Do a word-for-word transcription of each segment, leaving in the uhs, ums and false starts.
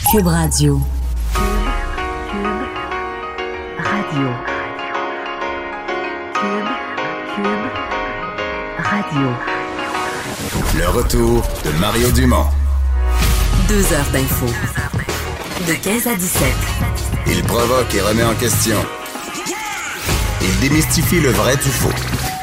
Cube Radio. Cube Radio. Cube, Cube Radio. Le retour de Mario Dumont. Deux heures d'info. De quinze à dix-sept. Il provoque et remet en question. Il démystifie le vrai du faux.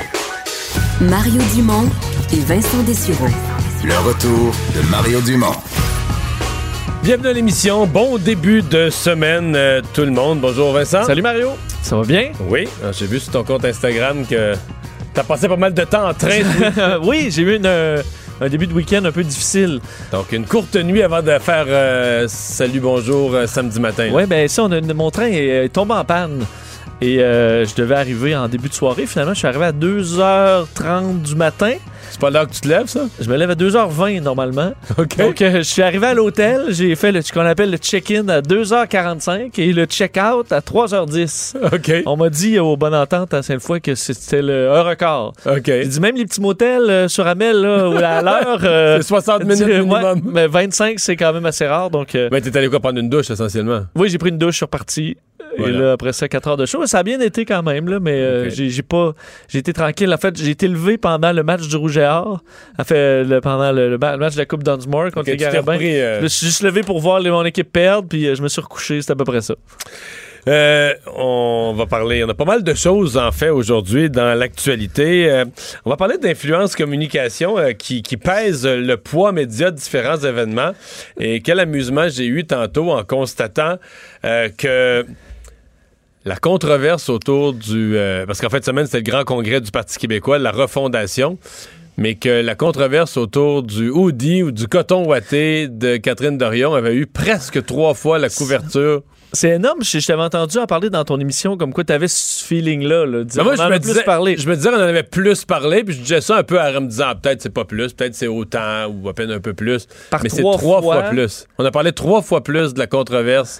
Mario Dumont et Vincent Dessureau. Le retour de Mario Dumont. Bienvenue à l'émission. Bon début de semaine, euh, tout le monde. Bonjour Vincent. Salut Mario. Ça va bien? Oui, j'ai vu sur ton compte Instagram que t'as passé pas mal de temps en train. Oui, j'ai eu une, euh, un début de week-end un peu difficile. Donc une courte nuit avant de faire euh, salut bonjour euh, samedi matin. Oui, ben ça, on a, mon train est, est tombé en panne. Et euh, je devais arriver en début de soirée. Finalement, je suis arrivé à deux heures trente du matin. C'est pas l'heure que tu te lèves, ça? Je me lève à deux heures vingt normalement. OK. Donc, euh, je suis arrivé à l'hôtel. J'ai fait le, ce qu'on appelle le check-in à deux heures quarante-cinq et le check-out à trois heures dix. OK. On m'a dit au Bonne Entente à Sainte-Foy que c'était le, un record. OK. J'ai dit même les petits motels euh, sur Amel, là, où à l'heure. Euh, c'est soixante minutes euh, minimum. Ouais, mais vingt-cinq, c'est quand même assez rare. Donc, euh, Mais t'es allé quoi prendre une douche, essentiellement? oui, j'ai pris une douche, je suis reparti. Voilà. Et là, après ça, quatre heures de show. Ça a bien été quand même, là, mais euh, Okay. j'ai, j'ai pas. J'ai été tranquille. En fait, j'ai été levé pendant le match du Rouge et Or. En fait, le, pendant le, le, le match de la Coupe Dunsmore contre Okay, les tu t'es Carabins. repris, euh... Je me suis juste levé pour voir les, mon équipe perdre, puis euh, je me suis recouché. C'était à peu près ça. Euh, on va parler, on a pas mal de choses en fait aujourd'hui dans l'actualité. Euh, on va parler d'influence communication euh, qui, qui pèse le poids média de différents événements. Et quel amusement j'ai eu tantôt en constatant euh, que la controverse autour du... Euh, parce qu'en fin de semaine, c'était le grand congrès du Parti québécois, la refondation, mais que la controverse autour du hoodie ou du coton ouaté de Catherine Dorion avait eu presque trois fois la couverture. C'est énorme. Je, je t'avais entendu en parler dans ton émission, comme quoi tu avais ce feeling-là. Là, dire, moi, on je en me, a disais, plus parlé. je me disais qu'on en avait plus parlé, puis je disais ça un peu en me disant, ah, peut-être c'est pas plus, peut-être c'est autant, ou à peine un peu plus. Par mais c'est trois trois fois. fois plus. On a parlé trois fois plus de la controverse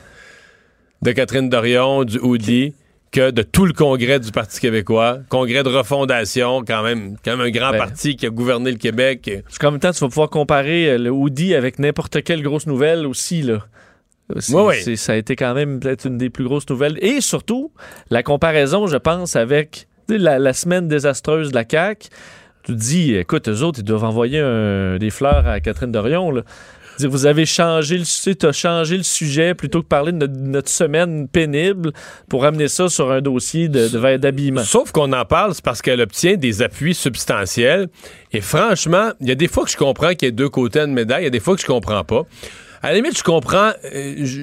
de Catherine Dorion, du hoodie, que de tout le congrès du Parti québécois. Congrès de refondation, quand même, quand même un grand ben, parti qui a gouverné le Québec. Parce qu'en même temps, tu vas pouvoir comparer le hoodie avec n'importe quelle grosse nouvelle aussi, là. C'est, oui, oui. C'est, ça a été quand même peut-être une des plus grosses nouvelles. Et surtout, la comparaison, je pense, avec la, la semaine désastreuse de la C A Q. Tu te dis, écoute, eux autres, ils doivent envoyer un, des fleurs à Catherine Dorion, là. Dire, vous avez changé le, t'as changé le sujet plutôt que parler de notre, notre semaine pénible pour amener ça sur un dossier de, de, d'habillement. Sauf qu'on en parle, c'est parce qu'elle obtient des appuis substantiels. Et franchement, il y a des fois que je comprends qu'il y a deux côtés d'une médaille, il y a des fois que je comprends pas. À la limite, je comprends... Euh, je,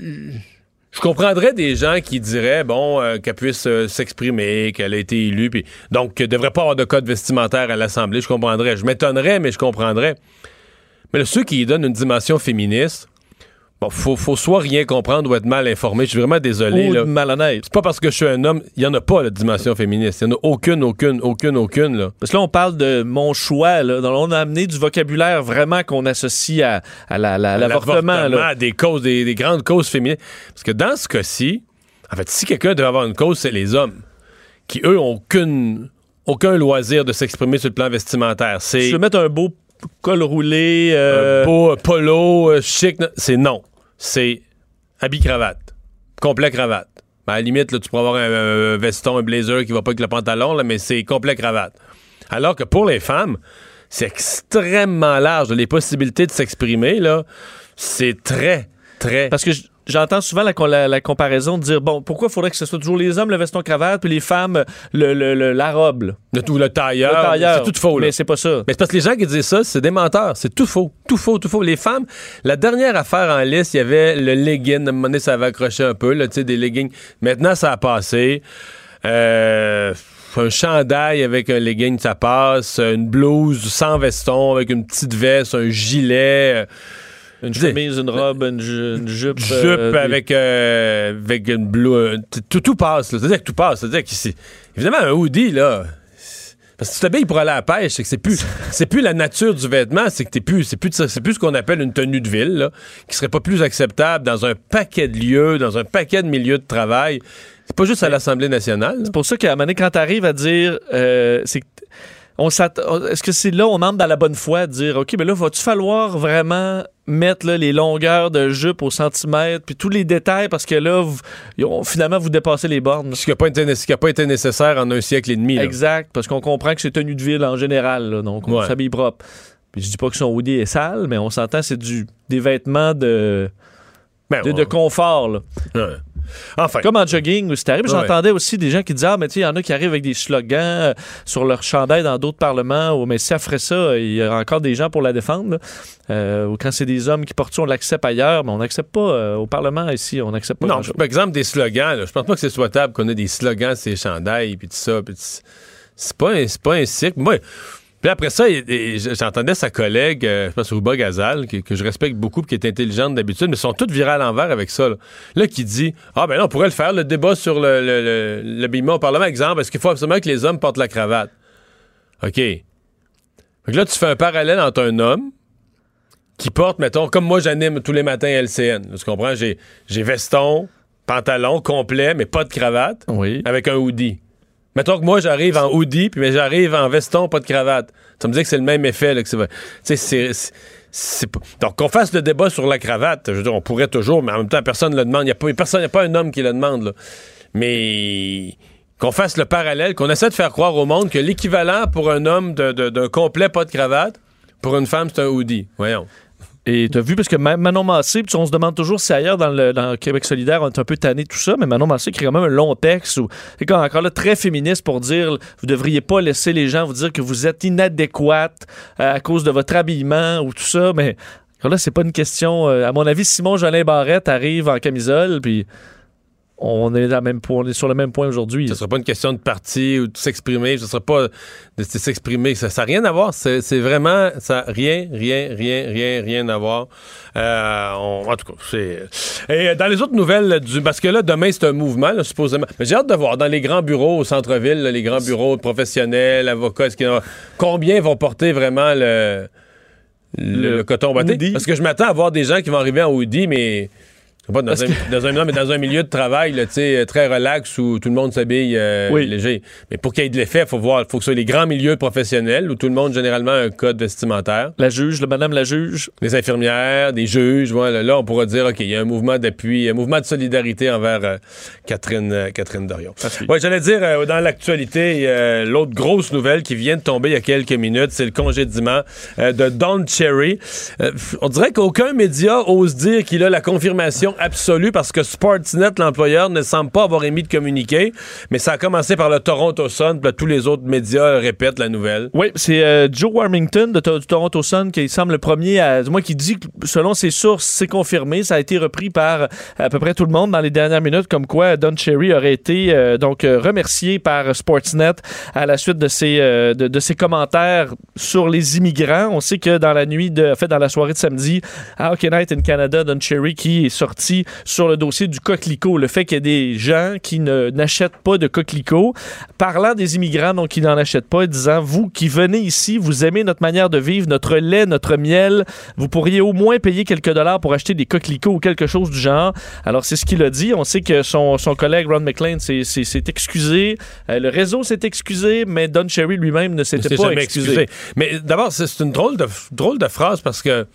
je comprendrais des gens qui diraient, bon, euh, qu'elle puisse euh, s'exprimer, qu'elle a été élue, puis donc qu'elle ne devrait pas avoir de code vestimentaire à l'Assemblée. Je comprendrais. Je m'étonnerais, mais je comprendrais. Mais là, ceux qui y donnent une dimension féministe, bon, faut, faut soit rien comprendre ou être mal informé. Je suis vraiment désolé. Ou là. malhonnête. C'est pas parce que je suis un homme, il y en a pas, la dimension féministe. Il y en a aucune, aucune, aucune, aucune, là. Parce que là, on parle de mon choix, là. Donc, on a amené du vocabulaire vraiment qu'on associe à, à, la, la, à l'avortement, l'avortement, là. des causes, des, des grandes causes féministes. Parce que dans ce cas-ci, en fait, si quelqu'un devait avoir une cause, c'est les hommes. Qui, eux, ont aucune, aucun loisir de s'exprimer sur le plan vestimentaire. C'est... Je veux mettre un beau col roulé. Euh... Un beau polo, euh, chic. C'est non. C'est habit-cravate. Complet-cravate. Ben, à la limite, là, tu pourrais avoir un, un veston, un blazer qui va pas avec le pantalon, là, mais c'est complet-cravate. Alors que pour les femmes, c'est extrêmement large. Les possibilités de s'exprimer, là, c'est très, très... Parce que je... J'entends souvent la, la, la comparaison de dire, bon, pourquoi il faudrait que ce soit toujours les hommes le veston-cravate, puis les femmes le, le, le, la robe, là. Le, ou le tailleur. Le tailleur. C'est tout faux, là. Mais c'est pas ça. Mais c'est parce que les gens qui disent ça, c'est des menteurs. C'est tout faux. Tout faux, tout faux. Les femmes, la dernière affaire en liste, il y avait le legging. À un moment donné, ça avait accroché un peu, là, tu sais, des leggings. Maintenant, ça a passé. Euh... Un chandail avec un legging, ça passe. Une blouse sans veston avec une petite veste, un gilet... Une chemise, une robe, une, ju- une jupe. Jupe euh, avec, euh, avec une blouse. Tout, tout passe. Là. C'est-à-dire que tout passe. C'est-à-dire que c'est... Évidemment, un hoodie, là... Parce que tu t'habilles pour aller à la pêche, c'est que c'est plus, c'est plus la nature du vêtement, c'est que t'es plus, c'est plus, c'est plus ce qu'on appelle une tenue de ville, là, qui serait pas plus acceptable dans un paquet de lieux, dans un paquet de milieux de travail. C'est pas juste à l'Assemblée nationale. Là. C'est pour ça qu'à un moment donné, quand t'arrives à dire... Euh, c'est que on Est-ce que c'est là on entre dans la bonne foi de dire OK, mais là, va-tu falloir vraiment mettre là, les longueurs de jupe au centimètre, puis tous les détails, parce que là, vous, ont, finalement, vous dépassez les bornes. Ce qui n'a pas, pas été nécessaire en un siècle et demi. Là. Exact, parce qu'on comprend que c'est tenue de ville en général, là, donc on ouais. s'habille propre. Puis je dis pas que son hoodie est sale, mais on s'entend c'est du des vêtements de, ben, de, ouais. de confort. Là. Ouais. Enfin. Comme en jogging où c'est arrivé. Ouais. J'entendais aussi des gens qui disaient « Ah, mais tu sais, il y en a qui arrivent avec des slogans euh, sur leur chandail dans d'autres parlements. Ou, mais si elle ferait ça, il y a encore des gens pour la défendre. Euh, ou quand c'est des hommes qui portent ça, on l'accepte ailleurs, mais on n'accepte pas euh, au Parlement ici. On n'accepte pas. Non, par exemple, des slogans. Là, je pense pas que c'est souhaitable qu'on ait des slogans sur les chandails puis tout ça. Pis c'est pas un, c'est pas un cycle. Moi... Puis après ça, j'entendais sa collègue, euh, je pense Rouba Gazal, que, que je respecte beaucoup, qui est intelligente d'habitude, mais ils sont toutes virées à l'envers avec ça. Là, là qui dit, ah ben là, on pourrait le faire, le débat sur le, le, le, l'habillement au Parlement. Exemple, est-ce qu'il faut absolument que les hommes portent la cravate? OK. Fait que là, tu fais un parallèle entre un homme qui porte, mettons, comme moi, j'anime tous les matins à L C N. Là, tu comprends? J'ai, j'ai veston, pantalon complet, mais pas de cravate, oui. avec un hoodie. Mettons que moi, j'arrive en hoodie, puis mais j'arrive en veston, pas de cravate. Ça me dit que c'est le même effet. Là, que c'est, c'est, c'est, c'est, c'est pas... Donc, qu'on fasse le débat sur la cravate, je veux dire, on pourrait toujours, mais en même temps, personne ne le demande. Il n'y a pas, personne, y a pas un homme qui le demande. Là. Mais qu'on fasse le parallèle, qu'on essaie de faire croire au monde que l'équivalent pour un homme de, de, d'un complet pas de cravate, pour une femme, c'est un hoodie. Voyons. Et t'as vu, parce que Manon Massé, puis on se demande toujours si ailleurs dans le, dans le Québec solidaire, on est un peu tanné de tout ça, mais Manon Massé écrit quand même un long texte, où, c'est quand encore là très féministe pour dire, vous devriez pas laisser les gens vous dire que vous êtes inadéquate euh, à cause de votre habillement ou tout ça, mais encore là, c'est pas une question... Euh, à mon avis, Simon Jolin Barrette arrive en camisole, puis... On est, à même point, on est sur le même point aujourd'hui. Ce ne sera pas une question de parti ou de s'exprimer. Ce ne sera pas de s'exprimer. Ça n'a rien à voir. C'est, c'est vraiment... Ça n'a rien, rien, rien, rien, rien à voir. Euh, on, en tout cas, c'est... Et dans les autres nouvelles, du, parce que là, demain, c'est un mouvement, là, supposément. Mais j'ai hâte de voir dans les grands bureaux au centre-ville, là, les grands bureaux professionnels, avocats, est-ce qu'il y en a, combien vont porter vraiment le, le, le, le coton batté? Parce que je m'attends à voir des gens qui vont arriver en hoodie, mais... Pas dans, un, que... dans, un, non, mais dans un milieu de travail là, très relax où tout le monde s'habille euh, oui. léger. Mais pour qu'il y ait de l'effet, il faut voir, faut que ce soit les grands milieux professionnels où tout le monde, généralement, a un code vestimentaire. La juge, le madame la juge. Les infirmières, des juges. Voilà, là, on pourra dire, OK, il y a un mouvement d'appui, un mouvement de solidarité envers euh, Catherine, euh, Catherine Dorion. Oui, j'allais dire, euh, dans l'actualité, euh, l'autre grosse nouvelle qui vient de tomber il y a quelques minutes, c'est le congédiement euh, de Don Cherry. Euh, on dirait qu'aucun média ose dire qu'il a la confirmation absolue parce que Sportsnet, l'employeur, ne semble pas avoir émis de communiqué, mais ça a commencé par le Toronto Sun, puis là, tous les autres médias répètent la nouvelle. Oui, c'est euh, Joe Warmington de to- du Toronto Sun qui semble le premier à, du moins qui dit que selon ses sources, c'est confirmé, ça a été repris par à peu près tout le monde dans les dernières minutes, comme quoi Don Cherry aurait été euh, donc euh, remercié par Sportsnet à la suite de ses, euh, de, de ses commentaires sur les immigrants. On sait que dans la nuit, de, en fait dans la soirée de samedi, à Hockey Night in Canada, Don Cherry qui est sorti sur le dossier du coquelicot, le fait qu'il y ait des gens qui ne, n'achètent pas de coquelicot, parlant des immigrants donc qui n'en achètent pas, disant, vous qui venez ici, vous aimez notre manière de vivre, notre lait, notre miel, vous pourriez au moins payer quelques dollars pour acheter des coquelicots ou quelque chose du genre. Alors c'est ce qu'il a dit. On sait que son, son collègue Ron McLean s'est, s'est, s'est excusé, euh, le réseau s'est excusé, mais Don Cherry lui-même ne s'était pas excusé. excusé. Mais d'abord, c'est, c'est une drôle de, drôle de phrase parce que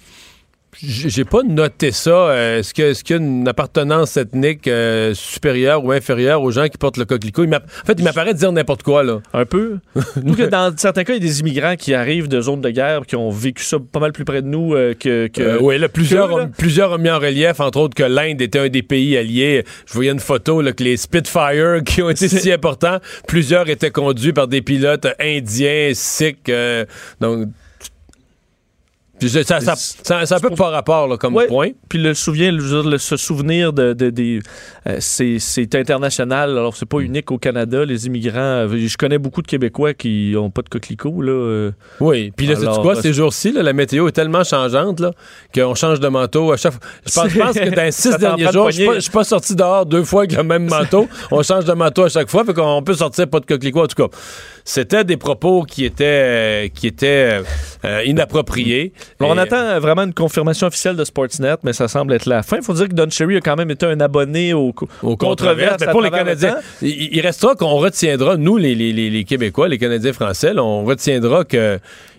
j'ai pas noté ça. Est-ce, que, est-ce qu'il y a une appartenance ethnique euh, supérieure ou inférieure aux gens qui portent le coquelicot? Il en fait, il m'apparaît de dire n'importe quoi, là. Un peu. Nous, que dans certains cas, il y a des immigrants qui arrivent de zones de guerre qui ont vécu ça pas mal plus près de nous euh, que... que euh, oui, là, plusieurs, que, là. Ont, plusieurs ont mis en relief, entre autres, que l'Inde était un des pays alliés. Je voyais une photo, là, que les Spitfire, qui ont été C'est... si importants, plusieurs étaient conduits par des pilotes indiens, sikhs, euh, donc... Ça, ça, ça, ça, ça a un peu pas rapport là, comme ouais, point. Puis le souvenir, le, le, ce souvenir de, de, de euh, c'est, c'est international. Alors c'est pas unique au Canada. Les immigrants, je connais beaucoup de Québécois qui ont pas de coquelicots là. Euh. Oui. Puis là, sais-tu quoi, ces jours-ci, là, la météo est tellement changeante là qu'on change de manteau à chaque fois. Je pense, je pense que dans les six derniers jours, je suis pas, pas sorti dehors deux fois avec le même manteau. On change de manteau à chaque fois, fait qu'on peut sortir pas de coquelicots. En tout cas, c'était des propos qui étaient euh, qui étaient euh, inappropriés. Alors, on attend vraiment une confirmation officielle de Sportsnet, mais ça semble être la fin. Il faut dire que Don Cherry a quand même été un abonné au, au controverses. Mais pour les Canadiens, il, il restera qu'on retiendra, nous, les, les, les, les Québécois, les Canadiens français, là, on retiendra que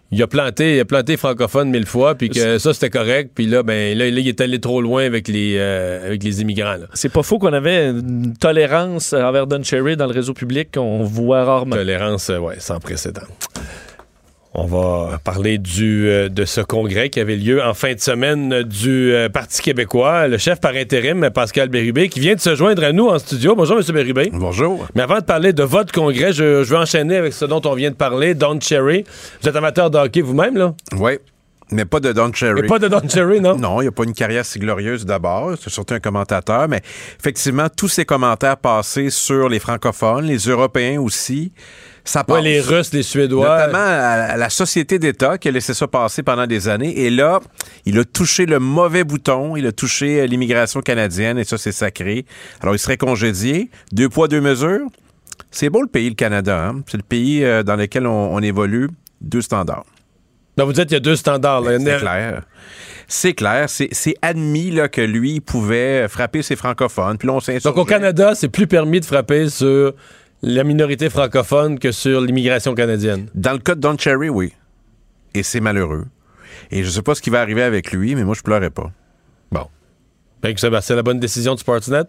il a planté, il a planté francophone mille fois, puis que ça, c'était correct. Puis là, ben, là, là, il est allé trop loin avec les, euh, avec les immigrants. Là. C'est pas faux qu'on avait une tolérance envers Don Cherry dans le réseau public qu'on voit rarement. Tolérance, euh, ouais, sans précédent. On va parler du, euh, de ce congrès qui avait lieu en fin de semaine du euh, Parti québécois. Le chef par intérim, Pascal Bérubé, qui vient de se joindre à nous en studio. Bonjour, M. Bérubé. Bonjour. Mais avant de parler de votre congrès, je, je veux enchaîner avec ce dont on vient de parler, Don Cherry. Vous êtes amateur de hockey vous-même, là? Oui, mais pas de Don Cherry. Mais pas de Don Cherry, non? Non, il n'a pas une carrière si glorieuse d'abord. C'est surtout un commentateur, mais effectivement, tous ces commentaires passés sur les francophones, les Européens aussi, ça passe. Ouais, les Russes, les Suédois. Notamment à la Société d'État qui a laissé ça passer pendant des années. Et là, il a touché le mauvais bouton. Il a touché l'immigration canadienne et ça, c'est sacré. Alors, il serait congédié. Deux poids, deux mesures. C'est beau le pays, le Canada. Hein? C'est le pays euh, dans lequel on, on évolue. Deux standards. Donc, vous dites qu'il y a deux standards. Là. Ben, c'est clair. C'est clair. C'est, c'est admis là, que lui pouvait frapper ses francophones. Puis là, on s'insurgeait. Donc, au Canada, c'est plus permis de frapper sur la minorité francophone que sur l'immigration canadienne. Dans le cas de Don Cherry, oui. Et c'est malheureux. Et je sais pas ce qui va arriver avec lui, mais moi, je pleurais pas. Bon. Ben, c'est la bonne décision du Sportsnet?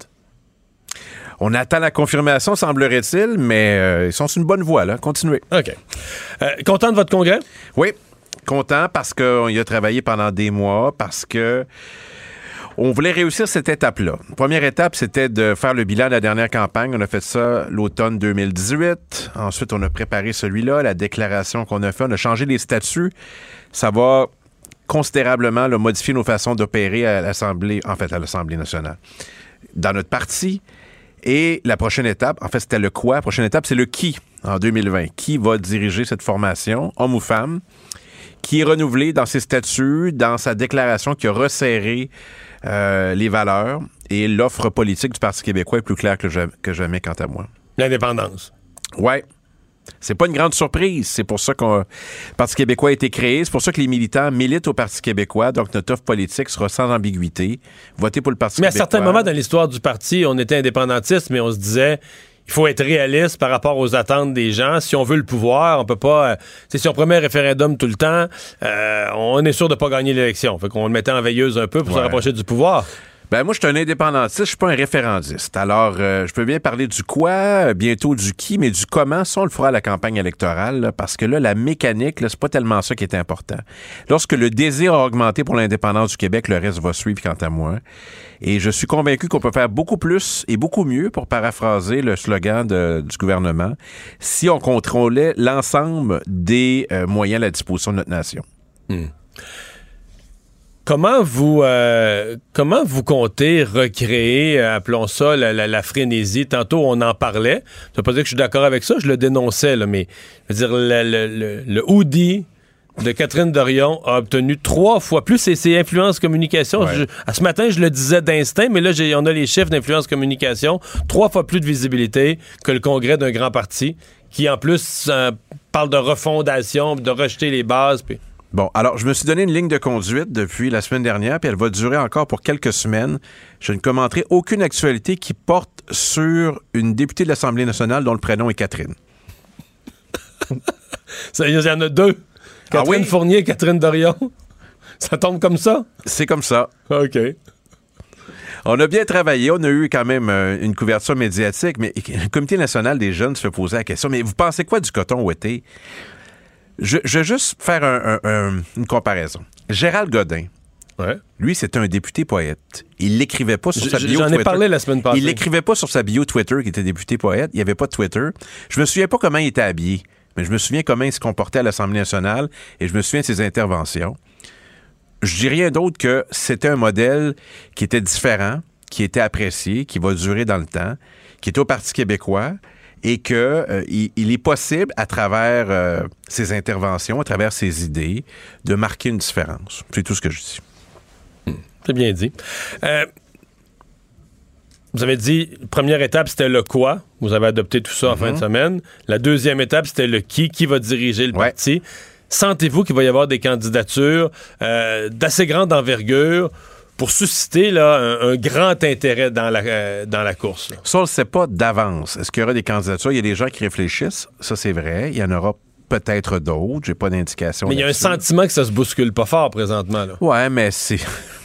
On attend la confirmation, semblerait-il, mais euh, ils sont sur une bonne voie, là. Continuez. OK. Euh, content de votre congrès? Oui. Content parce qu'on y a travaillé pendant des mois, parce que on voulait réussir cette étape-là. La première étape, c'était de faire le bilan de la dernière campagne. On a fait ça l'automne deux mille dix-huit. Ensuite, on a préparé celui-là, la déclaration qu'on a fait. On a changé les statuts. Ça va considérablement là, modifier nos façons d'opérer à l'Assemblée, en fait, à l'Assemblée nationale. Dans notre parti. Et la prochaine étape, en fait, c'était le quoi? La prochaine étape, c'est le qui en deux mille vingt. Qui va diriger cette formation, homme ou femme, qui est renouvelé dans ses statuts, dans sa déclaration qui a resserré euh, les valeurs. Et l'offre politique du Parti québécois est plus claire que jamais, que jamais quant à moi. L'indépendance. Ouais. C'est pas une grande surprise. C'est pour ça que le Parti québécois a été créé. C'est pour ça que les militants militent au Parti québécois. Donc, notre offre politique sera sans ambiguïté. Votez pour le Parti mais québécois. Mais à certains moments dans l'histoire du parti, on était indépendantiste, mais on se disait... Il faut être réaliste par rapport aux attentes des gens. Si on veut le pouvoir, on peut pas... Euh, si on promet un référendum tout le temps, euh, on est sûr de pas gagner l'élection. Fait qu'on le mettait en veilleuse un peu pour ouais. se rapprocher du pouvoir. Ben moi, je suis un indépendantiste, je suis pas un référendiste. Alors, euh, je peux bien parler du quoi, bientôt du qui, mais du comment, ça, on le fera à la campagne électorale, là, parce que là, la mécanique, là, c'est pas tellement ça qui est important. Lorsque le désir a augmenté pour l'indépendance du Québec, le reste va suivre quant à moi. Et je suis convaincu qu'on peut faire beaucoup plus et beaucoup mieux, pour paraphraser le slogan de, du gouvernement, si on contrôlait l'ensemble des euh, moyens à la disposition de notre nation. Mmh. Comment vous euh, comment vous comptez recréer, euh, appelons ça, la, la, la frénésie? Tantôt, on en parlait. Ça veut pas dire que je suis d'accord avec ça, je le dénonçais, là, mais je veux dire, le, le, le, le hoodie de Catherine Dorion a obtenu trois fois plus. C'est, c'est influence communication. Ouais. Je, à ce matin, je le disais d'instinct, mais là, j'ai, on a les chiffres d'influence communication. Trois fois plus de visibilité que le congrès d'un grand parti, qui en plus euh, parle de refondation, de rejeter les bases, puis... Bon, alors, je me suis donné une ligne de conduite depuis la semaine dernière, puis elle va durer encore pour quelques semaines. Je ne commenterai aucune actualité qui porte sur une députée de l'Assemblée nationale dont le prénom est Catherine. Ça, il y en a deux. Catherine ah oui? Fournier et Catherine Dorion. Ça tombe comme ça? C'est comme ça. OK. On a bien travaillé. On a eu quand même euh, une couverture médiatique, mais le Comité national des jeunes se fait poser la question, mais vous pensez quoi du coton ouaté? Je, je vais juste faire un, un, un, une comparaison. Gérald Godin, ouais. lui, c'était un député poète. Il l'écrivait pas sur je, sa bio J'en Twitter. ai parlé la semaine passée. Il l'écrivait pas sur sa bio Twitter qu'il était député poète. Il n'y avait pas de Twitter. Je me souviens pas comment il était habillé, mais je me souviens comment il se comportait à l'Assemblée nationale et je me souviens de ses interventions. Je dis rien d'autre que c'était un modèle qui était différent, qui était apprécié, qui va durer dans le temps, qui était au Parti québécois, et qu'il euh, il est possible, à travers euh, ses interventions, à travers ses idées, de marquer une différence. C'est tout ce que je dis. Mmh, c'est bien dit. Euh, vous avez dit, première étape, c'était le quoi. Vous avez adopté tout ça en mm-hmm. fin de semaine. La deuxième étape, c'était le qui, qui va diriger le ouais. parti. Sentez-vous qu'il va y avoir des candidatures euh, d'assez grande envergure pour susciter là, un, un grand intérêt dans la, euh, dans la course? Là. Ça, on ne le sait pas d'avance. Est-ce qu'il y aura des candidatures? Il y a des gens qui réfléchissent. Ça, c'est vrai. Il y en aura peut-être d'autres. J'ai pas d'indication. Mais il y a un là-dessus. sentiment que ça se bouscule pas fort présentement. Là. Ouais, mais c'est...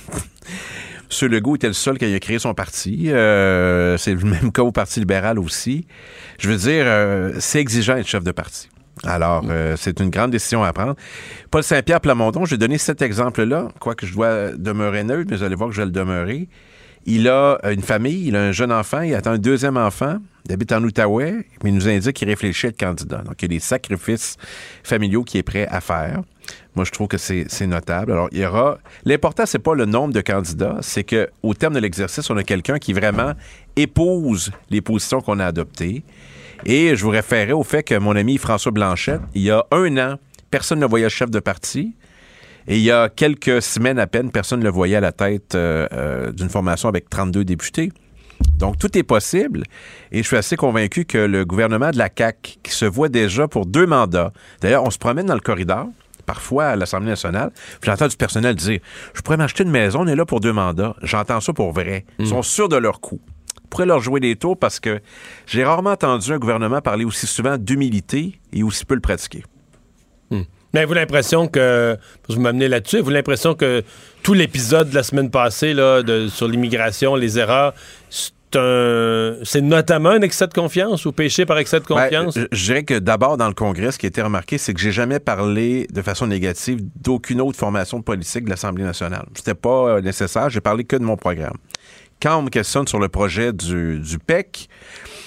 M. Legault était le seul qui a créé son parti. Euh, c'est le même cas au Parti libéral aussi. Je veux dire, euh, c'est exigeant d'être chef de parti. Alors, euh, c'est une grande décision à prendre. Paul Saint-Pierre Plamondon, j'ai donné cet exemple-là, quoique je dois demeurer neutre, mais vous allez voir que je vais le demeurer. Il a une famille, il a un jeune enfant, il attend un deuxième enfant, il habite en Outaouais, mais il nous indique qu'il réfléchit à être candidat. Donc, il y a des sacrifices familiaux qu'il est prêt à faire. Moi, je trouve que c'est, c'est notable. Alors, il y aura... L'important, c'est pas le nombre de candidats, c'est qu'au terme de l'exercice, on a quelqu'un qui vraiment épouse les positions qu'on a adoptées. Et je vous référais au fait que mon ami François Blanchette, il y a un an, personne ne voyait chef de parti. Et il y a quelques semaines à peine, personne ne le voyait à la tête euh, euh, d'une formation avec trente-deux députés. Donc, tout est possible. Et je suis assez convaincu que le gouvernement de la C A Q, qui se voit déjà pour deux mandats, d'ailleurs, on se promène dans le corridor, parfois à l'Assemblée nationale, puis j'entends du personnel dire « Je pourrais m'acheter une maison, on est là pour deux mandats. » J'entends ça pour vrai. Ils sont sûrs de leur coup. Je pourrais leur jouer des tours parce que j'ai rarement entendu un gouvernement parler aussi souvent d'humilité et aussi peu le pratiquer. Hmm. Mais avez-vous l'impression que, parce que vous m'amenez là-dessus, avez-vous l'impression que tout l'épisode de la semaine passée là, de, sur l'immigration, les erreurs, c'est, un, c'est notamment un excès de confiance ou péché par excès de confiance? Ben, je, je dirais que d'abord, dans le Congrès, ce qui a été remarqué, c'est que j'ai jamais parlé de façon négative d'aucune autre formation politique de l'Assemblée nationale. C'était pas nécessaire, j'ai parlé que de mon programme. Quand on me questionne sur le projet du, du P E C,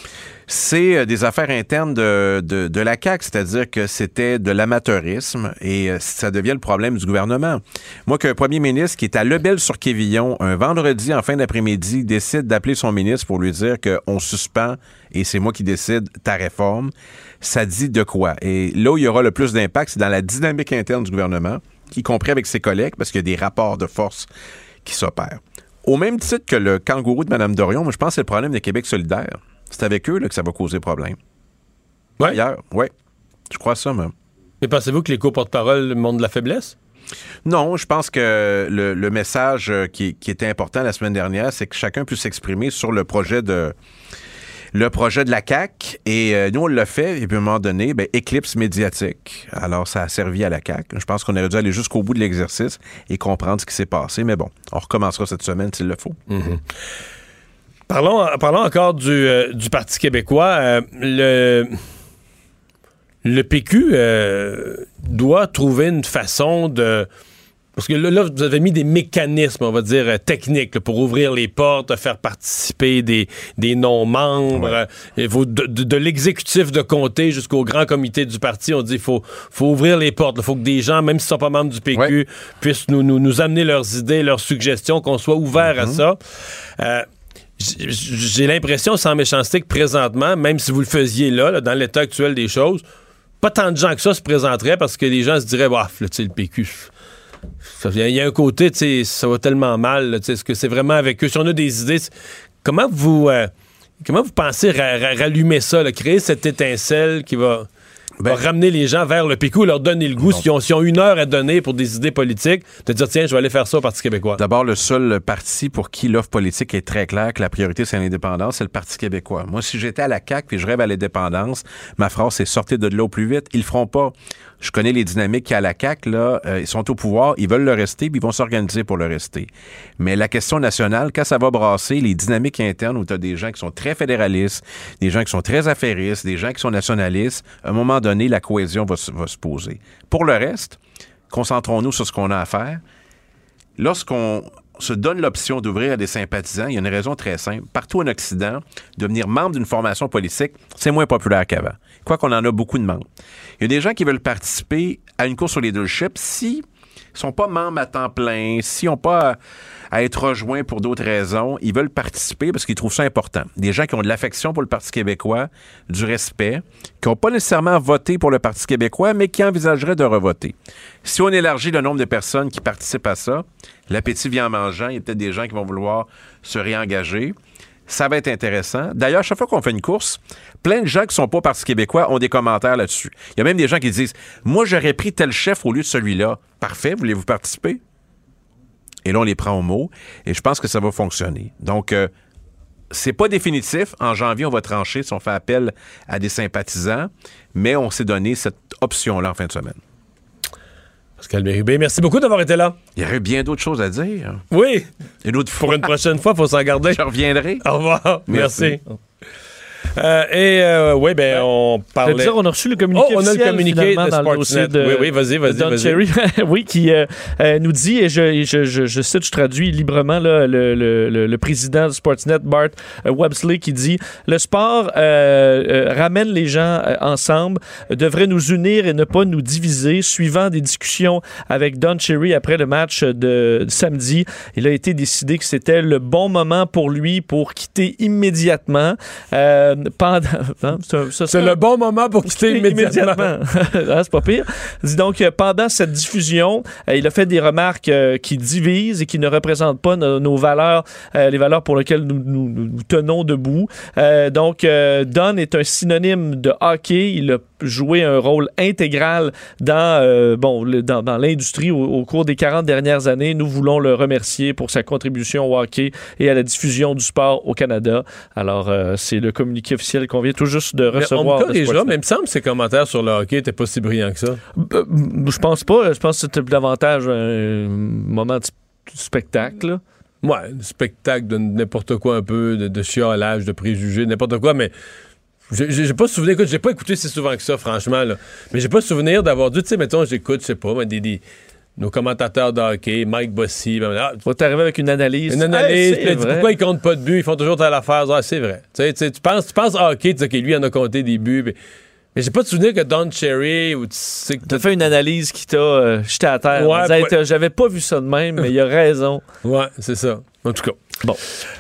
c'est des affaires internes de, de, de la C A Q, c'est-à-dire que c'était de l'amateurisme et ça devient le problème du gouvernement. Moi, qu'un premier ministre qui est à Lebel-sur-Quévillon un vendredi en fin d'après-midi décide d'appeler son ministre pour lui dire qu'on suspend et c'est moi qui décide ta réforme, ça dit de quoi? Et là où il y aura le plus d'impact, c'est dans la dynamique interne du gouvernement, y compris avec ses collègues, parce qu'il y a des rapports de force qui s'opèrent. Au même titre que le kangourou de Mme Dorion, moi, je pense que c'est le problème de Québec solidaire. C'est avec eux là, que ça va causer problème. Oui? Ailleurs, oui. Je crois ça, même. Mais pensez-vous que les co-porte-parole montrent de la faiblesse? Non, je pense que le, le message qui, qui était important la semaine dernière, c'est que chacun puisse s'exprimer sur le projet de le projet de la C A Q. Et euh, nous, on l'a fait, et puis à un moment donné, ben, éclipse médiatique. Alors, ça a servi à la C A Q. Je pense qu'on aurait dû aller jusqu'au bout de l'exercice et comprendre ce qui s'est passé. Mais bon, on recommencera cette semaine s'il le faut. Mm-hmm. Parlons, parlons encore du, euh, du Parti québécois. Euh, le, le P Q euh, doit trouver une façon de... Parce que là, là, vous avez mis des mécanismes, on va dire, euh, techniques là, pour ouvrir les portes, faire participer des, des non-membres. Ouais. Euh, faut de, de, de l'exécutif de comté jusqu'au grand comité du parti, on dit qu'il faut, faut ouvrir les portes. Il faut que des gens, même s'ils ne sont pas membres du P Q, ouais. puissent nous, nous, nous amener leurs idées, leurs suggestions, qu'on soit ouvert mm-hmm. à ça. Euh, J'ai l'impression, sans méchanceté, que présentement, même si vous le faisiez là, là dans l'état actuel des choses, pas tant de gens que ça se présenteraient parce que les gens se diraient, bah, là, tu sais, le P Q, il y a un côté, tu sais, ça va tellement mal, tu sais, est-ce que c'est vraiment avec eux? Si on a des idées, comment vous, euh, comment vous pensez ra- ra- rallumer ça, là, créer cette étincelle qui va... Ben, va ramener les gens vers le P Q, leur donner le goût, s'ils ont, s'ils ont une heure à donner pour des idées politiques, de dire, tiens, je vais aller faire ça au Parti québécois. D'abord, le seul parti pour qui l'offre politique est très claire, que la priorité, c'est l'indépendance, c'est le Parti québécois. Moi, si j'étais à la C A Q puis je rêve à l'indépendance, ma phrase, c'est sortir de là au plus vite. Ils le feront pas. Je connais les dynamiques qu'il y a à la C A Q, là. Euh, ils sont au pouvoir, ils veulent le rester, puis ils vont s'organiser pour le rester. Mais la question nationale, quand ça va brasser, les dynamiques internes où tu as des gens qui sont très fédéralistes, des gens qui sont très affairistes, des gens qui sont nationalistes, à un moment donné, la cohésion va, va se poser. Pour le reste, concentrons-nous sur ce qu'on a à faire. Lorsqu'on se donne l'option d'ouvrir à des sympathisants, il y a une raison très simple. Partout en Occident, devenir membre d'une formation politique, c'est moins populaire qu'avant. Quoi qu'on en a beaucoup de membres. Il y a des gens qui veulent participer à une course au leadership si ils sont pas membres à temps plein, s'ils n'ont pas à, à être rejoints pour d'autres raisons, ils veulent participer parce qu'ils trouvent ça important. Des gens qui ont de l'affection pour le Parti québécois, du respect, qui n'ont pas nécessairement voté pour le Parti québécois, mais qui envisageraient de revoter. Si on élargit le nombre de personnes qui participent à ça, l'appétit vient en mangeant, il y a peut-être des gens qui vont vouloir se réengager. Ça va être intéressant. D'ailleurs, chaque fois qu'on fait une course, plein de gens qui ne sont pas au Parti québécois ont des commentaires là-dessus. Il y a même des gens qui disent « Moi, j'aurais pris tel chef au lieu de celui-là. » Parfait, voulez-vous participer? Et là, on les prend au mot et je pense que ça va fonctionner. Donc, euh, c'est pas définitif. En janvier, on va trancher si on fait appel à des sympathisants, mais on s'est donné cette option-là en fin de semaine. Pascal Bérubé, merci beaucoup d'avoir été là. Il y aurait bien d'autres choses à dire. Oui. Une autre fois. Pour une prochaine fois, il faut s'en garder. Je reviendrai. Au revoir. Merci. Merci. Euh, et euh, oui, ben ouais. on parlait. Je veux dire, on a reçu le communiqué oh, on a le communiqué de de dans le dossier de, oui, oui, vas-y, vas-y, de Don vas-y. Cherry, oui, qui euh, euh, nous dit, et je, je, je, je cite, je traduis librement là, le, le, le, le président de Sportsnet, Bart euh, Websley, qui dit « Le sport euh, euh, ramène les gens euh, ensemble, euh, devrait nous unir et ne pas nous diviser. » Suivant des discussions avec Don Cherry après le match de, de samedi, il a été décidé que c'était le bon moment pour lui pour quitter immédiatement. Euh, pendant Hein, ça, ça, c'est le bon moment pour quitter immédiatement. immédiatement. ah, c'est pas pire. Dis donc, euh, pendant cette diffusion, euh, il a fait des remarques euh, qui divisent et qui ne représentent pas no- nos valeurs, euh, les valeurs pour lesquelles nous, nous, nous tenons debout. Euh, donc, euh, Don est un synonyme de hockey. Il a joué un rôle intégral dans, euh, bon, le, dans, dans l'industrie au, au cours des quarante dernières années. Nous voulons le remercier pour sa contribution au hockey et à la diffusion du sport au Canada. Alors, euh, c'est le communiqué officiel qu'on vient tout juste de recevoir. Mais on me corrigera, mais il me semble que ses commentaires sur le hockey n'étaient pas si brillants que ça. Euh, je pense pas. Je pense que c'était davantage un moment de spectacle. Ouais, un spectacle de n'importe quoi un peu, de, de chiolage, de préjugés, n'importe quoi, mais j'ai, j'ai pas souvenir, écoute, j'ai pas écouté si souvent que ça, franchement, là. Mais j'ai pas souvenir d'avoir dû, tu sais, mettons, j'écoute, je sais pas, des, des, nos commentateurs de hockey, Mike Bossy, ben, ah, faut t'arriver avec une analyse. Une analyse, hey, puis dit, pourquoi ils comptent pas de buts, ils font toujours telle affaire. Ah, c'est vrai. Tu sais, tu sais, tu penses, tu penses hockey, tu sais, que lui, il en a compté des buts, mais, mais j'ai pas de souvenir que Don Cherry, ou tu sais que t'as fait une analyse qui t'a euh, jeté à terre. Ouais, disait, ouais. J'avais pas vu ça de même, mais il a raison. Ouais, c'est ça. En tout cas. Bon.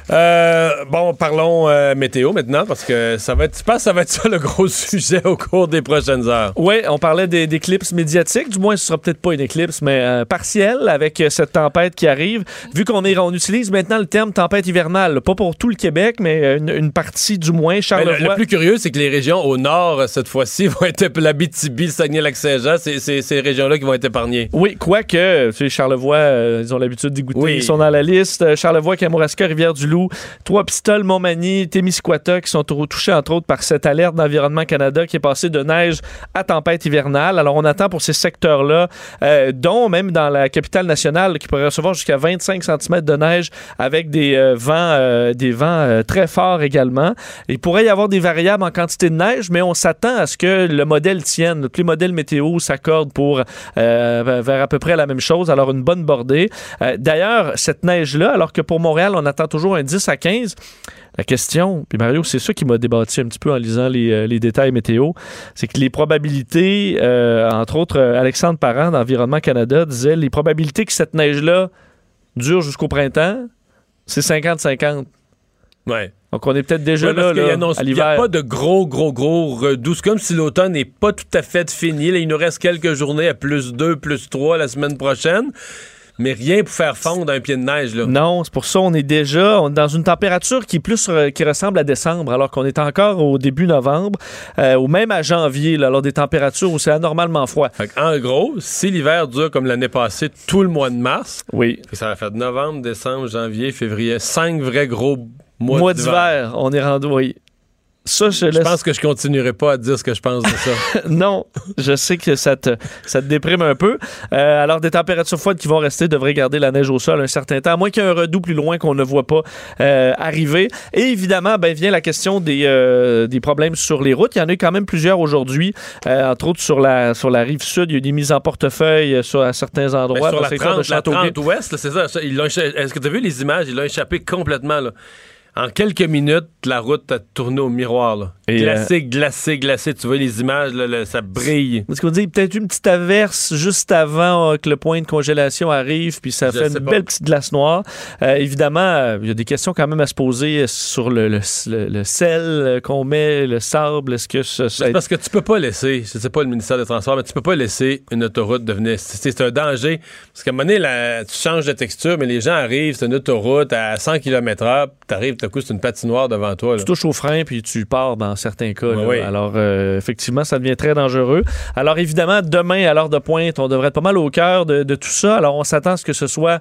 Euh, bon, parlons euh, météo maintenant, parce que ça va être, je pense que ça va être ça le gros sujet au cours des prochaines heures. Oui, on parlait des, d'éclipses médiatiques. Du moins, ce sera peut-être pas une éclipse, mais euh, partielle avec euh, cette tempête qui arrive. Vu qu'on est, on utilise maintenant le terme tempête hivernale, là, pas pour tout le Québec, mais une, une partie du moins. Charlevoix. Ben, le, le plus curieux, c'est que les régions au nord, cette fois-ci, vont être l'Abitibi, le Saguenay-Lac-Saint-Jean. C'est, c'est ces régions-là qui vont être épargnées. Oui, quoique, tu sais, Charlevoix, euh, ils ont l'habitude d'égoutter. Oui. Ils sont dans la liste. Charlevoix, Kamouraska, Rivière-du-Loup, Trois-Pistoles, Montmagny, Témiscouata qui sont touchés entre autres par cette alerte d'Environnement Canada qui est passée de neige à tempête hivernale. Alors on attend pour ces secteurs-là, euh, dont même dans la capitale nationale qui pourrait recevoir jusqu'à vingt-cinq centimètres de neige avec des euh, vents, euh, des vents euh, très forts également. Il pourrait y avoir des variables en quantité de neige, mais on s'attend à ce que le modèle tienne. Tous les modèles météo s'accordent pour euh, vers à peu près la même chose. Alors une bonne bordée. Euh, d'ailleurs, cette neige-là, alors que pour Montréal, on attend toujours un dix à quinze. La question, puis Mario, c'est ça qui m'a débattu un petit peu en lisant les, euh, les détails météo, c'est que les probabilités, euh, entre autres, euh, Alexandre Parent d'Environnement Canada disait les probabilités que cette neige-là dure jusqu'au printemps, c'est cinquante cinquante. Ouais. Donc, on est peut-être déjà ouais, là, là annonce, à l'hiver. Il n'y a l'hiver. pas de gros, gros, gros redoux. C'est comme si l'automne n'est pas tout à fait fini. Là, il nous reste quelques journées à plus deux, plus trois la semaine prochaine. Mais rien pour faire fondre un pied de neige, là. Non, c'est pour ça on est déjà on est dans une température qui est plus euh, qui ressemble à décembre, alors qu'on est encore au début novembre, euh, ou même à janvier, là, alors des températures où c'est anormalement froid. Fait en gros, si l'hiver dure comme l'année passée tout le mois de mars, oui. Ça va faire novembre, décembre, janvier, février, cinq vrais gros mois, mois d'hiver. d'hiver. On est rendu, oui. Ça, je, je laisse... pense que je continuerai pas à dire ce que je pense de ça. Non, je sais que ça te, ça te déprime un peu. Euh, alors, des températures froides qui vont rester devraient garder la neige au sol un certain temps, à moins qu'il y ait un redout plus loin qu'on ne voit pas euh, arriver. Et évidemment, ben, vient la question des, euh, des problèmes sur les routes. Il y en a eu quand même plusieurs aujourd'hui, euh, entre autres sur la, sur la rive sud. Il y a eu des mises en portefeuille sur, à certains endroits. Ben, sur la trente, trente, la trente ouest, là, c'est ça. ça ils l'ont écha... Est-ce que tu as vu les images? Ils l'ont échappé complètement, là. En quelques minutes, la route a tourné au miroir. Là. Et glacé, euh... glacé, glacé. Tu vois les images, là, là, ça brille. Est-ce qu'on dit peut-être une petite averse juste avant euh, que le point de congélation arrive, puis ça Je fait une belle petite glace noire. Euh, évidemment, il euh, y a des questions quand même à se poser sur le, le, le, le sel qu'on met, le sable. Est-ce que ça, ça... C'est parce que tu peux pas laisser, je sais pas le ministère des Transports, mais tu peux pas laisser une autoroute devenir... C'est, c'est un danger. Parce qu'à un moment donné, la, tu changes de texture, mais les gens arrivent, c'est une autoroute à cent kilomètres heure, t'arrives, tout à coup, c'est une patinoire devant toi. Là. Tu touches au frein, puis tu pars dans certains cas. Ouais, oui. Alors, euh, effectivement, ça devient très dangereux. Alors, évidemment, demain, à l'heure de pointe, on devrait être pas mal au cœur de, de tout ça. Alors, on s'attend à ce que ce soit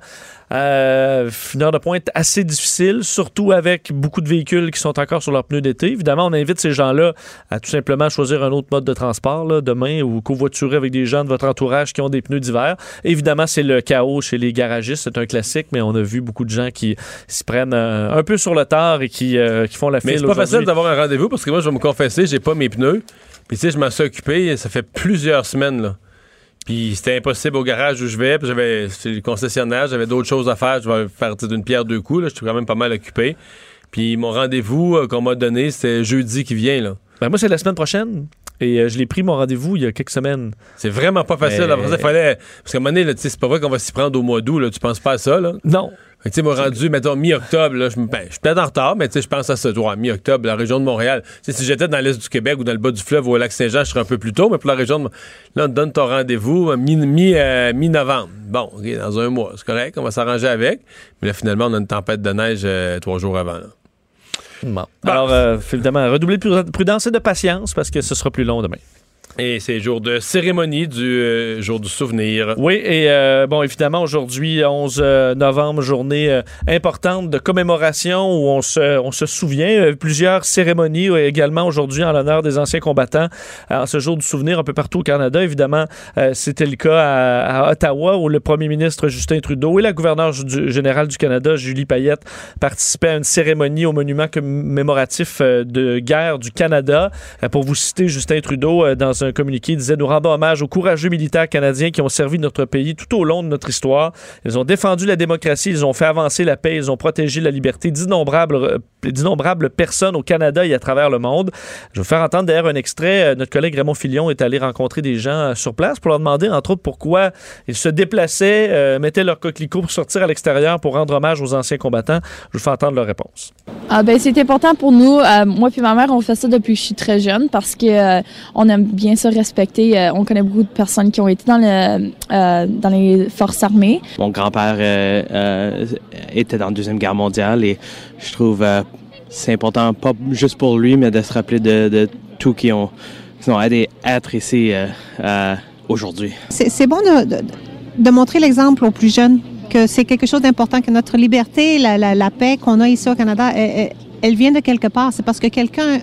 Euh, une heure de pointe assez difficile, surtout avec beaucoup de véhicules qui sont encore sur leurs pneus d'été. Évidemment, on invite ces gens-là à tout simplement choisir un autre mode de transport là, demain ou covoiturer avec des gens de votre entourage qui ont des pneus d'hiver. Évidemment, c'est le chaos chez les garagistes. C'est un classique, mais on a vu beaucoup de gens qui s'y prennent euh, un peu sur le tard et qui, euh, qui font la file. Mais c'est pas facile d'avoir un rendez-vous parce que moi, je vais me confesser, j'ai pas mes pneus. Puis, tu sais, je m'en suis occupé, ça fait plusieurs semaines, là. Puis, c'était impossible au garage où je vais. Puis, j'avais, c'est le concessionnaire, j'avais d'autres choses à faire. Je vais faire d'une pierre deux coups, là. Je suis quand même pas mal occupé. Puis, mon rendez-vous euh, qu'on m'a donné, c'était jeudi qui vient, là. Ben, moi, c'est la semaine prochaine. Et euh, je l'ai pris, mon rendez-vous, il y a quelques semaines. C'est vraiment pas facile. Mais... Après ça, il fallait. Parce qu'à un moment donné, là, c'est pas vrai qu'on va s'y prendre au mois d'août, là. Tu penses pas à ça, là? Non. Tu sais, moi, rendu, mettons, mi-octobre, là, je ben, je suis peut-être en retard, mais tu sais, je pense à ça, droit, mi-octobre, la région de Montréal. T'sais, si j'étais dans l'est du Québec ou dans le bas du fleuve ou au Lac-Saint-Jean, je serais un peu plus tôt, mais pour la région de... Là, on te donne ton rendez-vous mi, mi, euh, mi-novembre. Bon, OK, dans un mois, c'est correct, on va s'arranger avec. Mais là, finalement, on a une tempête de neige euh, trois jours avant, là. Bon. Alors, euh, évidemment, redoubler de prudence et de patience parce que ce sera plus long demain. Et c'est jour de cérémonie, du euh, jour du souvenir. Oui, et euh, bon, évidemment, aujourd'hui, onze novembre, journée euh, importante de commémoration où on se, on se souvient. Euh, plusieurs cérémonies euh, également aujourd'hui en l'honneur des anciens combattants. En ce jour du souvenir un peu partout au Canada. Évidemment, euh, c'était le cas à, à Ottawa où le premier ministre Justin Trudeau et la gouverneure du, générale du Canada, Julie Payette, participaient à une cérémonie au monument commémoratif euh, de guerre du Canada. Euh, pour vous citer Justin Trudeau, euh, dans un Un communiqué disait « Nous rendons hommage aux courageux militaires canadiens qui ont servi notre pays tout au long de notre histoire. Ils ont défendu la démocratie, ils ont fait avancer la paix, ils ont protégé la liberté d'innombrables, d'innombrables personnes au Canada et à travers le monde. » Je vais vous faire entendre d'ailleurs un extrait. Notre collègue Raymond Filion est allé rencontrer des gens sur place pour leur demander, entre autres, pourquoi ils se déplaçaient, euh, mettaient leur coquelicot pour sortir à l'extérieur pour rendre hommage aux anciens combattants. Je vous fais entendre leur réponse. Ah ben, c'est important pour nous. Euh, moi puis ma mère, on fait ça depuis que je suis très jeune parce que euh, on aime bien ça respecter. Euh, on connaît beaucoup de personnes qui ont été dans, le, euh, dans les forces armées. Mon grand-père euh, euh, était dans la Deuxième Guerre mondiale et je trouve euh, c'est important, pas juste pour lui, mais de se rappeler de, de tout qui ont, qui ont aidé à être ici euh, euh, aujourd'hui. C'est, c'est bon de, de, de montrer l'exemple aux plus jeunes que c'est quelque chose d'important, que notre liberté, la, la, la paix qu'on a ici au Canada, elle, elle vient de quelque part. C'est parce que quelqu'un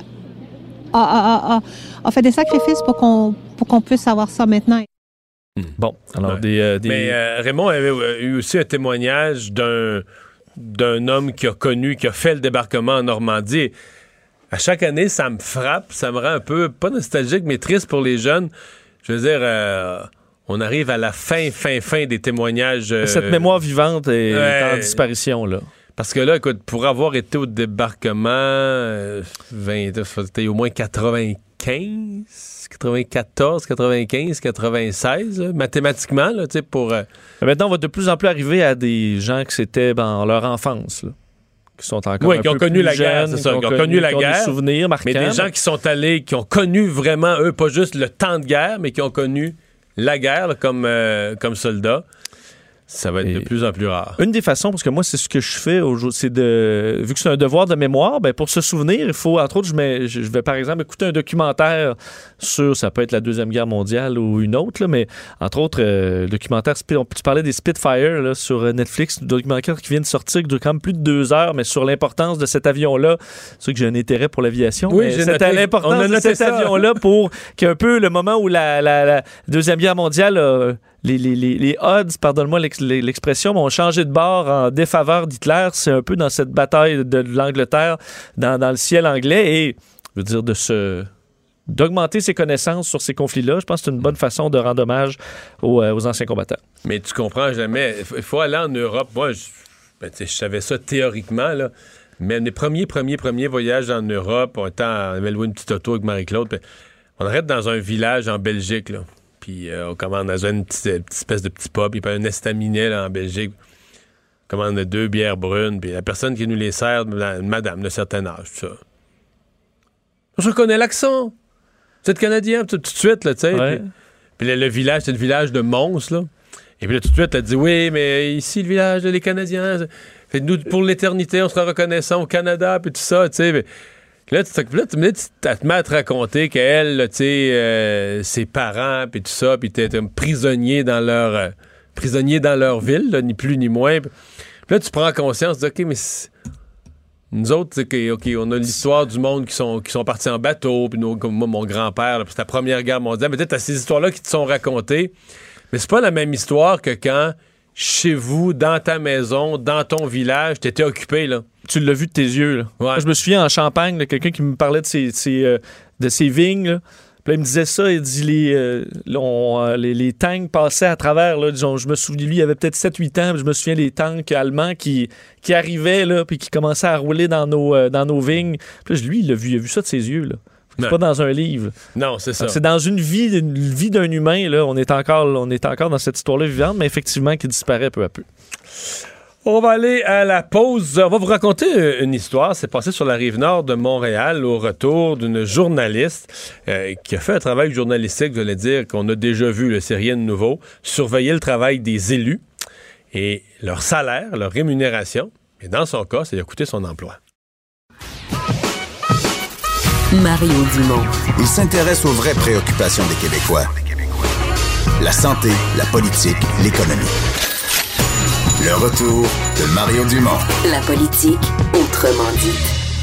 a, a, a, a fait des sacrifices pour qu'on, pour qu'on puisse avoir ça maintenant. Bon, alors ouais. des, euh, des... Mais euh, Raymond avait eu aussi un témoignage d'un, d'un homme qui a connu, qui a fait le débarquement en Normandie. À chaque année, ça me frappe, ça me rend un peu, pas nostalgique, mais triste pour les jeunes. Je veux dire... Euh, on arrive à la fin, fin, fin des témoignages. Euh, Cette mémoire vivante est ouais, en disparition, là. Parce que là, écoute, pour avoir été au débarquement, euh, vingt, c'était au moins quatre-vingt-quinze, quatre-vingt-quatorze, quatre-vingt-quinze, quatre-vingt-seize, là, mathématiquement, là, tu sais, pour... Euh... Maintenant, on va de plus en plus arriver à des gens que c'était dans leur enfance, là. Qui sont encore oui, un qui ont peu connu plus la guerre, jeunes, c'est ça, qui ont, qui ont connu, connu la qui ont guerre. des souvenirs marquants. Mais des gens qui sont allés, qui ont connu vraiment, eux, pas juste le temps de guerre, mais qui ont connu la guerre là, comme, euh, comme soldats. Ça va être et de plus en plus rare. Une des façons, parce que moi, c'est ce que je fais aujourd'hui, c'est de... Vu que c'est un devoir de mémoire, ben pour se souvenir, il faut, entre autres, je, mets, je vais par exemple écouter un documentaire sur, ça peut être la Deuxième Guerre mondiale ou une autre, là, mais entre autres, euh, documentaire, tu parlais des Spitfire là, sur Netflix, un documentaire qui vient de sortir, qui dure quand même plus de deux heures, mais sur l'importance de cet avion-là. C'est sûr que j'ai un intérêt pour l'aviation, oui, mais j'ai c'était noté, l'importance de cet ça. avion-là pour qu'un peu le moment où la, la, la Deuxième Guerre mondiale... Euh, Les, les, les, les odds, pardonne-moi l'ex, l'expression, ont changé de bord en défaveur d'Hitler. C'est un peu dans cette bataille de l'Angleterre, dans, dans le ciel anglais. Et, je veux dire, de se, d'augmenter ses connaissances sur ces conflits-là, je pense que c'est une bonne façon de rendre hommage aux, aux anciens combattants. Mais tu comprends jamais. Il faut aller en Europe. Moi, je, ben, je savais ça théoriquement, là. Mais mes premiers, premiers, premiers voyages en Europe, on, était en, on avait loué une petite auto avec Marie-Claude. Puis on arrête dans un village en Belgique, là. Puis euh, on commande dans une petite, petite espèce de petit pub, puis il y a un estaminet là, en Belgique. On commande deux bières brunes, puis la personne qui nous les sert, une madame de certain âge, tout ça. Je reconnais l'accent. Vous êtes Canadien, tout, tout de suite, là, tu sais. Ouais. Puis, puis le, le village, c'est le village de Mons, là. Et puis là, tout de suite, elle dit, oui, mais ici, le village des Canadiens, fait, nous, pour l'éternité, on sera reconnaissant au Canada, puis tout ça, tu sais. Mais, Là, tu, là, tu, tu te mets à te raconter qu'elle, tu sais, euh, ses parents, puis tout ça, puis t'es un prisonnier dans leur euh, prisonnier dans leur ville, là, ni plus ni moins. Puis là, tu prends conscience, de, OK, mais c'est... nous autres, okay, OK, on a l'histoire du monde qui sont, qui sont partis en bateau, puis nous, comme moi, mon grand-père, là, puis c'était la Première Guerre mondiale. Mais peut-être t'as ces histoires-là qui te sont racontées, mais c'est pas la même histoire que quand, chez vous, dans ta maison, dans ton village, t'étais occupé, là. Tu l'as vu de tes yeux, là. Ouais. Moi, je me souviens en Champagne, là, quelqu'un qui me parlait de ses, ses, euh, de ses vignes, là. Puis là, il me disait ça, il dit les, euh, là, on, euh, les, les tanks passaient à travers, là, disons, je me souviens, lui, il avait peut-être sept huit ans, puis je me souviens des tanks allemands qui, qui arrivaient, là, puis qui commençaient à rouler dans nos, euh, dans nos vignes. Puis là, lui, il a vu, il a vu ça de ses yeux, là. C'est pas dans un livre. Non, c'est ça. C'est dans une vie, une vie d'un humain, là. On est encore, on est encore dans cette histoire-là vivante, mais effectivement qui disparaît peu à peu. On va aller à la pause. On va vous raconter une histoire. C'est passé sur la rive nord de Montréal au retour d'une journaliste euh, qui a fait un travail journalistique, je voulais dire, qu'on a déjà vu, le c'est rien de nouveau, surveiller le travail des élus et leur salaire, leur rémunération. Et dans son cas, ça lui a coûté son emploi. Mario Dumont. Il s'intéresse aux vraies préoccupations des Québécois. La santé, la politique, l'économie. Le retour de Mario Dumont. La politique, autrement dit.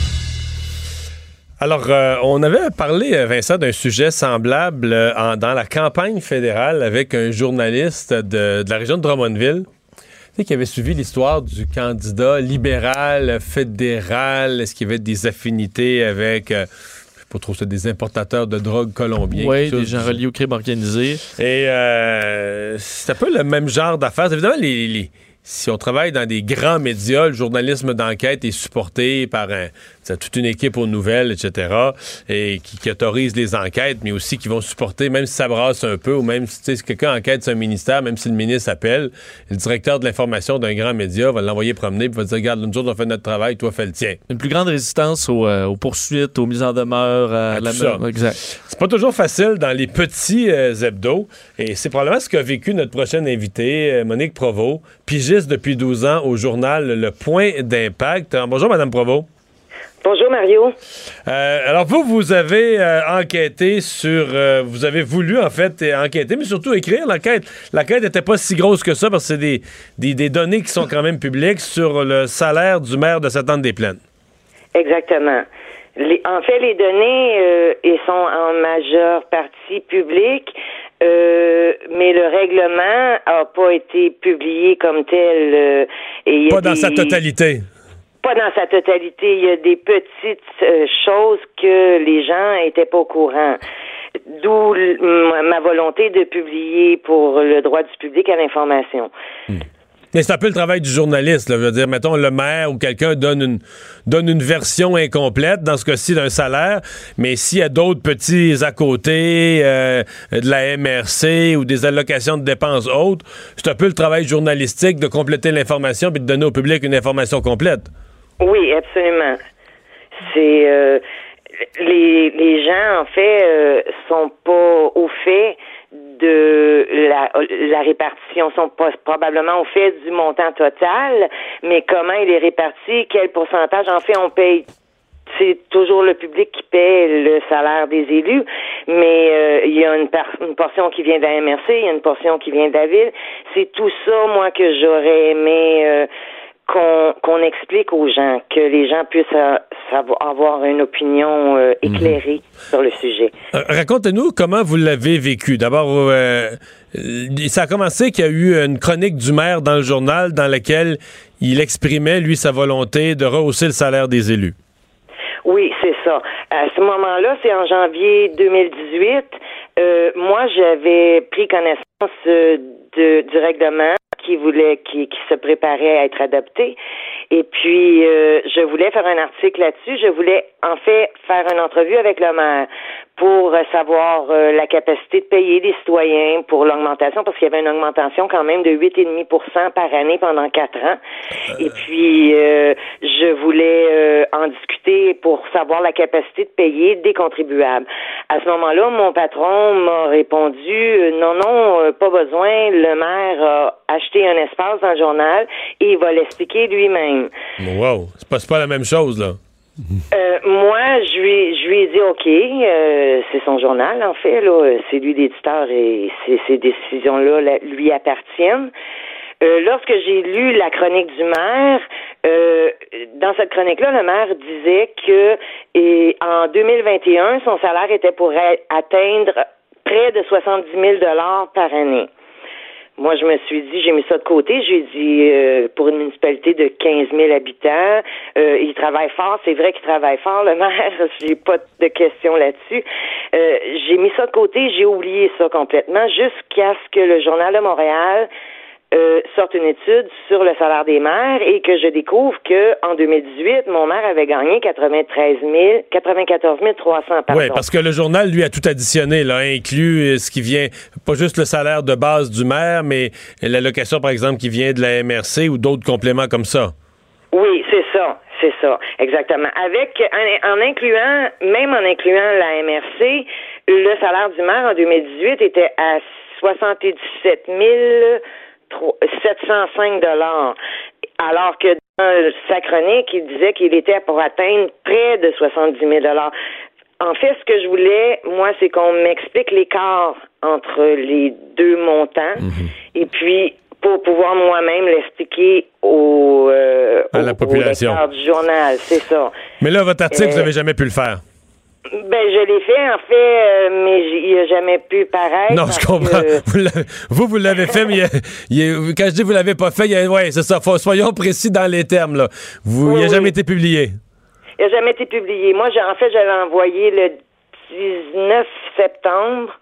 Alors, euh, on avait parlé, Vincent, d'un sujet semblable euh, en, dans la campagne fédérale avec un journaliste de, de la région de Drummondville, tu sais, qui avait suivi l'histoire du candidat libéral fédéral. Est-ce qu'il y avait des affinités avec... Euh, pas trop ça, des importateurs de drogue colombiens. Oui, des gens reliés au crime organisé. Et euh, c'est un peu le même genre d'affaires. Évidemment, les, les, si on travaille dans des grands médias, le journalisme d'enquête est supporté par un, toute une équipe aux nouvelles, et cetera, et qui, qui autorise les enquêtes, mais aussi qui vont supporter, même si ça brasse un peu, ou même si, si quelqu'un enquête sur un ministère, même si le ministre appelle, le directeur de l'information d'un grand média va l'envoyer promener et va dire, regarde, nous autres, on fait notre travail, toi, fais le tien. Une plus grande résistance aux, euh, aux poursuites, aux mises en demeure, à, à la ça. Exact. C'est pas toujours facile dans les petits euh, hebdos, et c'est probablement ce qu'a vécu notre prochaine invitée, euh, Monique Provost, pigiste depuis douze ans au journal Le Point d'Impact. Alors, bonjour, Mme Provost. Bonjour, Mario. Euh, alors, vous, vous avez euh, enquêté sur... Euh, vous avez voulu, en fait, enquêter, mais surtout écrire l'enquête. L'enquête n'était pas si grosse que ça, parce que c'est des, des, des données qui sont quand même publiques sur le salaire du maire de Sainte-Anne-des-Plaines. Exactement. Les, en fait, les données euh, elles sont en majeure partie publiques, euh, mais le règlement n'a pas été publié comme tel. Euh, et y a pas dans des... sa totalité. Pas dans sa totalité. Il y a des petites euh, choses que les gens n'étaient pas au courant. D'où l- ma volonté de publier pour le droit du public à l'information. Mmh. Mais c'est un peu le travail du journaliste, là. Je veux dire, mettons, le maire ou quelqu'un donne une, donne une version incomplète, dans ce cas-ci, d'un salaire, mais s'il y a d'autres petits à côté, euh, de la M R C ou des allocations de dépenses autres, c'est un peu le travail journalistique de compléter l'information puis de donner au public une information complète. Oui, absolument. C'est... Euh, les, les gens, en fait, euh, sont pas au fait de la, la répartition, sont pas, probablement au fait du montant total, mais comment il est réparti, quel pourcentage, en fait, on paye. C'est toujours le public qui paie le salaire des élus, mais euh, il y a une, par- une portion qui vient de la M R C, il y a une portion qui vient de la ville. C'est tout ça, moi, que j'aurais aimé... Euh, Qu'on, qu'on explique aux gens, que les gens puissent euh, savoir, avoir une opinion euh, éclairée mmh. sur le sujet. Euh, raconte-nous comment vous l'avez vécu. D'abord, euh, ça a commencé qu'il y a eu une chronique du maire dans le journal dans laquelle il exprimait, lui, sa volonté de rehausser le salaire des élus. Oui, c'est ça. À ce moment-là, c'est en janvier deux mille dix-huit. Euh, moi, j'avais pris connaissance euh, de, du règlement qui voulait, qui, qui se préparait à être adopté. Et puis, euh, je voulais faire un article là-dessus. Je voulais, en fait, faire une entrevue avec le maire pour euh, savoir euh, la capacité de payer les citoyens pour l'augmentation, parce qu'il y avait une augmentation quand même de huit virgule cinq pour cent par année pendant quatre ans. Et puis, euh, je voulais euh, en discuter pour savoir la capacité de payer des contribuables. À ce moment-là, mon patron m'a répondu euh, non, non, euh, pas besoin. Le maire a acheté un espace dans le journal et il va l'expliquer lui-même. Wow, c'est pas, c'est pas la même chose, là. Euh, moi, je lui, je lui ai dit OK, euh, c'est son journal en fait, là, c'est lui l'éditeur et ces, ces décisions-là là, lui appartiennent. Euh, lorsque j'ai lu la chronique du maire, euh, dans cette chronique-là, le maire disait que et, en deux mille vingt et un, son salaire était pour atteindre près de soixante-dix mille dollars par année. Moi, je me suis dit, j'ai mis ça de côté. J'ai dit, euh, pour une municipalité de quinze mille habitants, euh, il travaille fort. C'est vrai qu'il travaille fort, le maire. J'ai pas de questions là-dessus. Euh, j'ai mis ça de côté. J'ai oublié ça complètement jusqu'à ce que le Journal de Montréal euh, sorte une étude sur le salaire des maires et que je découvre que en deux mille dix-huit, mon maire avait gagné quatre-vingt-treize mille, quatre-vingt-quatorze mille trois cents par Oui, parce que le journal, lui, a tout additionné, là, inclut ce qui vient, pas juste le salaire de base du maire, mais l'allocation, par exemple, qui vient de la M R C ou d'autres compléments comme ça. Oui, c'est ça, c'est ça, exactement. Avec, en, en incluant, même en incluant la M R C, le salaire du maire en deux mille dix-huit était à soixante-dix-sept mille sept cent cinq dollars, alors que dans sa chronique, il disait qu'il était pour atteindre près de soixante-dix mille dollars. En fait, ce que je voulais, moi, c'est qu'on m'explique l'écart entre les deux montants, mm-hmm. et puis pour pouvoir moi-même l'expliquer au, euh, à la au, population. Au lecteur du journal, c'est ça. Mais là, votre article, euh, vous n'avez jamais pu le faire. Ben, je l'ai fait, en fait, euh, mais il n'a jamais pu paraître. Non, je comprends. Que... Vous, l'avez, vous, vous l'avez fait, mais il y a, il y a, quand je dis vous l'avez pas fait, il y a, ouais, c'est ça. Faut, soyons précis dans les termes, là. Vous, oui, il n'a oui. jamais été publié. Il n'a jamais été publié. Moi, j'ai, en fait, je l'ai envoyé le dix-neuf septembre.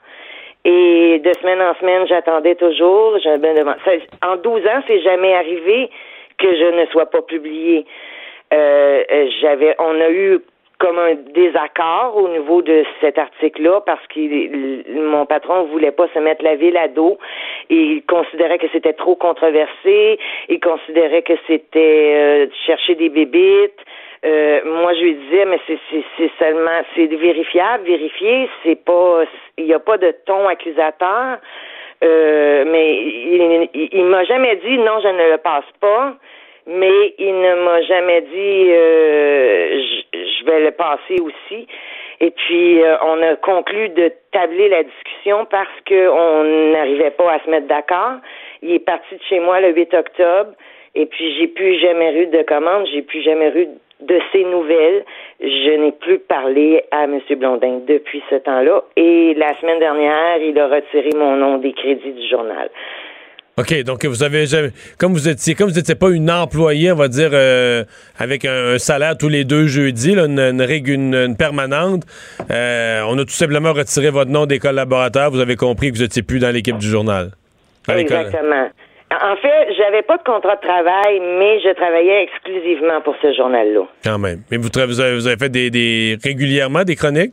Et de semaine en semaine, j'attendais toujours. Je me demandais, ça, en douze ans, c'est jamais arrivé que je ne sois pas publié. Euh, j'avais, on a eu comme un désaccord au niveau de cet article-là parce que mon patron voulait pas se mettre la ville à dos. Il considérait que c'était trop controversé. Il considérait que c'était euh, chercher des bébites. Euh, moi, je lui disais, mais c'est, c'est, c'est seulement, c'est vérifiable, vérifié, c'est pas, il n'y a pas de ton accusateur. Euh, mais il, il, il m'a jamais dit non, je ne le passe pas. Mais il ne m'a jamais dit euh, je, je vais le passer aussi. Et puis euh, on a conclu de tabler la discussion parce que on n'arrivait pas à se mettre d'accord. Il est parti de chez moi le huit octobre et puis j'ai plus jamais eu de commande, j'ai plus jamais eu de ses nouvelles. Je n'ai plus parlé à M. Blondin depuis ce temps-là. Et la semaine dernière, il a retiré mon nom des crédits du journal. OK, donc vous avez jamais, comme vous étiez, comme vous n'étiez pas une employée, on va dire, euh, avec un, un salaire tous les deux jeudis, là, une, une, une, une permanente, euh, on a tout simplement retiré votre nom des collaborateurs. Vous avez compris que vous n'étiez plus dans l'équipe du journal. Exactement. En fait, j'avais pas de contrat de travail, mais je travaillais exclusivement pour ce journal-là. Quand même. Mais vous, vous, avez, vous avez fait des, des régulièrement des chroniques?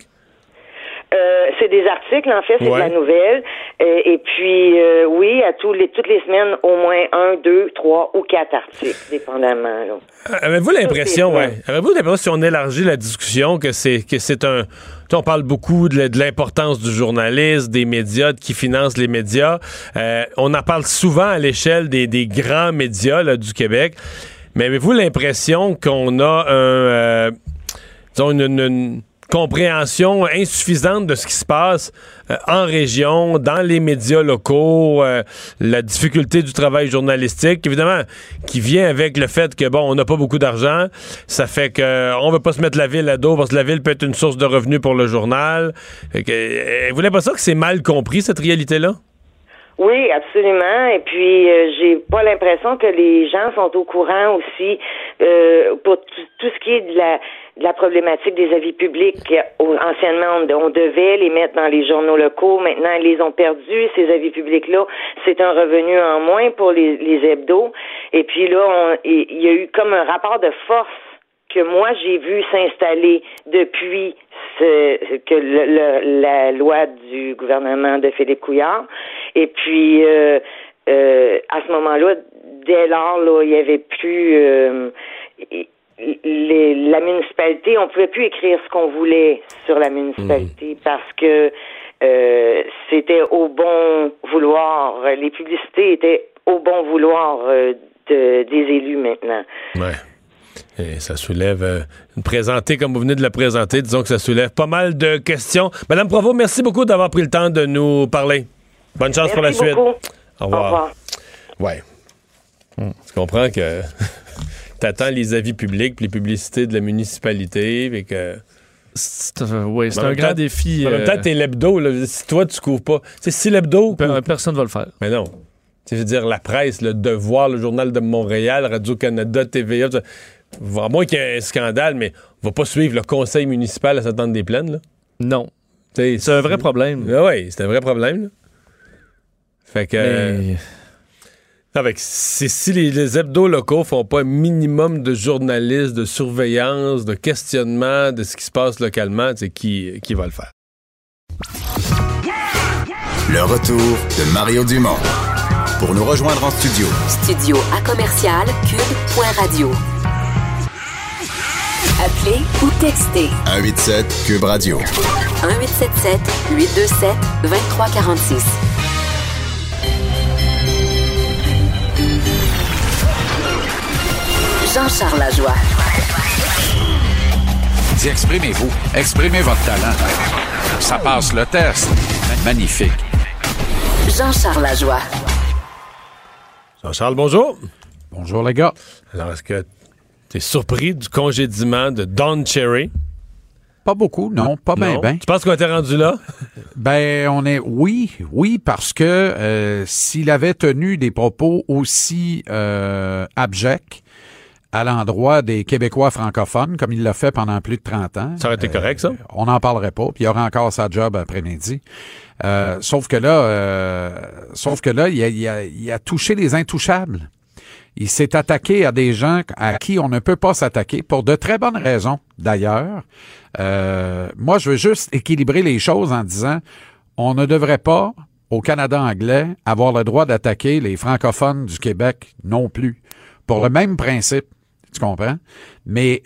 Euh, c'est des articles, en fait, c'est ouais. de la nouvelle. Euh, et puis, euh, oui, à tous les, toutes les semaines, au moins un, deux, trois ou quatre articles, dépendamment. Là. Avez-vous l'impression, ouais, avez-vous l'impression, si on élargit la discussion, que c'est que c'est un... On parle beaucoup de, de l'importance du journalisme, des médias, de qui financent les médias. Euh, on en parle souvent à l'échelle des, des grands médias là, du Québec. Mais avez-vous l'impression qu'on a un... Euh, disons, une... une, une compréhension insuffisante de ce qui se passe euh, en région, dans les médias locaux, euh, la difficulté du travail journalistique, évidemment, qui vient avec le fait que, bon, on n'a pas beaucoup d'argent, ça fait que euh, on veut pas se mettre la ville à dos parce que la ville peut être une source de revenus pour le journal. Fait que, euh, vous n'avez pas ça que c'est mal compris, cette réalité-là? Oui, absolument. Et puis, euh, j'ai pas l'impression que les gens sont au courant aussi euh, pour t- tout ce qui est de la de la problématique des avis publics. Anciennement, on, on devait les mettre dans les journaux locaux. Maintenant, ils les ont perdus, ces avis publics-là. C'est un revenu en moins pour les, les hebdos. Et puis là, il y a eu comme un rapport de force que moi, j'ai vu s'installer depuis ce, que le, le, la loi du gouvernement de Philippe Couillard. Et puis, euh, euh, à ce moment-là, dès lors, là, il y avait plus... Euh, Les, la municipalité, on pouvait plus écrire ce qu'on voulait sur la municipalité mmh. parce que euh, c'était au bon vouloir. Les publicités étaient au bon vouloir euh, de, des élus maintenant. Ouais. Et ça soulève, euh, présenter comme vous venez de la présenter, disons que ça soulève pas mal de questions. Madame Provost, merci beaucoup d'avoir pris le temps de nous parler. Bonne chance merci pour la beaucoup. suite. Au revoir. Au revoir. Ouais. Mm. Tu comprends que t'attends les avis publics, puis les publicités de la municipalité, puis que... C'est, euh, oui, c'est un grand défi. En même temps, t'es l'hebdo, là. Si toi, tu couvres pas... T'sais, si l'hebdo... Per- personne ne va le faire. Mais non. Je veux dire, la presse, le Devoir, le Journal de Montréal, Radio-Canada, T V A, à moins qu'il y ait un scandale, mais on va pas suivre le conseil municipal à Sainte-Anne-des-Plaines, là. Non. T'sais, c'est un vrai problème. Ah oui, c'est un vrai problème, là. Fait que... Mais... Avec, si, si les, les hebdos locaux font pas un minimum de journalisme, de surveillance, de questionnement de ce qui se passe localement, c'est qui, qui va le faire? Le retour de Mario Dumont. Pour nous rejoindre en studio. Studio à commercial cube point radio. Appelez ou textez. un huit sept Cube Radio. un huit sept sept huit deux sept deux trois quatre six. Jean-Charles Lajoie. Dis, exprimez-vous. Exprimez votre talent. Ça passe le test. Magnifique. Jean-Charles Lajoie. Jean-Charles, bonjour. Bonjour, les gars. Alors, est-ce que tu es surpris du congédiement de Don Cherry? Pas beaucoup, non. Pas bien, bien. Tu penses qu'on était rendu là? Ben, on est... Oui, oui, parce que euh, s'il avait tenu des propos aussi euh, abjects à l'endroit des Québécois francophones, comme il l'a fait pendant plus de trente ans. Ça aurait été correct, ça? Euh, on n'en parlerait pas, puis il y aurait encore sa job après-midi. Euh, sauf que là, euh, sauf que là, il a, il a, il a touché les intouchables. Il s'est attaqué à des gens à qui on ne peut pas s'attaquer, pour de très bonnes raisons, d'ailleurs. Euh, moi, je veux juste équilibrer les choses en disant, on ne devrait pas, au Canada anglais, avoir le droit d'attaquer les francophones du Québec non plus, pour le même principe. Tu comprends? Mais,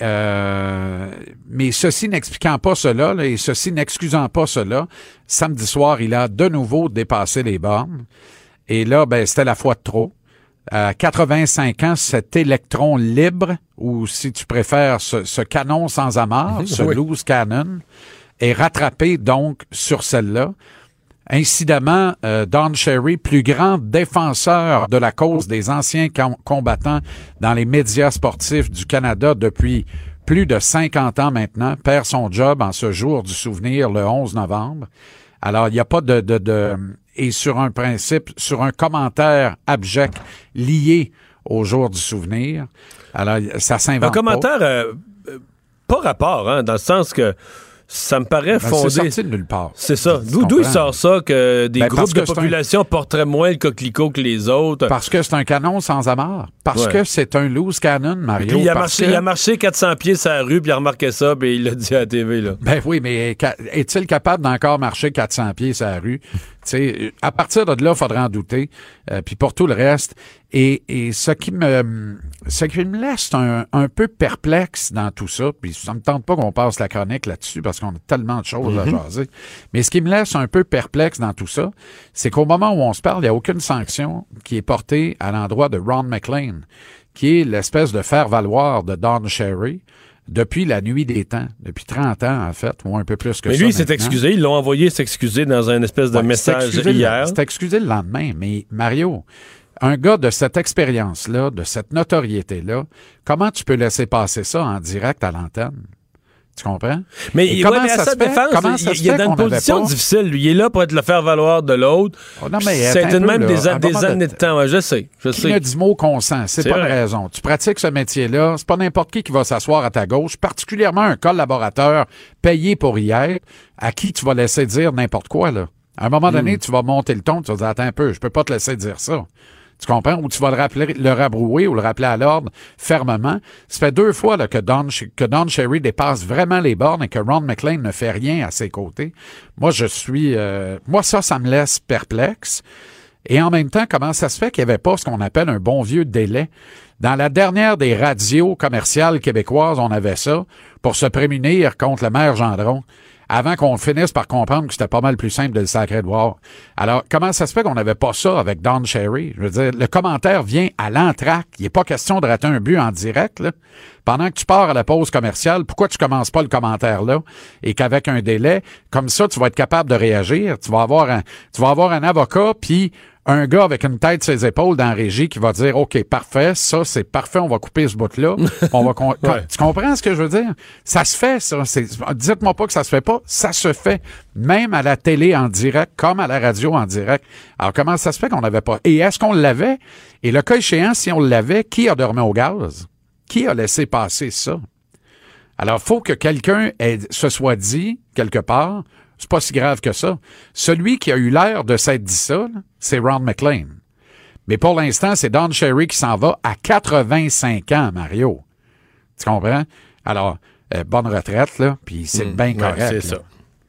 euh, mais ceci n'expliquant pas cela, là, et ceci n'excusant pas cela, samedi soir, il a de nouveau dépassé les bornes. Et là, ben, c'était la fois de trop. À quatre-vingt-cinq ans, cet électron libre, ou si tu préfères, ce, ce canon sans amarre, ce oui. loose cannon, est rattrapé donc sur celle-là. Incidemment, euh, Don Cherry, plus grand défenseur de la cause des anciens com- combattants dans les médias sportifs du Canada depuis plus de cinquante ans maintenant, perd son job en ce jour du souvenir le onze novembre. Alors, il n'y a pas de, de, de... Et sur un principe, sur un commentaire abject lié au jour du souvenir. Alors, ça s'invente pas. Un commentaire pas, euh, pas rapport, hein, dans le sens que ça me paraît ben, fondé. C'est sorti de nulle part. C'est ça. D'où, d'où il sort ça que des ben, groupes de que population un... porteraient moins le coquelicot que les autres? Parce que c'est un canon sans amarre. Parce ouais. que c'est un loose cannon, Mario. Puis il a, marché, que... il a marché quatre cents pieds sur la rue, puis il a remarqué ça, puis il l'a dit à la T V. Là. Ben oui, mais est-il capable d'encore marcher quatre cents pieds sur la rue? T'sais, à partir de là, il faudrait en douter. Euh, puis pour tout le reste. Et, et ce qui me ce qui me laisse un, un peu perplexe dans tout ça, puis ça me tente pas qu'on passe la chronique là-dessus parce qu'on a tellement de choses mm-hmm. à jaser, mais ce qui me laisse un peu perplexe dans tout ça, c'est qu'au moment où on se parle, il n'y a aucune sanction qui est portée à l'endroit de Ron MacLean, qui est l'espèce de faire-valoir de Don Cherry, depuis la nuit des temps, depuis trente ans, en fait, ou un peu plus que mais ça. Mais lui, il maintenant. s'est excusé. Ils l'ont envoyé s'excuser dans un espèce de ouais, message hier. C'est excusé le lendemain. Mais Mario, un gars de cette expérience-là, de cette notoriété-là, comment tu peux laisser passer ça en direct à l'antenne? Tu comprends? Mais, il, comment ouais, mais ça à sa se fait? défense, Comment ça il, se il est fait dans une position pas... difficile. Lui, il est là pour être le faire-valoir de l'autre. Oh, non, mais c'est une même là, des, a, des années de, de temps. Ouais, je sais. Je qui sais. ne dit mot consent. C'est, c'est pas vrai. Une raison. Tu pratiques ce métier-là. C'est pas n'importe qui qui va s'asseoir à ta gauche, particulièrement un collaborateur payé pour y être, à qui tu vas laisser dire n'importe quoi, là. À un moment donné, mm. tu vas monter le ton, tu vas dire, attends un peu, je peux pas te laisser dire ça. Tu comprends? Ou tu vas le rappeler, le rabrouer ou le rappeler à l'ordre fermement. Ça fait deux fois là, que, Don, que Don Cherry dépasse vraiment les bornes et que Ron MacLean ne fait rien à ses côtés. Moi, je suis... Euh, moi, ça, ça me laisse perplexe. Et en même temps, comment ça se fait qu'il n'y avait pas ce qu'on appelle un bon vieux délai? Dans la dernière des radios commerciales québécoises, on avait ça pour se prémunir contre le maire Gendron, avant qu'on finisse par comprendre que c'était pas mal plus simple de le sacrer de voir. Alors, comment ça se fait qu'on n'avait pas ça avec Don Cherry? Je veux dire, le commentaire vient à l'entracte. Il n'est pas question de rater un but en direct, là. Pendant que tu pars à la pause commerciale, pourquoi tu commences pas le commentaire là et qu'avec un délai, comme ça, tu vas être capable de réagir. Tu vas avoir un, tu vas avoir un avocat puis un gars avec une tête sur ses épaules dans la régie qui va dire, OK, parfait, ça, c'est parfait, on va couper ce bout-là. On va con- ouais. Tu comprends ce que je veux dire? Ça se fait, ça. C'est... Dites-moi pas que ça se fait pas. Ça se fait. Même à la télé en direct, comme à la radio en direct. Alors, comment ça se fait qu'on n'avait pas? Et est-ce qu'on l'avait? Et le cas échéant, si on l'avait, qui a dormi au gaz? Qui a laissé passer ça? Alors, il faut que quelqu'un ait, se soit dit, quelque part, c'est pas si grave que ça. Celui qui a eu l'air de s'être dit ça, là, c'est Ron McLean. Mais pour l'instant, c'est Don Cherry qui s'en va à quatre-vingt-cinq ans, Mario. Tu comprends? Alors, euh, bonne retraite, là, puis c'est mmh, bien correct. Ouais, c'est ça.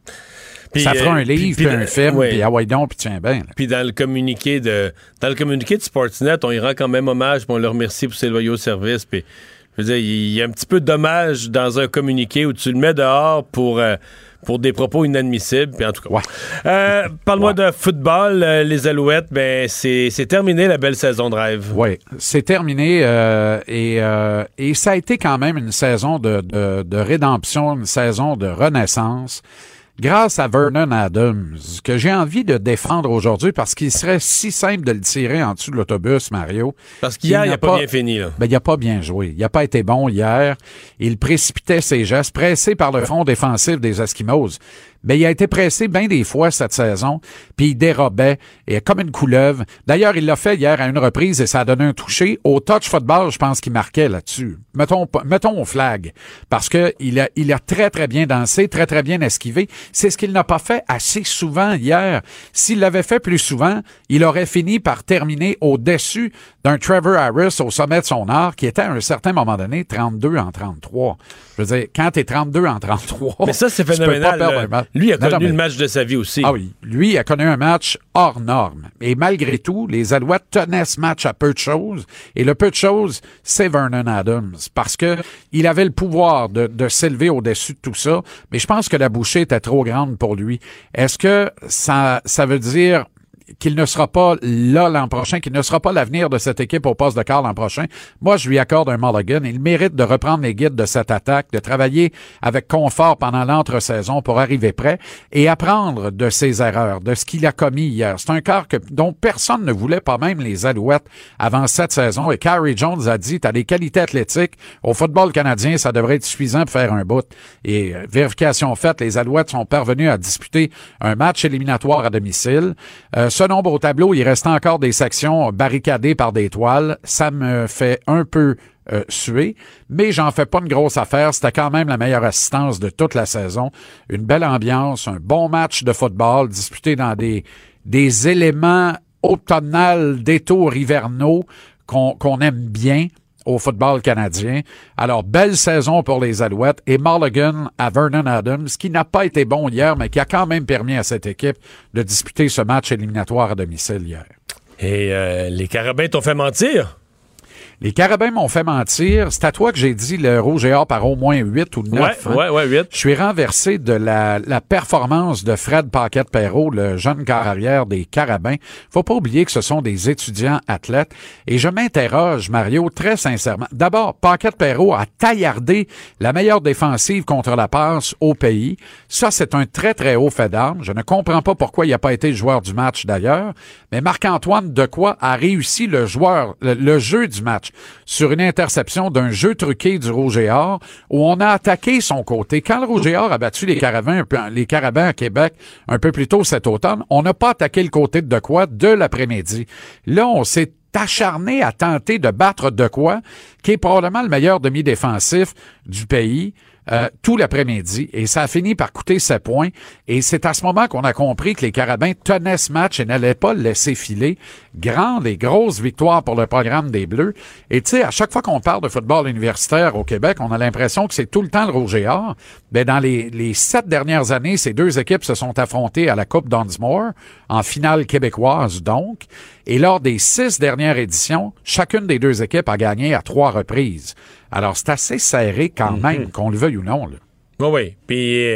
Puis, ça fera un livre, puis, puis un film, ouais. puis ah ouais donc, puis tiens bien. Puis dans le communiqué de dans le communiqué de Sportsnet, on y rend quand même hommage, puis on le remercie pour ses loyaux services. Puis, je veux dire, il y a un petit peu d'hommage dans un communiqué où tu le mets dehors pour... Euh, pour des propos inadmissibles, puis en tout cas. Ouais. Euh, parle-moi ouais. de football, euh, les Alouettes, ben c'est, c'est terminé la belle saison de rêve. Oui, c'est terminé euh, et, euh, et ça a été quand même une saison de, de, de rédemption, une saison de renaissance. Grâce à Vernon Adams, que j'ai envie de défendre aujourd'hui parce qu'il serait si simple de le tirer en dessous de l'autobus, Mario. Parce qu'hier, il n'a pas bien fini, là. Ben, il n'a pas bien joué. Il n'a pas été bon hier. Il précipitait ses gestes, pressé par le front défensif des Eskimos. Ben, il a été pressé bien des fois cette saison, puis il dérobait, et comme une couleuvre. D'ailleurs, il l'a fait hier à une reprise et ça a donné un toucher. Au touch football, je pense qu'il marquait là-dessus. Mettons, mettons au flag, parce que il a, il a très, très bien dansé, très, très bien esquivé. C'est ce qu'il n'a pas fait assez souvent hier. S'il l'avait fait plus souvent, il aurait fini par terminer au-dessus d'un Trevor Harris au sommet de son art, qui était à un certain moment donné trente-deux en trente-trois. Je veux dire, quand t'es trente-deux en trente-trois... Mais ça, c'est phénoménal. Lui a connu non, non, mais... le match de sa vie aussi. Ah oui, lui a connu un match hors norme. Et malgré tout, les Alouettes tenaient ce match à peu de choses. Et le peu de choses, c'est Vernon Adams. Parce que il avait le pouvoir de, de s'élever au-dessus de tout ça. Mais je pense que la bouchée était trop grande pour lui. Est-ce que ça, ça veut dire qu'il ne sera pas là l'an prochain, qu'il ne sera pas l'avenir de cette équipe au poste de quart l'an prochain? Moi, je lui accorde un mulligan. Il mérite de reprendre les guides de cette attaque, de travailler avec confort pendant l'entre-saison pour arriver prêt et apprendre de ses erreurs, de ce qu'il a commis hier. C'est un quart que, dont personne ne voulait, pas même les Alouettes, avant cette saison. Et Carrie Jones a dit, t'as des qualités athlétiques. Au football canadien, ça devrait être suffisant pour faire un bout. Et euh, vérification faite, les Alouettes sont parvenus à disputer un match éliminatoire à domicile. Euh, Ce nombre au tableau, il reste encore des sections barricadées par des toiles. Ça me fait un peu euh, suer, mais j'en fais pas une grosse affaire. C'était quand même la meilleure assistance de toute la saison. Une belle ambiance, un bon match de football disputé dans des, des éléments automnales, détours hivernaux qu'on, qu'on aime bien au football canadien. Alors, belle saison pour les Alouettes et mulligan à Vernon Adams, qui n'a pas été bon hier, mais qui a quand même permis à cette équipe de disputer ce match éliminatoire à domicile hier. Et euh, les Carabins t'ont fait mentir? Les Carabins m'ont fait mentir. C'est à toi que j'ai dit le rouge et or par au moins huit ou neuf. Ouais, hein? ouais, ouais, huit. Je suis renversé de la, la performance de Fred Paquette-Perreault, le jeune quart arrière des Carabins. Faut pas oublier que ce sont des étudiants athlètes. Et je m'interroge, Mario, très sincèrement. D'abord, Paquette-Perreault a taillardé la meilleure défensive contre la passe au pays. Ça, c'est un très, très haut fait d'armes. Je ne comprends pas pourquoi il n'a pas été le joueur du match, d'ailleurs. Mais Marc-Antoine Dequoy a réussi le joueur, le, le jeu du match sur une interception d'un jeu truqué du Rouge et Or où on a attaqué son côté. Quand le Rouge et Or a battu les Carabins, les Carabins à Québec un peu plus tôt cet automne, on n'a pas attaqué le côté de Dequoy de l'après-midi. Là, on s'est acharné à tenter de battre Dequoy, qui est probablement le meilleur demi-défensif du pays. Euh, tout l'après-midi, et ça a fini par coûter sept points, et c'est à ce moment qu'on a compris que les Carabins tenaient ce match et n'allaient pas le laisser filer. Grande et grosse victoire pour le programme des Bleus, et tu sais, à chaque fois qu'on parle de football universitaire au Québec, on a l'impression que c'est tout le temps le Rouge et Or. Ben, dans les, les sept dernières années, ces deux équipes se sont affrontées à la Coupe Dunsmore, en finale québécoise donc, et lors des six dernières éditions, chacune des deux équipes a gagné à trois reprises. Alors, c'est assez serré quand même, mm-hmm. qu'on le veuille ou non. Là. Oui, oui. Puis,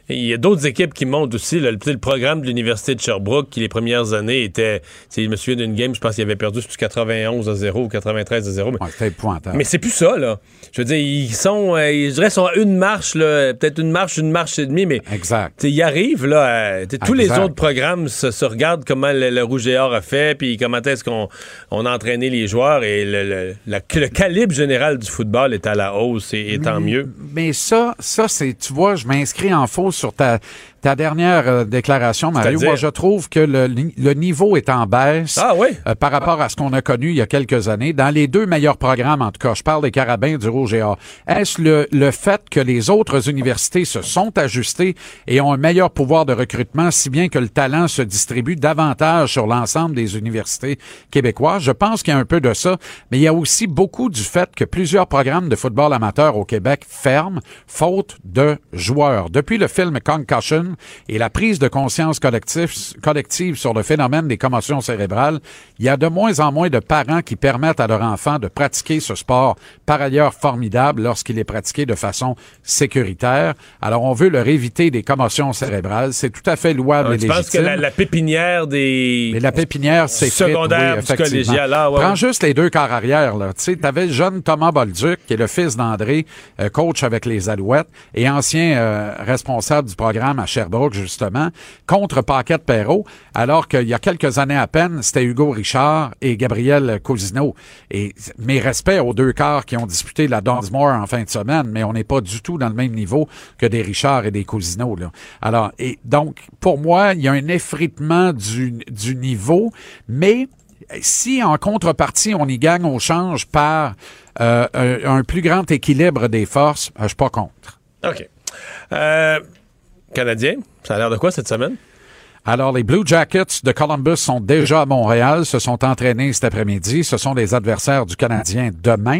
il y a d'autres équipes qui montent aussi. Là, le, le programme de l'Université de Sherbrooke, qui les premières années était... Je me souviens d'une game, je pense qu'il avait perdu sur quatre-vingt-onze à zéro ou quatre-vingt-treize à zéro. Ouais, c'était épouvantable. Mais c'est plus ça, là. Je veux dire, ils sont... Euh, je dirais, sont à une marche, là, peut-être une marche, une marche et demie, mais... Exact. Ils arrivent, là. À, tous les autres programmes se, se regardent comment le, le Rouge et Or a fait, puis comment est-ce qu'on on a entraîné les joueurs, et le, le, la, le calibre général du football est à la hausse, et, et tant mieux. Mais ça, ça c'est... Tu vois, je m'inscris en faux sur ta, ta dernière euh, déclaration, Mario. C'est-à-dire? Moi, je trouve que le, le niveau est en baisse ah, oui? euh, par rapport à ce qu'on a connu il y a quelques années. Dans les deux meilleurs programmes, en tout cas, je parle des Carabins, du Rouge et Or. Est-ce le, le fait que les autres universités se sont ajustées et ont un meilleur pouvoir de recrutement, si bien que le talent se distribue davantage sur l'ensemble des universités québécoises? Je pense qu'il y a un peu de ça, mais il y a aussi beaucoup du fait que plusieurs programmes de football amateur au Québec ferment, faute de joueurs. Depuis le film Concussion et la prise de conscience collective, collective sur le phénomène des commotions cérébrales, il y a de moins en moins de parents qui permettent à leurs enfants de pratiquer ce sport, par ailleurs formidable lorsqu'il est pratiqué de façon sécuritaire. Alors, on veut leur éviter des commotions cérébrales. C'est tout à fait louable Alors, et tu légitime. penses que la, la pépinière des... Mais la pépinière, c'est secondaire frite, oui, du collégial. Ah, ouais, Prends ouais. juste les deux quarts arrière, là. Tu sais, t'avais le jeune Thomas Bolduc, qui est le fils d'André, euh, coach avec les Alouettes, et ancien euh, responsable du programme à Sherbrooke, justement, contre Paquette-Perreault, alors qu'il y a quelques années à peine, c'était Hugo Richard et Gabriel Cousineau. Et mes respects aux deux quarts qui ont disputé la Dunsmore en fin de semaine, mais on n'est pas du tout dans le même niveau que des Richard et des Cousineau, là. Alors, et donc, pour moi, il y a un effritement du, du niveau, mais si en contrepartie, on y gagne au change par euh, un, un plus grand équilibre des forces, je suis pas contre. OK. Euh, Canadien, ça a l'air de quoi cette semaine? Alors, les Blue Jackets de Columbus sont déjà à Montréal, se sont entraînés cet après-midi. Ce sont les adversaires du Canadien demain.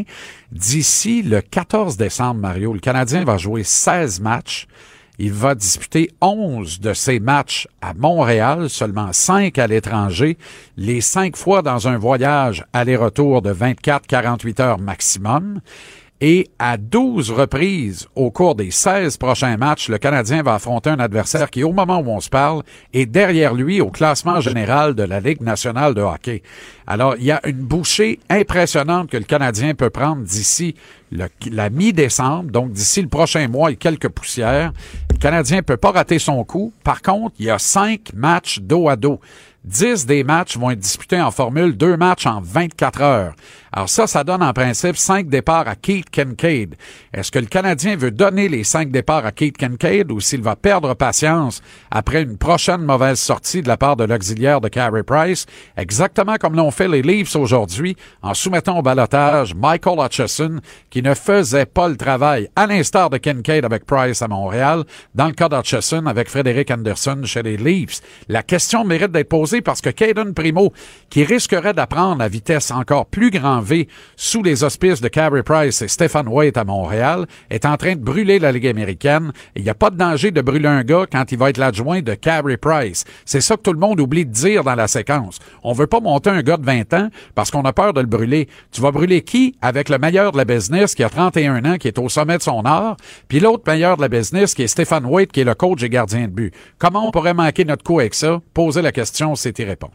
D'ici le quatorze décembre, Mario, le Canadien va jouer seize matchs. Il va disputer onze de ces matchs à Montréal, seulement cinq à l'étranger, les cinq fois dans un voyage aller-retour de vingt-quatre à quarante-huit heures maximum. Et à douze reprises au cours des seize prochains matchs, le Canadien va affronter un adversaire qui, au moment où on se parle, est derrière lui au classement général de la Ligue nationale de hockey. Alors, il y a une bouchée impressionnante que le Canadien peut prendre d'ici le, la mi-décembre, donc d'ici le prochain mois et quelques poussières. Le Canadien peut pas rater son coup. Par contre, il y a cinq matchs dos à dos. dix des matchs vont être disputés en formule, deux matchs en vingt-quatre heures. Alors ça, ça donne en principe cinq départs à Keith Kincaid. Est-ce que le Canadien veut donner les cinq départs à Keith Kincaid ou s'il va perdre patience après une prochaine mauvaise sortie de la part de l'auxiliaire de Carey Price, exactement comme l'ont fait les Leafs aujourd'hui en soumettant au ballottage Michael Hutchison qui ne faisait pas le travail, à l'instar de Kincaid avec Price à Montréal, dans le cas d'Hutchison avec Frédéric Anderson chez les Leafs. La question mérite d'être posée parce que Caden Primo, qui risquerait d'apprendre à vitesse encore plus grand V sous les auspices de Carey Price et Stephen Waite à Montréal, est en train de brûler la Ligue américaine. Il n'y a pas de danger de brûler un gars quand il va être l'adjoint de Carey Price. C'est ça que tout le monde oublie de dire dans la séquence. On veut pas monter un gars de vingt ans parce qu'on a peur de le brûler. Tu vas brûler qui avec le meilleur de la business qui a trente et un ans, qui est au sommet de son art, puis l'autre meilleur de la business qui est Stephen Waite, qui est le coach et gardien de but. Comment on pourrait manquer notre coup avec ça? Poser la question, c'est y répondre.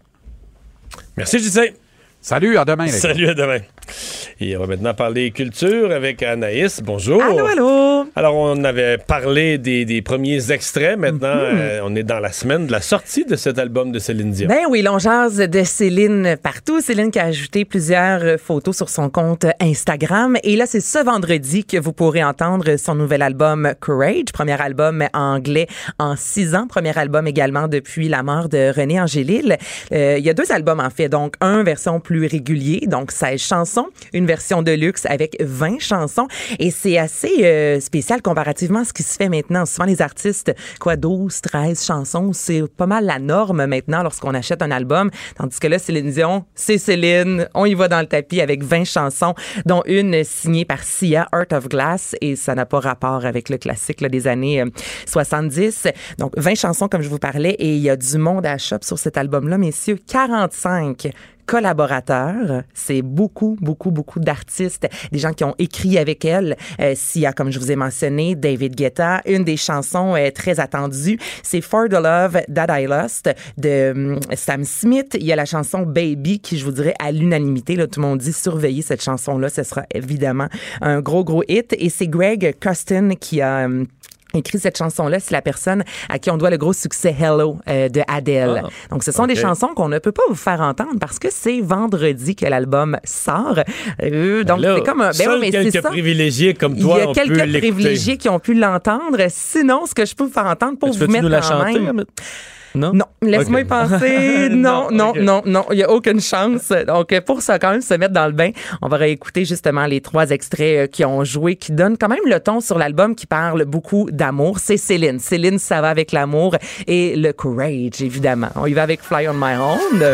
Merci, J C. Salut, à demain. Les Salut, gars. à demain. Et on va maintenant parler culture avec Anaïs. Bonjour. Allô, allô. Alors, on avait parlé des, des premiers extraits. Maintenant, Mm-hmm. euh, on est dans la semaine de la sortie de cet album de Céline Dion. Ben oui, l'on jase de Céline partout. Céline qui a ajouté plusieurs photos sur son compte Instagram. Et là, c'est ce vendredi que vous pourrez entendre son nouvel album Courage, premier album anglais en six ans, premier album également depuis la mort de René Angélil. Euh, il y a deux albums en fait, donc un version plus régulier, donc seize chansons, une version de luxe avec vingt chansons. Et c'est assez euh, spécial comparativement à ce qui se fait maintenant. Souvent, les artistes, quoi, douze, treize chansons, c'est pas mal la norme maintenant lorsqu'on achète un album. Tandis que là, Céline Dion, c'est Céline. On y va dans le tapis avec vingt chansons, dont une signée par Sia, Heart of Glass. Et ça n'a pas rapport avec le classique là, des années euh, soixante-dix. Donc, vingt chansons, comme je vous parlais. Et il y a du monde à shop sur cet album-là, messieurs. quarante-cinq collaborateurs. C'est beaucoup, beaucoup, beaucoup d'artistes, des gens qui ont écrit avec elle. Euh, S'il y a, comme je vous ai mentionné, David Guetta, une des chansons euh, très attendues, c'est For the Love That I Lost de um, Sam Smith. Il y a la chanson Baby qui, je vous dirais, à l'unanimité, là, tout le monde dit surveiller cette chanson-là. Ce sera évidemment un gros, gros hit. Et c'est Greg Kurstin qui a... Um, écrit cette chanson-là, c'est la personne à qui on doit le gros succès Hello euh, de Adele. Ah, donc, ce sont okay. des chansons qu'on ne peut pas vous faire entendre parce que c'est vendredi que l'album sort. Euh, donc, là, c'est comme un... Ben seuls oui, mais quelques c'est ça. privilégiés comme toi, il y a on quelques peut privilégiés qui ont pu l'entendre. Sinon, ce que je peux vous faire entendre pour vous mettre nous la en chanter, même... mais... Non? Non, laisse-moi okay. y penser. Non, non, okay. non, non, il n'y a aucune chance. Donc, pour ça, quand même, se mettre dans le bain, on va réécouter justement les trois extraits qui ont joué, qui donnent quand même le ton sur l'album, qui parle beaucoup d'amour. C'est Céline. Céline, ça va avec l'amour et le courage, évidemment. On y va avec Fly on My Own.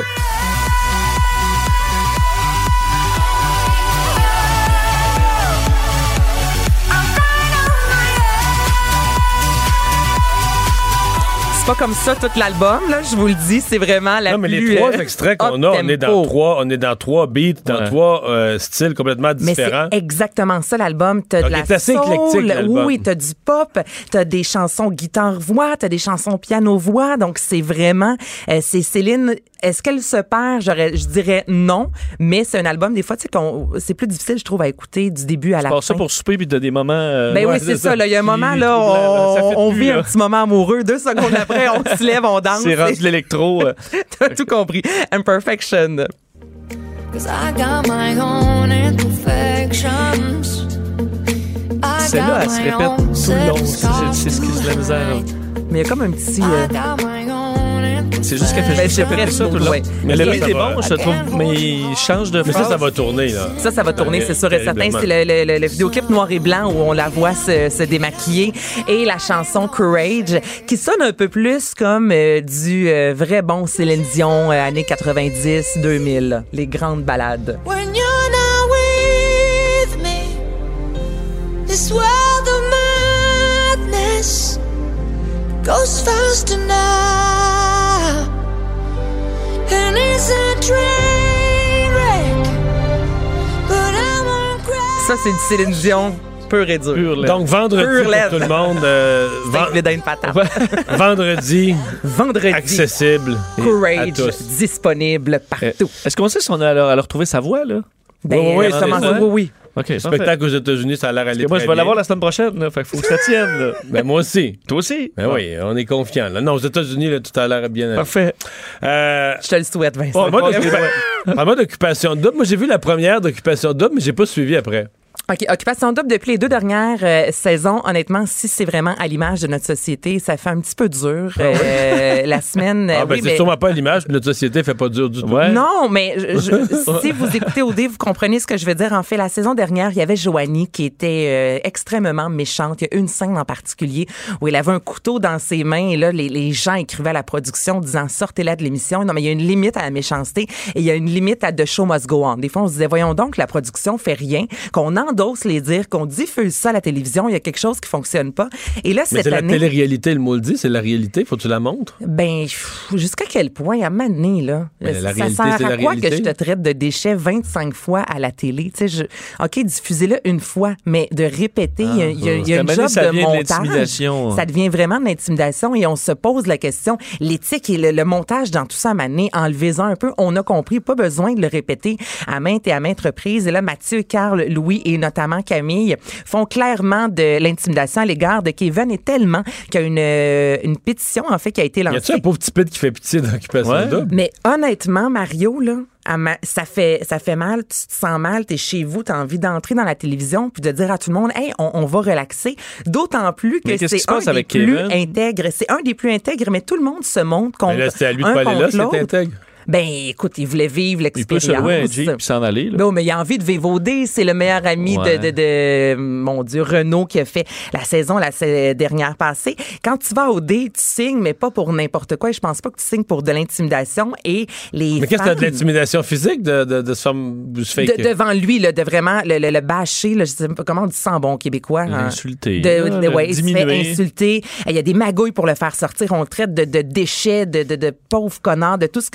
Pas comme ça tout l'album, là, je vous le dis, c'est vraiment la non, mais plus, les trois euh, extraits qu'on a, on est dans trois, on est dans trois beats, dans ouais. trois euh, styles complètement différents. Mais c'est exactement ça l'album. T'as donc, de la c'est assez soul, éclectique, l'album. Oui, t'as du pop, t'as des chansons guitare-voix, t'as des chansons piano-voix, donc c'est vraiment, euh, c'est Céline. Est-ce qu'elle se perd? J'aurais, je dirais non, mais c'est un album, des fois, tu sais, qu'on, c'est plus difficile, je trouve, à écouter du début à la fin. Tu ça pour souper puis t'as des moments. Euh, ben ouais, oui, c'est, c'est ça. Là, il y a un moment, là, on, on vit là. un petit moment amoureux. Deux secondes après, on se lève, on danse. C'est rendu de l'électro. T'as tout compris. Imperfection. Celle-là, elle se répète tout le long. C'est, c'est ce qui se la misère. Mais il y a comme un petit... Euh... C'est juste qu'elle fait juste répéter ça tout le long. Ouais. Mais le beat est bon, je trouve, mais il change de mais phase. ça, ça va tourner, là. Ça, ça va tourner, c'est sûr et certain. C'est le, le, le, le vidéoclip noir et blanc où on la voit se, se démaquiller et la chanson Courage qui sonne un peu plus comme euh, du euh, vrai bon Céline Dion euh, années quatre-vingt-dix deux mille, les grandes ballades. When you're not with me, this world of madness goes faster now. And it's a train wreck, but I won't cry. Ça, c'est du Céline Dion pur et dur. Pur donc, vendredi pur pour lèvre. Tout le monde. Euh, vend- vendredi. Vendredi. Accessible. Courage. Disponible partout. Euh, est-ce qu'on sait si on a alors, alors trouvé sa voix, là? Ben, oui, oui, ça oui, oui. Okay, le spectacle aux États-Unis, ça a l'air aller très moi, je vais l'avoir la semaine prochaine. Là, fait qu'il faut que ça tienne. Là. Ben, moi aussi. Toi aussi? Ben ah. oui, on est confiants. Non, aux États-Unis, là, tout a l'air bien. Parfait. Euh, je te le souhaite, Vincent. Parle-moi d'Occupation Double. Moi, j'ai vu la première d'Occupation Double, mais j'ai pas suivi après. OK. Occupation Double, depuis les deux dernières euh, saisons, honnêtement, si c'est vraiment à l'image de notre société, ça fait un petit peu dur. Euh, la semaine... Ah, ben oui, c'est mais... sûrement pas à l'image, notre société fait pas dur du tout. Ouais. Non, mais je, je, si vous écoutez O D, vous comprenez ce que je veux dire. En fait, la saison dernière, il y avait Joanie qui était euh, extrêmement méchante. Il y a une scène en particulier où elle avait un couteau dans ses mains et là, les, les gens écrivaient à la production disant « Sortez-la de l'émission ». Non, mais il y a une limite à la méchanceté et il y a une limite à « The show must go on ». Des fois, on se disait « Voyons donc, la production fait rien, qu'on endosse les dires, qu'on diffuse ça à la télévision, il y a quelque chose qui fonctionne pas. » Et là, mais cette c'est année... la télé-réalité, le mot le dit, c'est la réalité, faut que tu la montres. Ben, jusqu'à quel point, à un moment donné, là, la ça réalité, sert à la quoi réalité. que je te traite de déchets vingt-cinq fois à la télé? Tu sais, je, OK, diffusez-le une fois, mais de répéter, il ah, y a, y a, y a une job ça de montage. De ça devient vraiment de l'intimidation et on se pose la question, l'éthique et le, le montage dans tout ça, à un moment donné, enlevez-en un peu. On a compris, pas besoin de le répéter à maintes et à maintes reprises. Et là, Mathieu, Carl, Louis et notamment Camille font clairement de l'intimidation à l'égard de Kevin et tellement qu'il y a une, une pétition, en fait, qui a été lancée. Y a-tu un pauvre petit pit qui fait pitié d'Occupation ouais. Double? Mais honnêtement, Mario, là, ça fait, ça fait mal, tu te sens mal, t'es chez vous, t'as envie d'entrer dans la télévision puis de dire à tout le monde, hey, on, on va relaxer. D'autant plus que c'est un des plus intègres. C'est un des plus intègres, mais tout le monde se montre contre. Mais là, c'était à lui de un pas aller là, l'autre. c'est intègre. Ben, écoute, il voulait vivre l'expérience. Il peut se louer un Jeep puis s'en aller. Là. Non, mais il a envie de vivre au dé. C'est le meilleur ami ouais. de, de, de, mon Dieu, Renaud qui a fait la saison la dernière passée. Quand tu vas au dé, tu signes, mais pas pour n'importe quoi. Et je pense pas que tu signes pour de l'intimidation. Et les mais qu'est-ce que t'as de l'intimidation physique de, de, de se faire fake? De, devant lui, là, de vraiment le, le, le bâcher, là, je sais pas comment on dit ça en bon québécois. L'insulter. Hein? De, ah, de, ouais, il se fait insulter. Il y a des magouilles pour le faire sortir. On le traite de, de déchets, de, de, de pauvres connards, de tout ce que vous voudrez.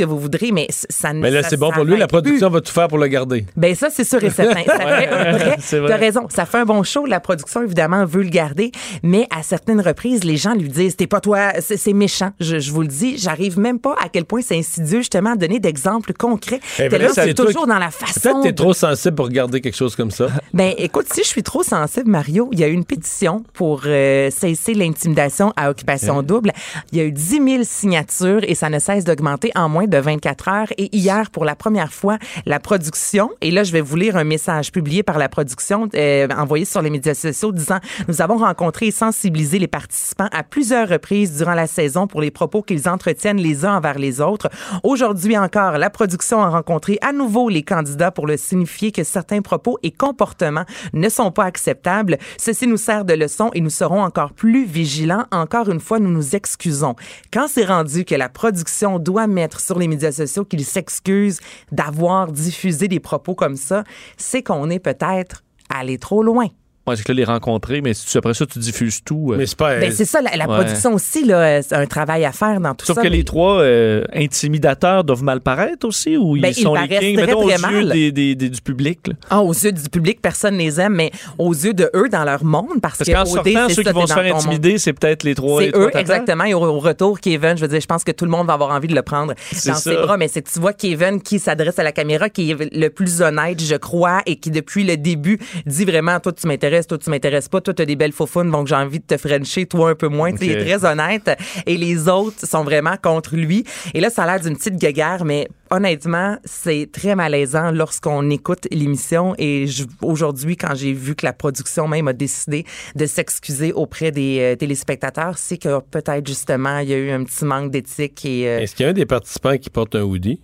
censuré, mais ça ne Mais là, ça c'est bon pour lui. La production plus. va tout faire pour le garder. Ben ça, c'est sûr et certain. Ça fait un vrai, C'est vrai. t'as raison. Ça fait un bon show. La production, évidemment, veut le garder. Mais à certaines reprises, les gens lui disent, t'es pas toi, c'est, c'est méchant. Je, je vous le dis, j'arrive même pas à quel point c'est insidieux, justement, à donner d'exemples concrets. Eh, Tellement là, c'est toi toujours qui- dans la façon. Peut-être que t'es de- trop sensible pour regarder quelque chose comme ça. Ben, écoute, si je suis trop sensible, Mario, il y a eu une pétition pour euh, cesser l'intimidation à occupation Okay. double. Il y a eu dix mille signatures et ça ne cesse d'augmenter en moins de vingt-quatre heures. Et hier, pour la première fois, la production, et là, je vais vous lire un message publié par la production, euh, envoyé sur les médias sociaux, disant « Nous avons rencontré et sensibilisé les participants à plusieurs reprises durant la saison pour les propos qu'ils entretiennent les uns envers les autres. Aujourd'hui encore, la production a rencontré à nouveau les candidats pour leur signifier que certains propos et comportements ne sont pas acceptables. Ceci nous sert de leçon et nous serons encore plus vigilants. Encore une fois, nous nous excusons. Quand c'est rendu que la production doit mettre sur les médias sociaux qu'ils s'excusent d'avoir diffusé des propos comme ça, c'est qu'on est peut-être allé trop loin. Ouais, c'est que là, les rencontrer, mais si tu, après ça, tu diffuses tout. euh, Mais c'est pas. Ben, c'est ça, la, la Ouais. production aussi, là, c'est un travail à faire dans tout Sauf ça. que mais- les trois euh, intimidateurs doivent mal paraître aussi, ou Ben, ils ils sont les paraissent kings, très, mettons, aux très yeux mal. des, des- des- du public. Là. Ah, aux yeux du public, personne les aime, mais aux yeux de eux, dans leur monde, parce, Parce que qu'en O D, sortant, c'est ceux ça, qui vont t'es se dans faire ton monde. intimider, c'est peut-être les trois. les C'est trois eux, tatas. exactement. Et au, au retour, Kevin, je veux dire, je pense que tout le monde va avoir envie de le prendre C'est dans ça. ses bras, mais c'est que tu vois Kevin qui s'adresse à la caméra, qui est le plus honnête, je crois, et qui, depuis le début, dit vraiment, toi, tu m'intéresses, toi, tu m'intéresses pas, toi, t'as des belles faufounes, donc j'ai envie de te frencher, toi, un peu moins. Tu sais, Il est très honnête. Et les autres sont vraiment contre lui. Et là, ça a l'air d'une petite guéguerre, mais honnêtement, c'est très malaisant lorsqu'on écoute l'émission. Et je- aujourd'hui, quand j'ai vu que la production même a décidé de s'excuser auprès des euh, téléspectateurs, c'est que peut-être justement, il y a eu un petit manque d'éthique. Et, euh, Est-ce qu'il y a un des participants qui porte un hoodie?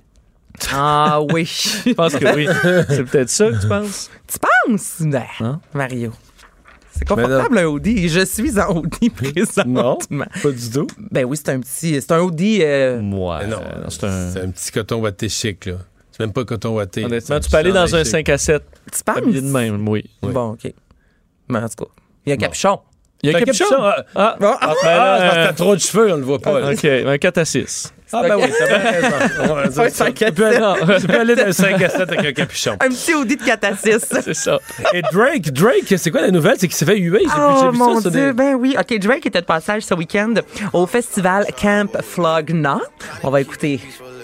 Ah oui. Je pense que oui. C'est peut-être ça que tu penses? Tu penses? Ben, Hein? Mario. C'est confortable un hoodie. Je suis en hoodie présentement. Non, pas du tout. Ben oui, c'est un petit, c'est un hoodie. Euh... Moi, non, euh, c'est un... c'est un petit coton watté chic, là. C'est même pas coton watté. Honnêtement, tu peux aller dans un cinq à sept. Tu penses? Habillé de même, oui. Oui. Bon, OK. Mais en tout cas, il y a un capuchon. Il y a un Un capuchon? capuchon, Ah, ah, Bon. ah, ben Ah, là, c'est parce que euh, t'as trop de cheveux, on le voit pas. là. OK, un quatre à six. Ah, ben oui, t'as bien raison. On va dire Un ça. cinq à Tu peux aller- sept. tu peux aller d'un cinq à sept avec un capuchon. Un petit hoodie de quatre à six. C'est ça. Et Drake, Drake, c'est quoi la nouvelle? C'est qu'il s'est fait huer. J'ai vu- Oh j'ai vu mon ça sur Dieu, des- ben oui. OK, Drake était de passage ce week-end au festival Camp Flog Gnaw. On va écouter.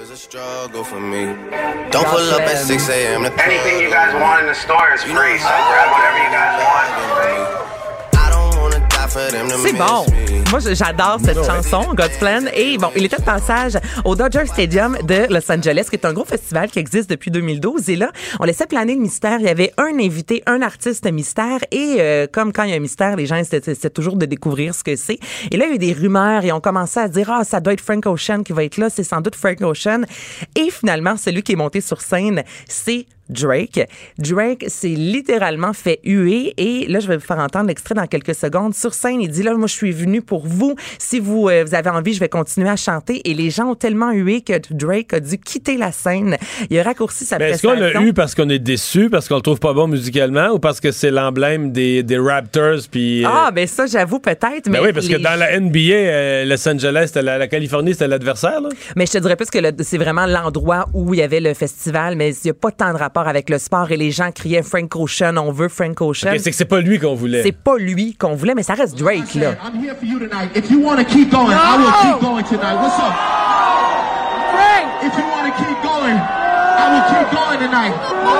Don't pull up at six a.m. Anything you guys want in the store is free, so grab whatever you guys want. I don't wanna die for them to C'est miss bon. me. Moi, je- j'adore cette chanson, God's Plan. Et bon, il était de passage au Dodger Stadium de Los Angeles, qui est un gros festival qui existe depuis deux mille douze. Et là, on laissait planer le mystère. Il y avait un invité, un artiste mystère. Et euh, comme quand il y a un mystère, les gens essaient c'est toujours de découvrir ce que c'est. Et là, il y a eu des rumeurs et on commençait à dire, ah, ça doit être Frank Ocean qui va être là. C'est sans doute Frank Ocean. Et finalement, celui qui est monté sur scène, c'est Drake. Drake s'est littéralement fait huer et là, je vais vous faire entendre l'extrait dans quelques secondes. Sur scène, il dit, là, moi, je suis venu pour vous. Si vous, euh, vous avez envie, je vais continuer à chanter. Et les gens ont tellement hué que Drake a dû quitter la scène. Il a raccourci sa Mais est-ce qu'on prestation. l'a eu parce qu'on est déçu, parce qu'on le trouve pas bon musicalement, ou parce que c'est l'emblème des, des Raptors? Puis, euh, Ah, ben ça, j'avoue peut-être. Mais ben oui, parce que les- dans la N B A, euh, Los Angeles, c'était la, la Californie, c'était l'adversaire, là. Mais je te dirais plus que le- c'est vraiment l'endroit où il y avait le festival, mais il n'y a pas tant de rapport avec le sport et les gens criaient Frank Ocean, on veut Frank Ocean. Ok, c'est que c'est pas lui qu'on voulait. C'est pas lui qu'on voulait, mais ça reste Drake, là. I'm here for you tonight. If you want to keep going, I will keep going tonight. What's up? Frank! If you want to keep going, I will keep going tonight.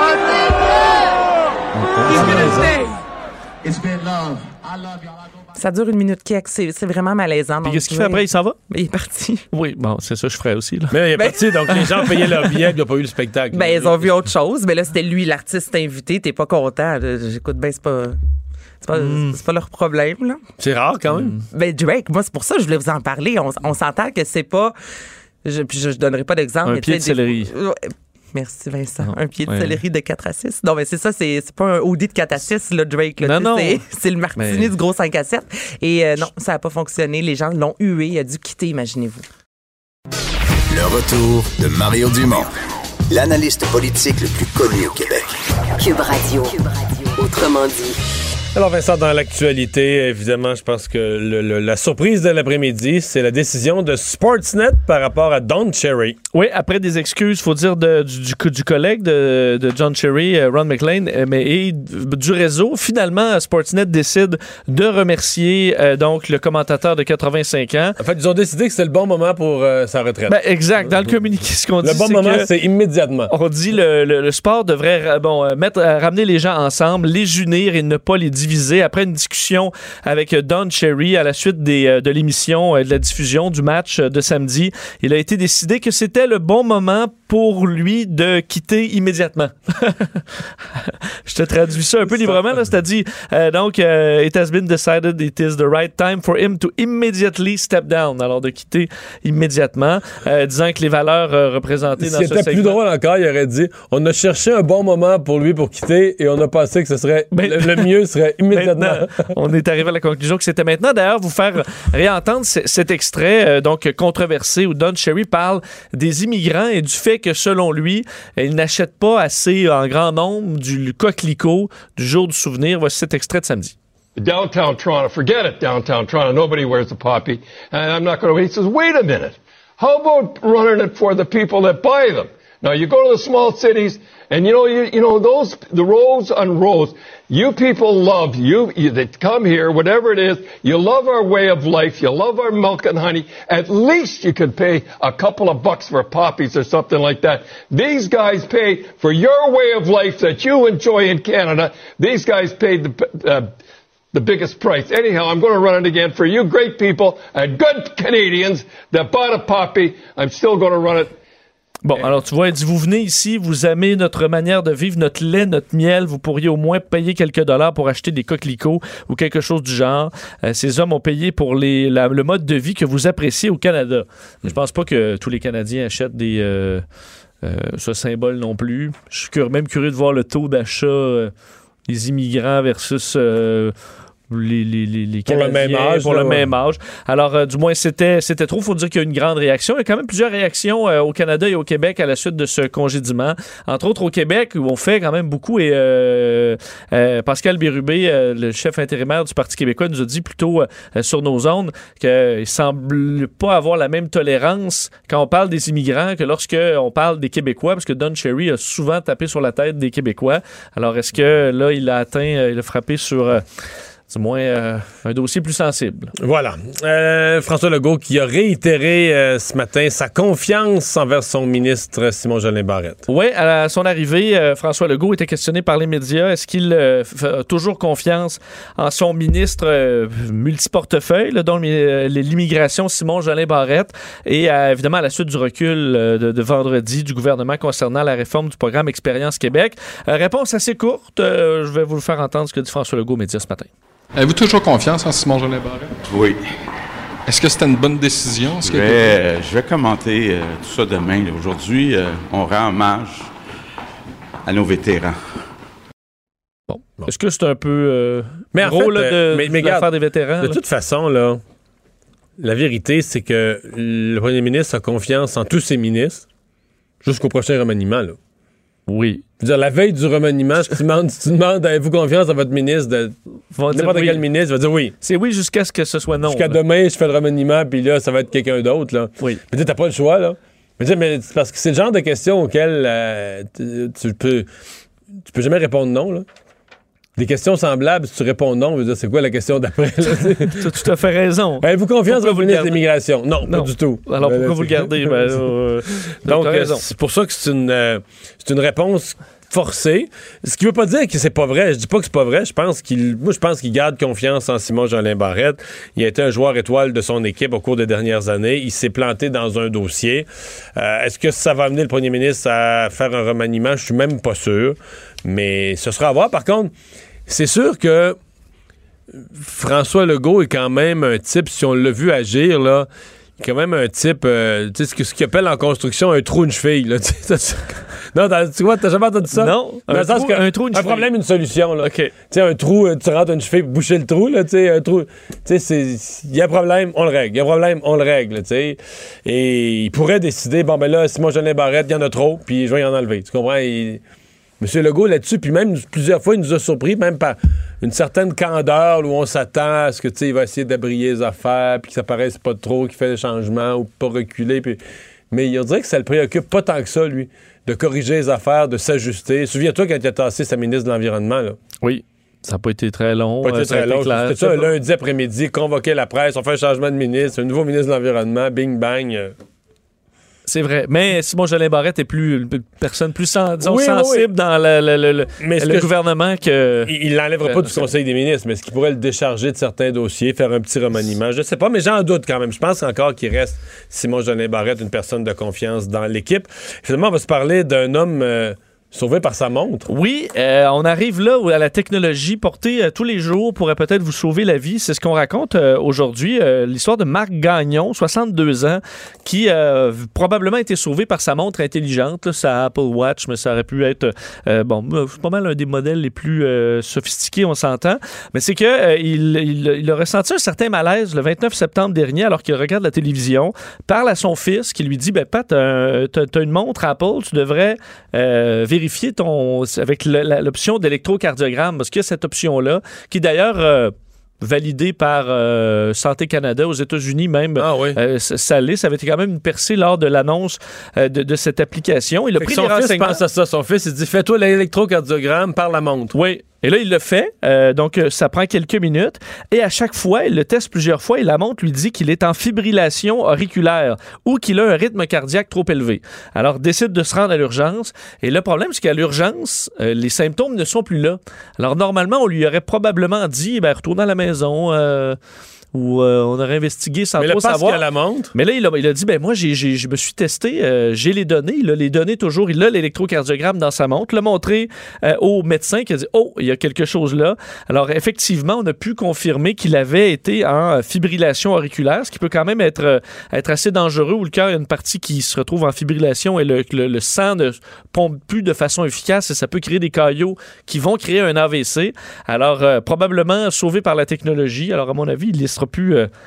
It's been, it's been love. I love y'all. I go by- Ça dure une minute quelque, c'est c'est vraiment malaisant. Puis donc, qu'est-ce qu'il fait après? Il s'en va? Il est parti. Oui, bon, c'est ça que je ferais aussi. Là. Mais il est parti, donc les gens payaient leur billet, ils n'ont pas eu le spectacle. Ben, ils ont vu autre chose, mais là, c'était lui, l'artiste invité. T'es pas content. là. J'écoute bien, c'est pas. C'est pas, Mm. c'est pas leur problème, là. C'est rare quand même. Ben, Drake, moi, c'est pour ça que je voulais vous en parler. On, on s'entend que c'est pas. Je, puis je, je donnerai pas d'exemple. Un mais pied tu sais, de des- céleri. Ouais. Merci, Vincent. Non, Un pied de ouais. céleri de quatre à six. Non, mais c'est ça, c'est c'est pas un hoodie de quatre à six, là, Drake. Là, Non, Tu sais, non. C'est c'est le martini Mais- du gros cinq à sept. Et euh, non, ça n'a pas fonctionné. Les gens l'ont hué. Il a dû quitter, imaginez-vous. Le retour de Mario Dumont, l'analyste politique le plus connu au Québec. Cube Radio. Autrement dit. Alors Vincent, dans l'actualité, évidemment, je pense que le- le- la surprise de l'après-midi, c'est la décision de Sportsnet par rapport à Don Cherry. Oui, après des excuses, il faut dire, de, du, du, du collègue de, de John Cherry, Ron McLean, mais et du réseau, finalement, Sportsnet décide de remercier euh, donc le commentateur de quatre-vingt-cinq ans. En fait, ils ont décidé que c'était le bon moment pour euh, sa retraite. Ben, exact. Dans le communiqué, ce qu'on dit, le bon c'est moment, que c'est immédiatement. On dit le, le, le sport devrait bon, mettre, ramener les gens ensemble, les unir et ne pas les diviser. Après une discussion avec Don Cherry à la suite des, de l'émission, de la diffusion du match de samedi, il a été décidé que c'était le bon moment pour lui de quitter immédiatement. Je te traduis ça un peu librement, là, c'est-à-dire, euh, donc, euh, it has been decided it is the right time for him to immediately step down, alors de quitter immédiatement, euh, disant que les valeurs euh, représentées dans ce segment... C'était plus drôle encore, il aurait dit, on a cherché un bon moment pour lui pour quitter et on a pensé que ce serait, ben, le, le mieux serait immédiatement. On est arrivé à la conclusion que c'était maintenant. D'ailleurs, vous faire réentendre c- cet extrait, euh, donc controversé, où Don Cherry parle des immigrants et du fait que, selon lui, il n'achète pas assez en grand nombre du coquelicot du jour du souvenir. Voici cet extrait de samedi. Downtown Toronto, forget it, downtown Toronto, nobody wears the poppy, and I'm not going to, he says, wait a minute, how about running it for the people that buy them? Now, you go to the small cities, and you know, you, you know, those, the rows and rows, you people love, you, you, they come here, whatever it is, you love our way of life, you love our milk and honey, at least you could pay a couple of bucks for poppies or something like that. These guys pay for your way of life that you enjoy in Canada. These guys paid the, uh, the biggest price. Anyhow, I'm going to run it again for you great people and good Canadians that bought a poppy. I'm still going to run it. Bon, alors tu vois, il dit, vous venez ici, vous aimez notre manière de vivre, notre lait, notre miel, vous pourriez au moins payer quelques dollars pour acheter des coquelicots ou quelque chose du genre. Euh, ces hommes ont payé pour les, la, le mode de vie que vous appréciez au Canada. Je pense pas que tous les Canadiens achètent des euh, euh, ce symbole non plus. Je suis cur- même curieux de voir le taux d'achat euh, des immigrants versus... Euh, Les, les, les, les pour le même âge. Pour là, le ouais. même âge. Alors, euh, du moins, c'était, c'était trop. Il faut dire qu'il y a une grande réaction. Il y a quand même plusieurs réactions euh, au Canada et au Québec à la suite de ce congédiement. Entre autres, au Québec, où on fait quand même beaucoup. Et euh, euh, Pascal Bérubé, euh, le chef intérimaire du Parti québécois, nous a dit plutôt euh, sur nos ondes qu'il semble pas avoir la même tolérance quand on parle des immigrants que lorsqu'on parle des Québécois, parce que Don Cherry a souvent tapé sur la tête des Québécois. Alors, est-ce que là, il a atteint, euh, il a frappé sur... Euh, du moins, euh, un dossier plus sensible. Voilà. Euh, François Legault qui a réitéré euh, ce matin sa confiance envers son ministre Simon-Jolin Barrette. Oui, à son arrivée, euh, François Legault était questionné par les médias. Est-ce qu'il euh, a toujours confiance en son ministre euh, multiportefeuille, là, dont euh, l'immigration Simon-Jolin Barrette, et euh, évidemment à la suite du recul euh, de, de vendredi du gouvernement concernant la réforme du programme Expérience Québec? Euh, réponse assez courte. Euh, je vais vous le faire entendre ce que dit François Legault aux médias ce matin. Avez-vous toujours confiance en Simon-Jolin Barrette? Oui. Est-ce que c'était une bonne décision? Je vais, euh, je vais commenter euh, tout ça demain. Là. Aujourd'hui, euh, on rend hommage à nos vétérans. Bon. bon. Est-ce que c'est un peu euh, mais en gros fait, là, de, euh, mais, mais de l'affaire regarde, des vétérans? De là? toute façon, là, la vérité, c'est que le premier ministre a confiance en tous ses ministres jusqu'au prochain remaniement. Là. Oui. Je veux dire, la veille du remaniement, si tu demandes, si tu demandes avez-vous confiance en votre ministre, de, n'importe oui. quel ministre va dire oui. C'est oui jusqu'à ce que ce soit non. Jusqu'à là. demain, je fais le remaniement, puis là, ça va être quelqu'un d'autre. Là. Oui. Mais tu n'as pas le choix. Là. Mais, mais c'est parce que c'est le genre de questions auxquelles euh, tu, tu peux tu peux jamais répondre non. Là. Des questions semblables, si tu réponds non, veut dire, c'est quoi la question d'après? Tu as tout à fait raison. Avez-vous confiance pourquoi en votre ministre de l'Immigration? Non, non, pas du tout. Alors ben, pourquoi vous le gardez? Ben, euh, Donc, euh, c'est pour ça que c'est une, euh, c'est une réponse forcée. Ce qui veut pas dire que c'est pas vrai. Je dis pas que c'est pas vrai. Je pense qu'il, moi, je pense qu'il garde confiance en Simon-Jolin Barrette. Il a été un joueur étoile de son équipe au cours des dernières années. Il s'est planté dans un dossier. Euh, est-ce que ça va amener le premier ministre à faire un remaniement? Je suis même pas sûr. Mais ce sera à voir. Par contre, c'est sûr que François Legault est quand même un type, si on l'a vu agir, là, il est quand même un type, euh, tu sais, ce qu'il appelle en construction un trou, une cheville. Là, non, tu vois, t'as jamais entendu ça? Non, Dans un, le sens trou, que, un trou, une un cheville. problème, une solution. Là. Okay. Tu sais, un trou, tu rentres une cheville pour boucher le trou, là, tu sais, un trou. Tu sais, il y a un problème, on le règle. Il y a un problème, on le règle, tu sais. Et il pourrait décider, bon, ben là, Simon-Jolin Barrette, il y en a trop, puis je vais y en enlever. Tu comprends? Il... M. Legault là-dessus, puis même plusieurs fois, il nous a surpris, même par une certaine candeur où on s'attend à ce que, tu sais, il va essayer d'abrier les affaires, puis que ça paraisse pas trop, qu'il fait des changements ou pas reculer. Puis... Mais il dirait que ça le préoccupe pas tant que ça, lui, de corriger les affaires, de s'ajuster. Souviens-toi quand il a tassé sa ministre de l'Environnement, là. Oui. Ça n'a pas été très long. Pas été euh, ça très long. clair. C'était ça, un lundi après-midi, convoquer la presse, on fait un changement de ministre, un nouveau ministre de l'Environnement, bing bang. Euh. C'est vrai. Mais Simon Jolin Barrette est plus une personne plus sen- disons, Oui, sensible oui, oui. dans le, le, le, le, mais le que gouvernement que... Il ne l'enlèvera pas du Conseil des ministres, mais est-ce qu'il pourrait le décharger de certains dossiers, faire un petit remaniement? Je ne sais pas, mais j'en doute quand même. Je pense encore qu'il reste Simon Jolin Barrette, une personne de confiance dans l'équipe. Finalement, on va se parler d'un homme... Euh, sauvé par sa montre. Oui, euh, on arrive là où à la technologie portée euh, tous les jours pourrait peut-être vous sauver la vie. C'est ce qu'on raconte euh, aujourd'hui. Euh, l'histoire de Marc Gagnon, soixante-deux ans, qui a euh, probablement été sauvé par sa montre intelligente, là, sa Apple Watch, mais ça aurait pu être, euh, bon, c'est pas mal un des modèles les plus euh, sophistiqués, on s'entend. Mais c'est que euh, il, il, il a ressenti un certain malaise le vingt-neuf septembre dernier, alors qu'il regarde la télévision, parle à son fils qui lui dit, ben Pat, t'as, t'as, t'as une montre Apple, tu devrais euh, vérifier ton, avec le, la, l'option d'électrocardiogramme, parce qu'il y a cette option-là, qui d'ailleurs euh, validée par euh, Santé Canada aux États-Unis même. Ah oui. euh, ça l'est, ça avait été quand même une percée lors de l'annonce euh, de, de cette application. Il a fait pris son des fils renseignements. pense à ça. Son fils, il dit, fais-toi l'électrocardiogramme par la montre. Oui. Et là, il le fait. Euh, donc, euh, ça prend quelques minutes. Et à chaque fois, il le teste plusieurs fois et la montre lui dit qu'il est en fibrillation auriculaire ou qu'il a un rythme cardiaque trop élevé. Alors, décide de se rendre à l'urgence. Et le problème, c'est qu'à l'urgence, euh, les symptômes ne sont plus là. Alors, normalement, on lui aurait probablement dit, ben, retourne à la maison, euh, où euh, on aurait investigué sans mais trop le savoir. À la montre. Mais là, il a, il a dit, ben moi, j'ai, j'ai, je me suis testé, euh, j'ai les données. Il a les données toujours. Il a l'électrocardiogramme dans sa montre. Il l'a montré euh, au médecin qui a dit, oh, il y a quelque chose là. Alors, effectivement, on a pu confirmer qu'il avait été en fibrillation auriculaire, ce qui peut quand même être, euh, être assez dangereux, où le cœur, il y a une partie qui se retrouve en fibrillation et le, le, le sang ne pompe plus de façon efficace et ça peut créer des caillots qui vont créer un A V C. Alors, euh, probablement sauvé par la technologie. Alors, à mon avis, il ne sera plus... Euh,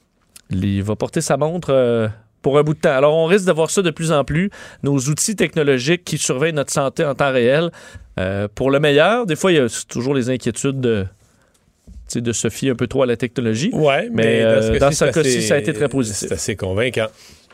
il va porter sa montre euh, pour un bout de temps. Alors, on risque de voir ça de plus en plus. Nos outils technologiques qui surveillent notre santé en temps réel. Euh, pour le meilleur, des fois, il y a toujours les inquiétudes de, de se fier un peu trop à la technologie. Oui, mais, mais euh, dans ce cas-ci, ça a été très positif. C'est assez convaincant.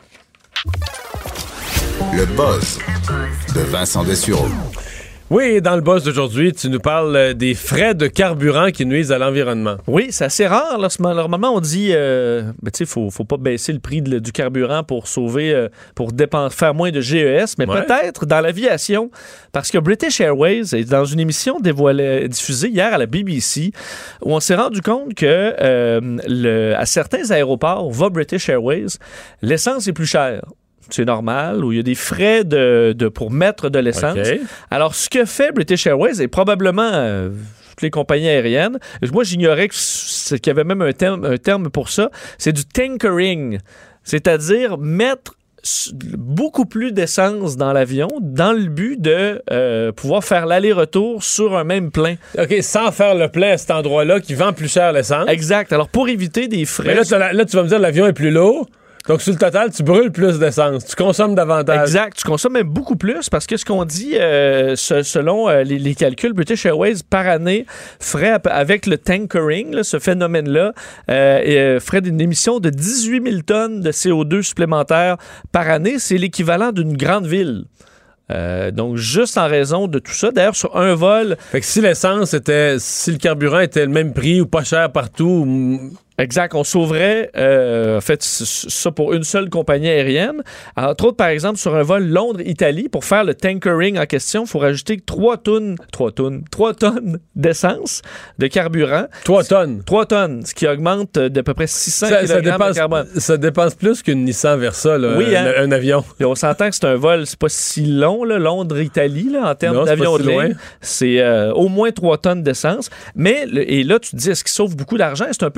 Le buzz de Vincent Dessureau. Oui, dans le buzz d'aujourd'hui, tu nous parles des frais de carburant qui nuisent à l'environnement. Oui, c'est assez rare. Là, normalement, on dit, euh, ben, tu sais, faut, faut pas baisser le prix de, du carburant pour sauver, euh, pour dépenser, faire moins de G E S, mais ouais. peut-être dans l'aviation, parce que British Airways est dans une émission dévoilée, diffusée hier à la B B C, où on s'est rendu compte que euh, le, à certains aéroports, va British Airways, l'essence est plus chère. C'est normal, où il y a des frais de, de, pour mettre de l'essence. Okay. Alors, ce que fait British Airways est probablement euh, toutes les compagnies aériennes. Moi, j'ignorais que, qu'il y avait même un terme, un terme pour ça. C'est du tankering, c'est-à-dire mettre beaucoup plus d'essence dans l'avion dans le but de euh, pouvoir faire l'aller-retour sur un même plein. OK, sans faire le plein à cet endroit-là qui vend plus cher l'essence. Exact. Alors, pour éviter des frais... Mais là, là tu vas me dire l'avion est plus lourd. Donc, sur le total, tu brûles plus d'essence. Tu consommes davantage. Exact. Tu consommes même beaucoup plus parce que ce qu'on dit, euh, ce, selon euh, les, les calculs, British Airways, par année, ferait, avec le tankering, là, ce phénomène-là, euh, et, euh, ferait une émission de dix-huit mille tonnes de C O deux supplémentaires par année. C'est l'équivalent d'une grande ville. Euh, donc, juste en raison de tout ça. D'ailleurs, sur un vol... Fait que si l'essence était... Si le carburant était le même prix ou pas cher partout... Exact. On sauverait, euh, en fait, ça pour une seule compagnie aérienne. Entre autres, par exemple, sur un vol Londres-Italie, pour faire le tankering en question, il faut rajouter trois tonnes, trois tonnes, trois tonnes d'essence, de carburant. trois tonnes? trois tonnes, ce qui augmente d'à peu près six cents ça, kilogrammes ça dépense, de carbone. Ça dépense plus qu'une Nissan Versa, là, oui, un, hein? un avion. Et on s'entend que c'est un vol, c'est pas si long, là, Londres-Italie, là, en termes non, d'avion de ligne. C'est euh, au moins trois tonnes d'essence. Mais, le, et là, tu te dis, est-ce qu'il sauve beaucoup d'argent? C'est un peu ça le problème.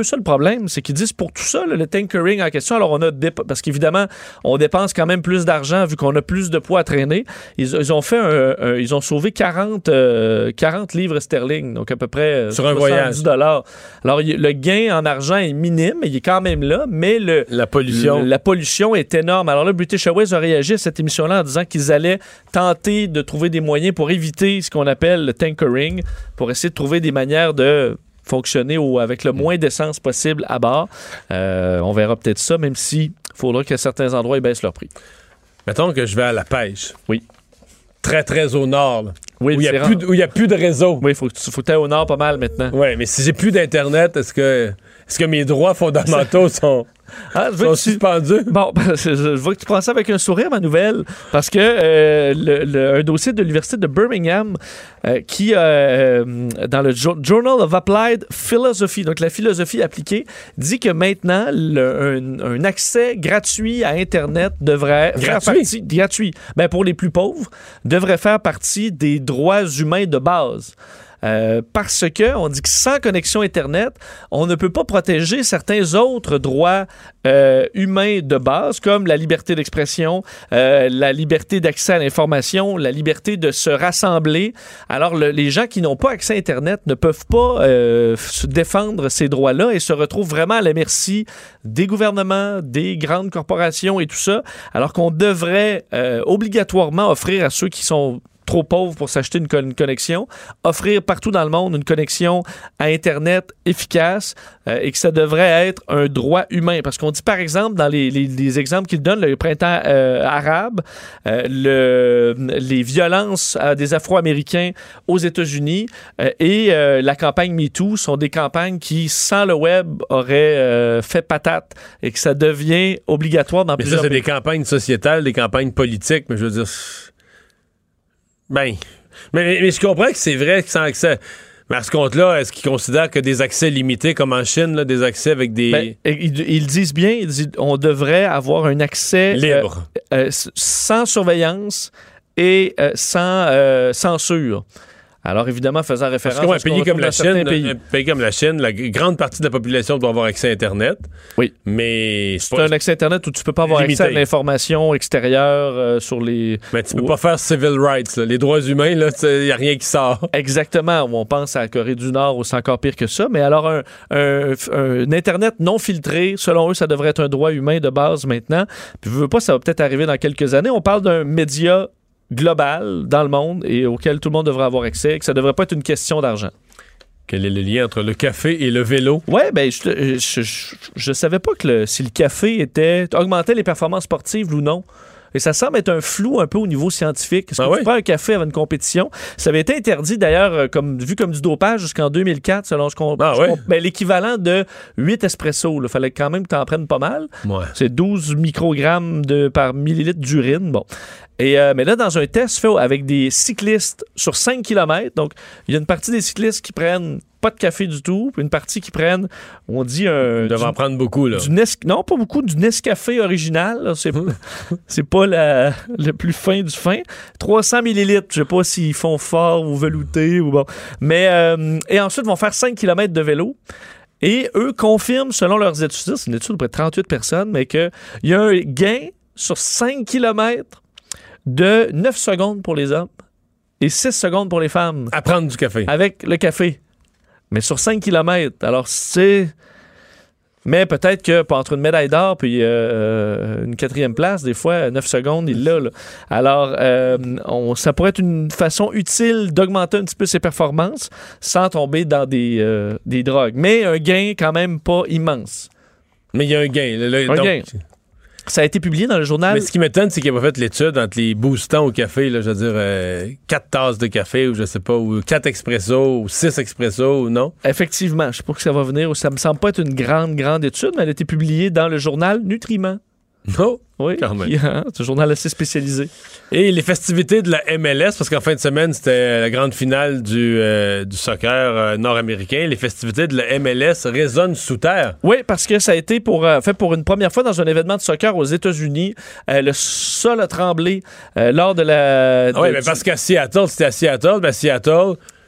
problème, c'est qu'ils disent pour tout ça, là, le tinkering en question, alors on a dép- parce qu'évidemment, on dépense quand même plus d'argent vu qu'on a plus de poids à traîner. Ils, ils ont fait un, un, ils ont sauvé quarante, euh, quarante livres sterling, donc à peu près euh, sur un soixante-dix dollars. Alors il, le gain en argent est minime, il est quand même là, mais le, la pollution, le, la pollution est énorme. Alors là, British Airways a réagi à cette émission-là en disant qu'ils allaient tenter de trouver des moyens pour éviter ce qu'on appelle le tinkering, pour essayer de trouver des manières de fonctionner au, avec le moins d'essence possible à bord. Euh, on verra peut-être ça, même s'il faudra qu'à certains endroits, ils baissent leur prix. Mettons que je vais à la pêche. Oui. Très, très au nord. Là. Oui, où il n'y a, a plus de réseau. Oui, il faut, faut que tu ailles au nord pas mal maintenant. Oui, mais si j'ai plus d'Internet, est-ce que, est-ce que mes droits fondamentaux sont... Ah, je sont tu... suspendus. Bon, je vois que tu prends ça avec un sourire, ma nouvelle, parce que euh, le, le, un dossier de l'Université de Birmingham euh, qui, euh, dans le jo- Journal of Applied Philosophy, donc la philosophie appliquée, dit que maintenant, le, un, un accès gratuit à Internet devrait gratuit. faire partie... Gratuit. Ben, pour les plus pauvres, devrait faire partie des droits humains de base. Euh, parce que on dit que sans connexion Internet, on ne peut pas protéger certains autres droits euh, humains de base, comme la liberté d'expression, euh, la liberté d'accès à l'information, la liberté de se rassembler. Alors, le, les gens qui n'ont pas accès à Internet ne peuvent pas euh, se défendre ces droits-là et se retrouvent vraiment à la merci des gouvernements, des grandes corporations et tout ça, alors qu'on devrait euh, obligatoirement offrir à ceux qui sont trop pauvres pour s'acheter une, con- une connexion, offrir partout dans le monde une connexion à Internet efficace euh, et que ça devrait être un droit humain. Parce qu'on dit, par exemple, dans les, les, les exemples qu'il donne, le printemps euh, arabe, euh, le, les violences à des Afro-Américains aux États-Unis euh, et euh, la campagne MeToo sont des campagnes qui, sans le web, auraient euh, fait patate et que ça devient obligatoire dans mais plusieurs ça, c'est pays. des campagnes sociétales, des campagnes politiques, mais je veux dire... Ben, mais, mais, mais je comprends que c'est vrai que sans accès. Mais à ce compte-là, est-ce qu'ils considèrent que des accès limités, comme en Chine, là, des accès avec des... Ben, ils, ils disent bien, ils disent, on devrait avoir un accès libre, euh, euh, sans surveillance et euh, sans euh, censure. Alors, évidemment, faisant référence Parce qu'un à ce pays qu'on comme la retrouve dans Chine, certains pays. un pays comme la Chine, la grande partie de la population doit avoir accès à Internet. Oui. Mais c'est un accès Internet où tu peux pas avoir limité. accès à l'information extérieure euh, sur les... Mais tu peux pas faire civil rights, là. Les droits humains, là, il y a rien qui sort. Exactement. On pense à la Corée du Nord où c'est encore pire que ça. Mais alors, un, un, un Internet non filtré, selon eux, ça devrait être un droit humain de base maintenant. Puis, je veux pas, ça va peut-être arriver dans quelques années. On parle d'un média global dans le monde et auquel tout le monde devrait avoir accès, que ça devrait pas être une question d'argent. Quel est le lien entre le café et le vélo? Ouais, ben je, je, je, je savais pas que le, si le café était augmentait les performances sportives ou non. Et ça semble être un flou un peu au niveau scientifique. Est-ce que ah tu oui? prends un café avant une compétition? Ça avait été interdit d'ailleurs, comme, vu comme du dopage jusqu'en deux mille quatre, selon ce qu'on... Ah je oui? comp- ben, l'équivalent de huit espressos. Il fallait quand même que tu en prennes pas mal. Ouais. C'est douze microgrammes de, par millilitre d'urine. Bon. Et, euh, mais là, dans un test fait avec des cyclistes sur cinq kilomètres, donc il y a une partie des cyclistes qui prennent pas de café du tout, puis une partie qui prennent, on dit un... Ils doivent en prendre beaucoup, là. Du Nes- non, pas beaucoup, du Nescafé original. Là. C'est, c'est pas la, le plus fin du fin. trois cents millilitres, je sais pas s'ils font fort ou velouté ou bon. Mais, euh, et ensuite, ils vont faire cinq kilomètres de vélo. Et eux confirment, selon leurs études, c'est une étude de près de trente-huit personnes, mais qu'il y a un gain sur cinq kilomètres de neuf secondes pour les hommes et six secondes pour les femmes. À prendre du café. Avec le café. Mais sur cinq kilomètres. Alors, c'est... Mais peut-être que pour entre une médaille d'or puis euh, une quatrième place, des fois, neuf secondes, il l'a. Là. Alors, euh, on, ça pourrait être une façon utile d'augmenter un petit peu ses performances sans tomber dans des, euh, des drogues. Mais un gain quand même pas immense. Mais il y a un gain. Là, là, Un donc... gain. Ça a été publié dans le journal. Mais ce qui m'étonne, c'est qu'il n'a pas fait l'étude entre les boostants au café, là, je veux dire, euh, quatre tasses de café, ou je sais pas, ou quatre expressos, ou six expressos, ou non? Effectivement, je sais pas que ça va venir. Ça me semble pas être une grande, grande étude, mais elle a été publiée dans le journal Nutriments. Non? Oui, quand même. Qui, hein, c'est un journal assez spécialisé. Et les festivités de la M L S, parce qu'en fin de semaine, c'était la grande finale du, euh, du soccer euh, nord-américain. Les festivités de la M L S résonnent sous terre. Oui, parce que ça a été pour, euh, fait pour une première fois dans un événement de soccer aux États-Unis. Euh, le sol a tremblé euh, lors de la... Ah oui, de- mais parce qu'à Seattle, c'était à Seattle, ben Seattle...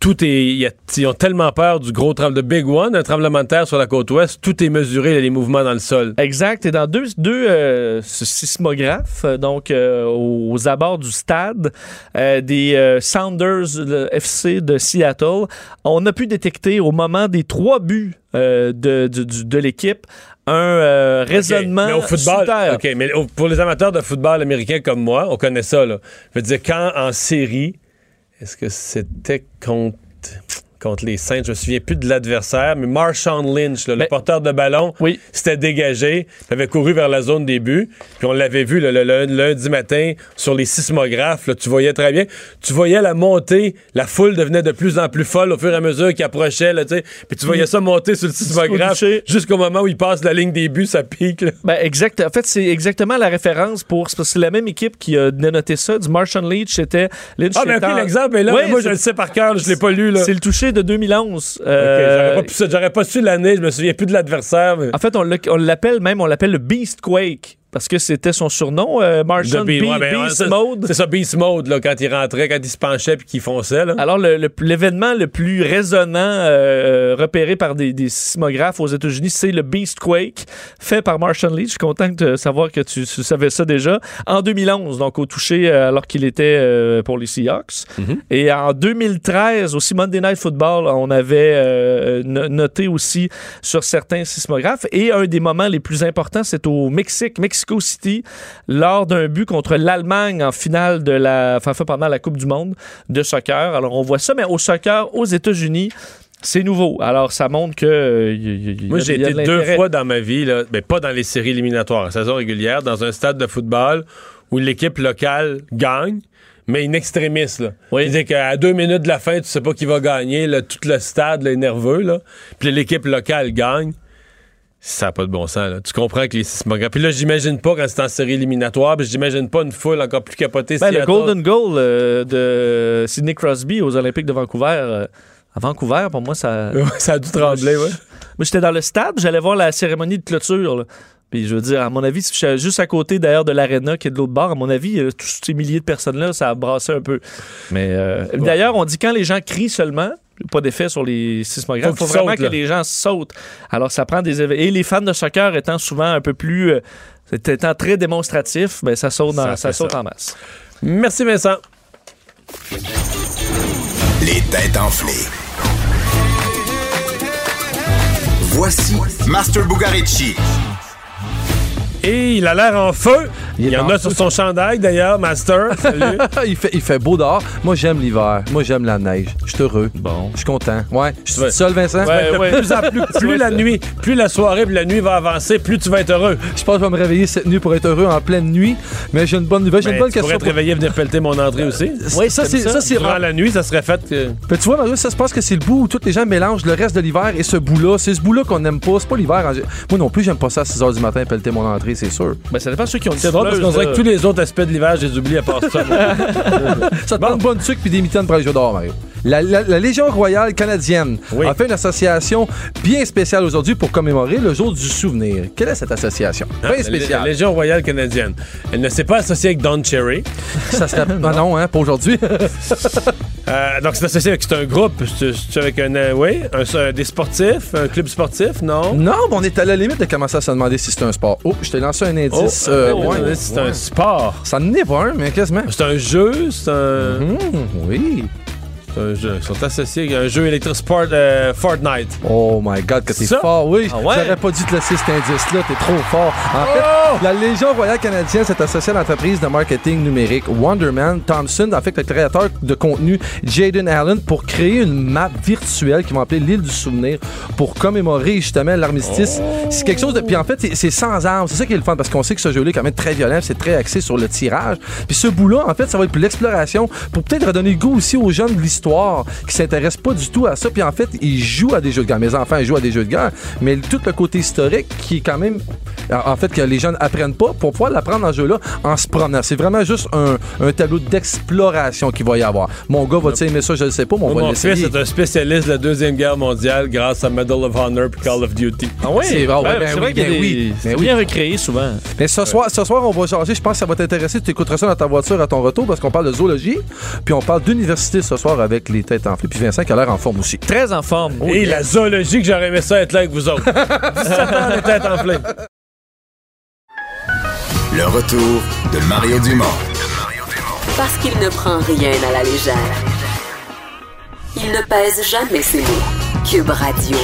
tout est, y a, ils ont tellement peur du gros tremblement de Big One, un tremblement de terre sur la côte ouest, tout est mesuré, les mouvements dans le sol. Exact. Et dans deux, deux euh, sismographes, donc euh, aux abords du stade euh, des euh, Sounders F C de Seattle, on a pu détecter au moment des trois buts euh, de, de, de, de l'équipe un euh, raisonnement okay, mais au football, sous terre. OK, mais au, pour les amateurs de football américain comme moi, on connaît ça, là. Je veux dire, quand en série, est-ce que c'était contre... contre les Saints, je me souviens plus de l'adversaire, mais Marshawn Lynch, là, mais, le porteur de ballon, oui. s'était dégagé, il avait couru vers la zone des buts, puis on l'avait vu là, le, le, le lundi matin sur les sismographes, là, tu voyais très bien, tu voyais la montée, la foule devenait de plus en plus folle au fur et à mesure qu'il approchait, là, puis tu voyais ça monter sur le sismographe jusqu'au moment où il passe la ligne des buts, ça pique. Là. Ben, exact. En fait, c'est exactement la référence pour... C'est parce que c'est la même équipe qui a noté ça, du Marshawn Lynch, c'était... Lynch ah, mais OK, en... l'exemple est là, ouais, mais moi je le sais par cœur, là, je l'ai pas lu. Là. C'est le touché de deux mille onze. Euh, okay, j'aurais, pas pu, j'aurais pas su l'année, je me souviens plus de l'adversaire. Mais... En fait, on, on l'appelle même, on l'appelle le Beast Quake. Parce que c'était son surnom, euh, Martian Be- ouais, Beast c'est, Mode. C'est ça, Beast Mode, là, quand il rentrait, quand il se penchait puis qu'il fonçait. Là. Alors, le, le, l'événement le plus résonnant euh, repéré par des, des sismographes aux États-Unis, c'est le Beast Quake, fait par Marshawn Lynch. Je suis content de savoir que tu, tu savais ça déjà. En deux mille onze, donc au toucher, euh, alors qu'il était euh, pour les Seahawks. Mm-hmm. Et en deux mille treize, aussi Monday Night Football, on avait euh, noté aussi sur certains sismographes. Et un des moments les plus importants, c'est au Mexique, Mexico City, lors d'un but contre l'Allemagne en finale de la, enfin, fait pendant la Coupe du Monde de soccer. Alors, on voit ça, mais au soccer, aux États-Unis, c'est nouveau. Alors, ça montre que... Euh, y, y, Moi, y a, j'ai y a été deux fois dans ma vie, là, mais pas dans les séries éliminatoires, à saison régulière, dans un stade de football où l'équipe locale gagne, mais in extremis, là. Oui. C'est-à-dire qu'à deux minutes de la fin, tu sais pas qui va gagner, là, tout le stade là, est nerveux, là. Puis l'équipe locale gagne. Ça n'a pas de bon sens, là. Tu comprends que les sismographes... Puis là, j'imagine pas quand c'est en série éliminatoire, puis j'imagine pas une foule encore plus capotée. Ben, le Golden Goal euh, de Sidney Crosby aux Olympiques de Vancouver... Euh, à Vancouver, pour moi, ça... ça a dû trembler, oui. Moi, j'étais dans le stade, j'allais voir la cérémonie de clôture, là. Puis je veux dire, à mon avis, je suis juste à côté d'ailleurs de l'aréna qui est de l'autre bord. À mon avis, tous ces milliers de personnes-là, ça a brassé un peu. Mais euh, ouais. D'ailleurs, on dit quand les gens crient seulement... Pas d'effet sur les sismographes. Il faut vraiment sautent, que là. Les gens sautent. Alors, ça prend des événements. Et les fans de soccer étant souvent un peu plus... Euh, étant très démonstratifs, ben, ça saute, dans, ça ça saute ça. en masse. Merci, Vincent. Les têtes enflées. Voici Master Bugarici. Et il a l'air en feu. Il, il y en a sur son chandail, d'ailleurs, Master. Salut. il, fait, il fait beau dehors. Moi, j'aime l'hiver. Moi, j'aime la neige. Je suis heureux. Bon. Je suis content. Ouais. Je suis ouais. seul, Vincent? Ouais, ouais. Plus en plus, plus la nuit, plus la soirée puis la nuit va avancer, plus tu vas être heureux. Je pense que je vais me réveiller cette nuit pour être heureux en pleine nuit. Mais j'ai une bonne nouvelle. J'ai mais une bonne tu question. Tu pourrais te réveiller et venir pelleter mon entrée aussi. Oui, ça, c'est ça. c'est Durant la nuit, ça serait fait que... Mais tu vois, Mario, ça se passe que c'est le bout où tous les gens mélangent le reste de l'hiver et ce bout-là. C'est ce bout-là qu'on n'aime pas. C'est pas l'hiver. Moi non plus, j'aime pas ça à six heures du matin pelleter mon entrée, c'est sûr. Ben, ça dépend de ceux qui ont C'est drôle parce qu'on dirait que tous les autres aspects de l'hiver, je les oublie à part ça. Ça te bon. prend une bonne sucre puis des mitaines pour les jeux d'or, Mario. La, la, la Légion royale canadienne oui. a fait une association bien spéciale aujourd'hui pour commémorer le jour du souvenir. Quelle est cette association? Bien ah, spéciale. La, la Légion royale canadienne. Elle ne s'est pas associée avec Don Cherry. Ça serait... non. Ah non, hein, pas aujourd'hui. euh, donc, c'est associé avec... C'est un groupe. C'est, c'est avec un... Euh, oui, un, un, des sportifs, un club sportif, non? Non, mais on est à la limite de commencer à se demander si c'est un sport. Oh, je t'ai lancé un indice. Oh, euh, oh, ouais, c'est ouais. un sport. Ça n'est pas un, mais quasiment. C'est un jeu, c'est un... Mmh, oui. C'est un jeu. Ils sont associés à un jeu électrosport euh, Fortnite. Oh my God, que t'es ça? fort. Oui, ah ouais? J'aurais pas dû te laisser cet indice-là. T'es trop fort. En oh! fait, la Légion royale canadienne s'est associée à l'entreprise de marketing numérique Wonderman Thompson, en fait, le créateur de contenu Jaden Allen, pour créer une map virtuelle qu'ils vont appeler l'île du souvenir pour commémorer justement l'armistice. Oh! C'est quelque chose de... Puis en fait, c'est, c'est sans armes. C'est ça qui est le fun parce qu'on sait que ce jeu-là est quand même très violent. C'est très axé sur le tirage. Puis ce bout-là, en fait, ça va être pour l'exploration, pour peut-être redonner le goût aussi aux jeunes de l'histoire qui s'intéressent pas du tout à ça. Puis en fait, ils jouent à des jeux de guerre. Mes enfants, ils jouent à des jeux de guerre. Mais tout le côté historique qui est quand même... En fait, que les jeunes apprennent pas pour pouvoir l'apprendre dans ce jeu-là en se promenant. C'est vraiment juste un, un tableau d'exploration qu'il va y avoir. Mon gars, va-tu aimer ça? Je ne sais pas, mais on Moi, va mon l'essayer. fils est un spécialiste de la Deuxième Guerre mondiale grâce à Medal of Honor puis Call of Duty. Ah oui? C'est, oh, Ouais, ben c'est oui, vrai qu'il y a ben des... oui. C'est Ben oui. bien recréé souvent. Mais ce soir, ce soir, on va changer. Je pense que ça va t'intéresser. Tu écouteras ça dans ta voiture à ton retour parce qu'on parle de zoologie. Puis on parle d'université ce soir avec les têtes enflées. Puis Vincent qui a l'air en forme aussi. Très en forme. Et Oui. la zoologie que j'aurais aimé ça être là avec vous autres. dix-sept ans, les têtes enflées. Le retour de Mario Dumont. Parce qu'il ne prend rien à la légère. Il ne pèse jamais ses mots. Cube Radio.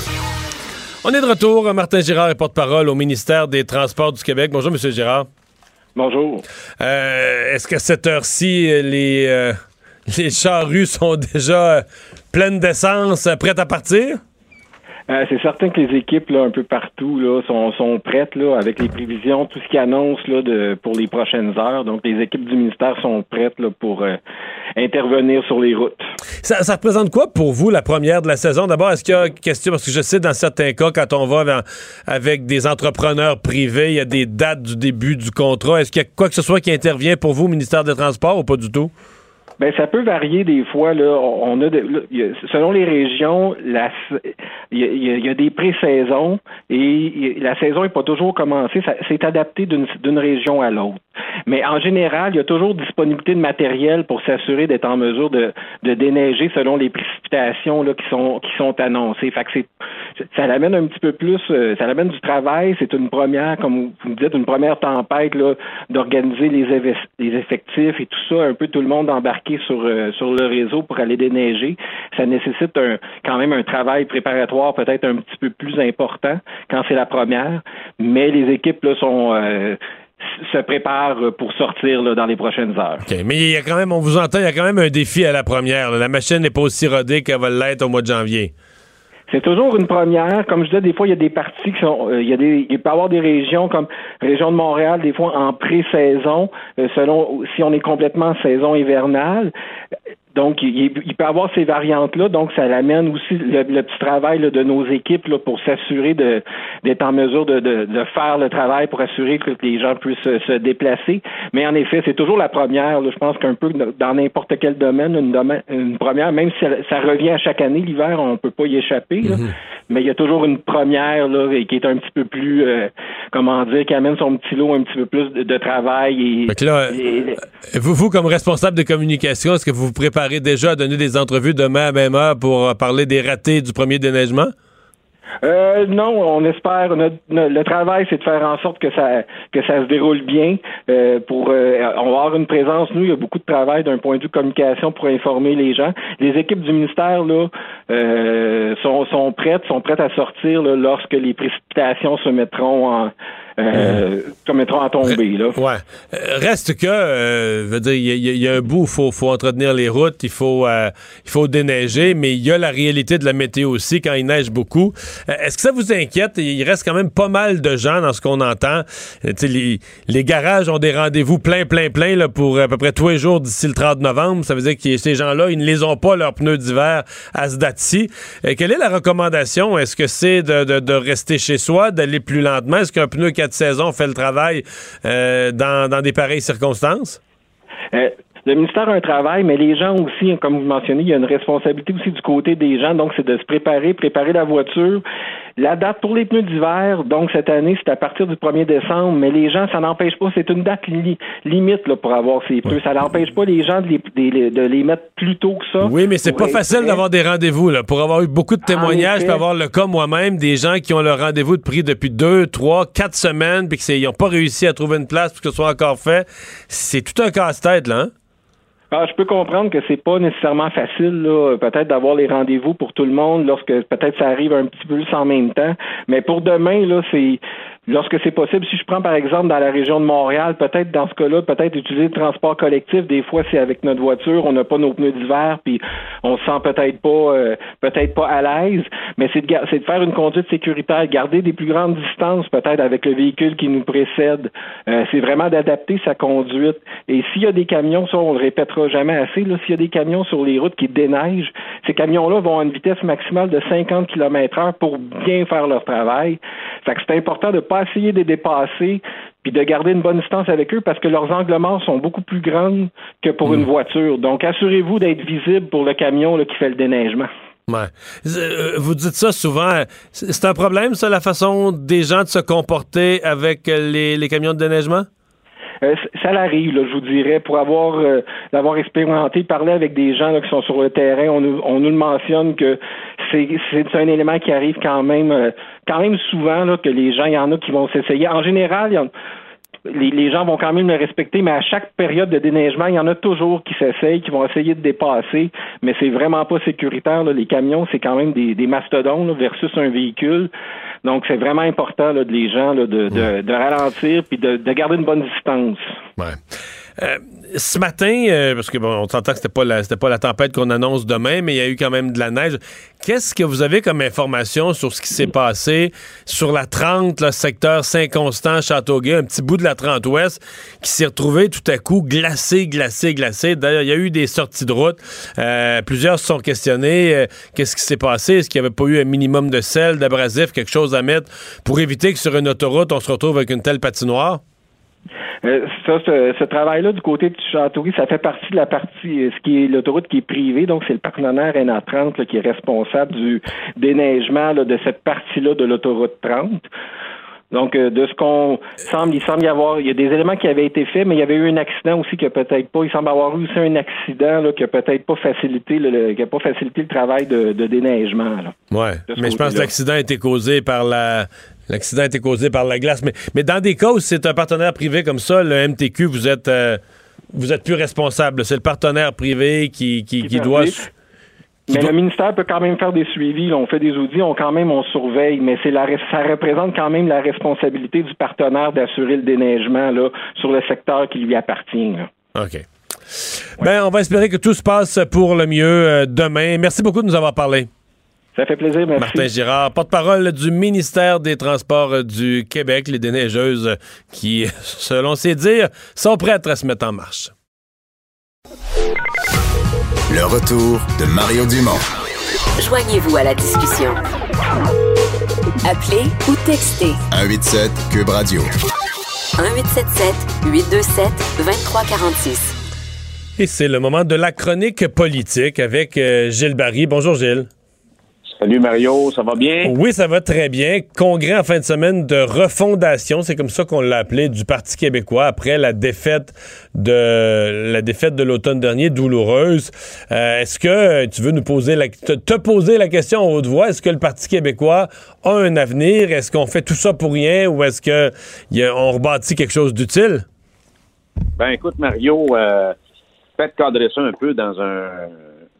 On est de retour. Martin Girard est porte-parole au ministère des Transports du Québec. Bonjour, M. Girard. Bonjour. Euh, est-ce qu'à cette heure-ci, les, euh, les charrues sont déjà euh, pleines d'essence, euh, prêtes à partir? Euh, c'est certain que les équipes là, un peu partout là, sont, sont prêtes là, avec les prévisions, tout ce qui annonce là, de, pour les prochaines heures. Donc, les équipes du ministère sont prêtes là, pour euh, intervenir sur les routes. Ça, ça représente quoi pour vous, la première de la saison? D'abord, est-ce qu'il y a question, parce que je sais, dans certains cas, quand on va dans, avec des entrepreneurs privés, il y a des dates du début du contrat. Est-ce qu'il y a quoi que ce soit qui intervient pour vous, au ministère des Transports, ou pas du tout? Ben ça peut varier des fois là. On a, de, là, y a selon les régions, la il y a, y a, y a des pré-saisons et y, la saison n'est pas toujours commencée. Ça, c'est adapté d'une, d'une région à l'autre. Mais en général, il y a toujours disponibilité de matériel pour s'assurer d'être en mesure de, de déneiger selon les précipitations là qui sont qui sont annoncées. Fait que c'est ça l'amène un petit peu plus, euh, ça l'amène du travail. C'est une première, comme vous me dites, une première tempête là d'organiser les, éve- les effectifs et tout ça, un peu tout le monde embarqué sur euh, sur le réseau pour aller déneiger. Ça nécessite un, quand même un travail préparatoire peut-être un petit peu plus important quand c'est la première, mais les équipes là sont euh, se préparent pour sortir là, dans les prochaines heures. OK, mais il y a quand même, on vous entend, il y a quand même un défi à la première. Là. La machine n'est pas aussi rodée qu'elle va l'être au mois de janvier. C'est toujours une première. Comme je disais, des fois, il y a des parties qui sont... Euh, il y a des, il peut y avoir des régions comme région de Montréal, des fois en pré-saison, euh, selon si on est complètement en saison hivernale. Donc, il, il peut y avoir ces variantes-là. Donc, ça l'amène aussi le, le petit travail là, de nos équipes là, pour s'assurer de, d'être en mesure de, de, de faire le travail pour assurer que les gens puissent se, se déplacer. Mais en effet, c'est toujours la première. Là, je pense qu'un peu dans n'importe quel domaine, une, domaine, une première, même si ça, ça revient à chaque année, l'hiver, on peut pas y échapper. Là. Mm-hmm. Mais il y a toujours une première là, qui est un petit peu plus, euh, comment dire, qui amène son petit lot un petit peu plus de, de travail. Et, fait que là, et, vous, vous, comme responsable de communication, est-ce que vous vous préparez déjà à donner des entrevues demain à même heure pour parler des ratés du premier déneigement? Euh, non, on espère. Notre, notre, le travail, c'est de faire en sorte que ça que ça se déroule bien. Euh, pour, euh, on va avoir une présence. Nous, il y a beaucoup de travail d'un point de vue communication pour informer les gens. Les équipes du ministère là euh, sont, sont prêtes, sont prêtes à sortir là, lorsque les précipitations se mettront en Euh, se mettront à tomber, là. Ouais. Reste que, euh, veut dire, il y, y, y a un bout où il faut, faut entretenir les routes, il faut, euh, il faut déneiger, mais il y a la réalité de la météo aussi quand il neige beaucoup. Euh, est-ce que ça vous inquiète? Il reste quand même pas mal de gens dans ce qu'on entend. Euh, les, les garages ont des rendez-vous plein, plein, plein là, pour à peu près tous les jours d'ici le trente novembre. Ça veut dire que ces gens-là, ils ne les ont pas, leurs pneus d'hiver, à ce date-ci. Euh, quelle est la recommandation? Est-ce que c'est de, de, de rester chez soi, d'aller plus lentement? Est-ce qu'un pneu quatre saisons fait le travail euh, dans, dans des pareilles circonstances? Euh, le ministère a un travail, mais les gens aussi, comme vous mentionnez, il y a une responsabilité aussi du côté des gens, donc c'est de se préparer, préparer la voiture. La date pour les pneus d'hiver, donc cette année, c'est à partir du premier décembre, mais les gens, ça n'empêche pas, c'est une date li- limite là, pour avoir ces pneus. Ça n'empêche pas les gens de les, de, de les mettre plus tôt que ça. Oui, mais c'est pas facile prêt. d'avoir des rendez-vous. Là. Pour avoir eu beaucoup de témoignages, puis avoir le cas moi-même, des gens qui ont leur rendez-vous de pris depuis deux, trois, quatre semaines, puis qu'ils n'ont pas réussi à trouver une place pour que ce soit encore fait, c'est tout un casse-tête, là, hein? Ah, je peux comprendre que c'est pas nécessairement facile, là, peut-être d'avoir les rendez-vous pour tout le monde lorsque peut-être ça arrive un petit peu plus en même temps. Mais pour demain, là, c'est lorsque c'est possible. Si je prends par exemple dans la région de Montréal, peut-être dans ce cas-là, peut-être utiliser le transport collectif. Des fois, c'est avec notre voiture, on n'a pas nos pneus d'hiver, puis on se sent peut-être pas, euh, peut-être pas à l'aise. Mais c'est de, c'est de faire une conduite sécuritaire, garder des plus grandes distances, peut-être avec le véhicule qui nous précède. Euh, c'est vraiment d'adapter sa conduite. Et s'il y a des camions, ça on le répétera jamais assez. Là, s'il y a des camions sur les routes qui déneigent, ces camions-là vont à une vitesse maximale de cinquante kilomètres heure pour bien faire leur travail. Fait que c'est important de pas pas essayer de les dépasser puis de garder une bonne distance avec eux parce que leurs angles morts sont beaucoup plus grands que pour mmh. une voiture. Donc, assurez-vous d'être visible pour le camion là, qui fait le déneigement. Ouais. Vous dites ça souvent. C'est un problème, ça, la façon des gens de se comporter avec les, les camions de déneigement? Euh, ça l'arrive, là, je vous dirais, pour avoir euh, l'avoir expérimenté, parler avec des gens là, qui sont sur le terrain, on nous, on nous le mentionne que c'est, c'est un élément qui arrive quand même euh, quand même souvent là, que les gens, il y en a qui vont s'essayer. En général, il y en, les, les gens vont quand même le respecter, mais à chaque période de déneigement, il y en a toujours qui s'essayent, qui vont essayer de dépasser, mais c'est vraiment pas sécuritaire. Là. Les camions, c'est quand même des, des mastodontes là, versus un véhicule. Donc, c'est vraiment important là, de les gens là, de, de, de ralentir puis de, de garder une bonne distance. Ouais. Euh, ce matin, euh, parce que bon, on s'entend que c'était pas la, c'était pas la tempête qu'on annonce demain, mais il y a eu quand même de la neige. Qu'est-ce que vous avez comme information sur ce qui s'est passé sur la trente, le secteur Saint-Constant, Châteauguay, un petit bout de la trente ouest qui s'est retrouvé tout à coup glacé, glacé, glacé. D'ailleurs, il y a eu des sorties de route. Euh, plusieurs se sont questionnés. Euh, qu'est-ce qui s'est passé? Est-ce qu'il n'y avait pas eu un minimum de sel, d'abrasif, quelque chose à mettre pour éviter que sur une autoroute, on se retrouve avec une telle patinoire? Euh, ça, ce, ce travail-là du côté de Châteauguay, ça fait partie de la partie, ce qui est l'autoroute qui est privée, donc c'est le partenaire N A trente là, qui est responsable du déneigement là, de cette partie-là de l'autoroute trente. Donc, euh, de ce qu'on semble, il semble y avoir, il y a des éléments qui avaient été faits, mais il y avait eu un accident aussi qui a peut-être pas, il semble avoir eu aussi un accident là, qui a peut-être pas facilité le, le, qui a pas facilité le travail de, de déneigement. Là, ouais, mais je pense que l'accident a été causé par la L'accident a été causé par la glace. Mais, mais dans des cas où c'est un partenaire privé comme ça, le M T Q, vous êtes euh, vous êtes plus responsable. C'est le partenaire privé qui, qui, qui, qui doit... Qui mais doit... le ministère peut quand même faire des suivis. Là, on fait des audits, on quand même on surveille, mais c'est la ça représente quand même la responsabilité du partenaire d'assurer le déneigement là, sur le secteur qui lui appartient. Là. OK. Ouais. Ben, on va espérer que tout se passe pour le mieux euh, demain. Merci beaucoup de nous avoir parlé. Ça fait plaisir, merci. Martin Girard, porte-parole du ministère des Transports du Québec, les déneigeuses qui, selon ses dires, sont prêtes à se mettre en marche. Le retour de Mario Dumont. Joignez-vous à la discussion. Appelez ou textez. un huit sept Cube Radio. un huit sept sept huit deux sept deux trois quatre six. Et c'est le moment de la chronique politique avec euh, Gilles Barry. Bonjour Gilles. Salut Mario, ça va bien? Oui, ça va très bien. Congrès en fin de semaine de refondation, c'est comme ça qu'on l'a appelé, du Parti québécois après la défaite de la défaite de l'automne dernier, douloureuse. Euh, est-ce que tu veux nous poser la, te, te poser la question en haute voix? Est-ce que le Parti québécois a un avenir? Est-ce qu'on fait tout ça pour rien ou est-ce que y a, on rebâtit quelque chose d'utile? Ben écoute Mario, euh, peut-être cadrer ça un peu dans un euh,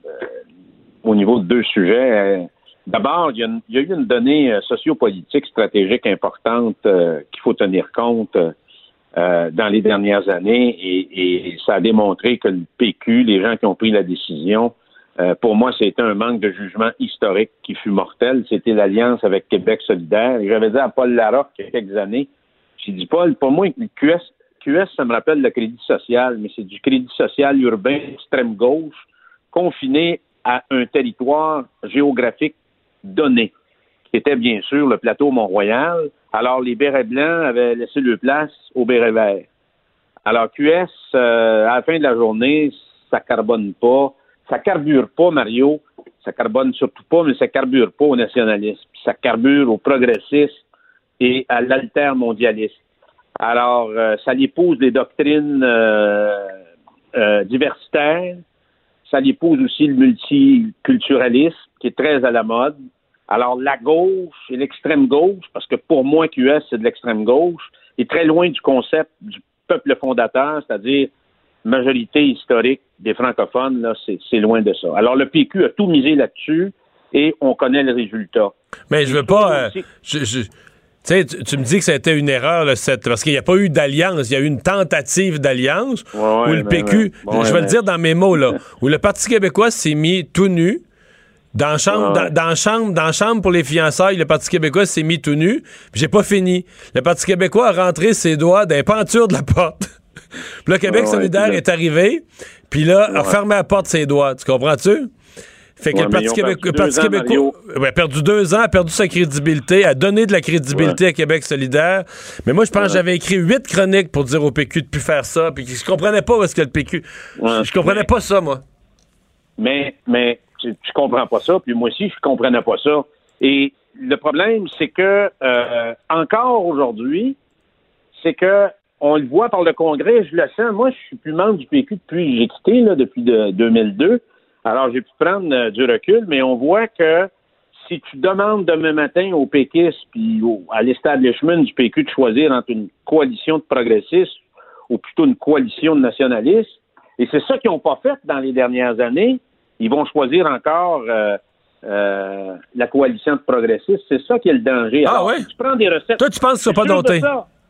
au niveau de deux sujets. Euh, D'abord, il y, a une, il y a eu une donnée euh, sociopolitique stratégique importante euh, qu'il faut tenir compte euh, dans les dernières années et, et ça a démontré que le P Q, les gens qui ont pris la décision, euh, pour moi, c'était un manque de jugement historique qui fut mortel. C'était l'alliance avec Québec solidaire. Et j'avais dit à Paul Larocque il y a quelques années, j'ai dit, Paul, pour moi, le Q S, Q S, ça me rappelle le crédit social, mais c'est du crédit social urbain extrême gauche confiné à un territoire géographique donné, qui était bien sûr le plateau Mont-Royal. Alors, les bérets blancs avaient laissé leur place aux bérets verts. Alors, Q S, euh, à la fin de la journée, ça carbone pas. Ça carbure pas, Mario. Ça carbone surtout pas, mais ça carbure pas au nationalisme. Ça carbure au progressisme et à l'altermondialisme. Alors, euh, ça les pose des doctrines euh, euh, diversitaires. Ça les pose aussi le multiculturalisme, qui est très à la mode. Alors, la gauche et l'extrême gauche, parce que pour moi, Q S, c'est de l'extrême gauche, est très loin du concept du peuple fondateur, c'est-à-dire majorité historique des francophones, là, c'est, c'est loin de ça. Alors, le P Q a tout misé là-dessus et on connaît le résultat. Mais je veux pas... Euh, je, je... Tu sais, tu, tu me dis que ça a été une erreur, là, cette, parce qu'il n'y a pas eu d'alliance. Il y a eu une tentative d'alliance ouais, ouais, où le P Q, ouais, ouais, je vais ouais. le dire dans mes mots, là, où le Parti québécois s'est mis tout nu dans la chambre, ouais. dans, dans chambre, dans chambre pour les fiançailles. Le Parti québécois s'est mis tout nu. Puis j'ai pas fini. Le Parti québécois a rentré ses doigts dans les pentures de la porte. Puis le Québec ouais, solidaire ouais, est arrivé. Puis là, ouais. a fermé la porte ses doigts. Tu comprends-tu? Fait que Ouais, le Parti, Québec, perdu Parti deux ans, québécois ouais, a perdu deux ans, a perdu sa crédibilité, a donné de la crédibilité ouais. à Québec solidaire. Mais moi, je pense ouais. que j'avais écrit huit chroniques pour dire au P Q de plus faire ça, puis je comprenais pas où est-ce que le P Q... Ouais. Je, je comprenais mais, pas ça, moi. Mais, mais tu, tu comprends pas ça, puis moi aussi, je comprenais pas ça. Et le problème, c'est que euh, encore aujourd'hui, c'est que on le voit par le Congrès, je le sens. Moi, je suis plus membre du P Q depuis que j'ai quitté, là, depuis de, deux mille deux. Alors, j'ai pu prendre euh, du recul, mais on voit que si tu demandes demain matin aux péquistes puis au, à l'establishment du P Q de choisir entre une coalition de progressistes ou plutôt une coalition de nationalistes, et c'est ça qu'ils n'ont pas fait dans les dernières années, ils vont choisir encore euh, euh, la coalition de progressistes. C'est ça qui est le danger. Ah Alors, ouais? Si tu prends des recettes... Toi, tu penses qu'ils ne sont pas domptés?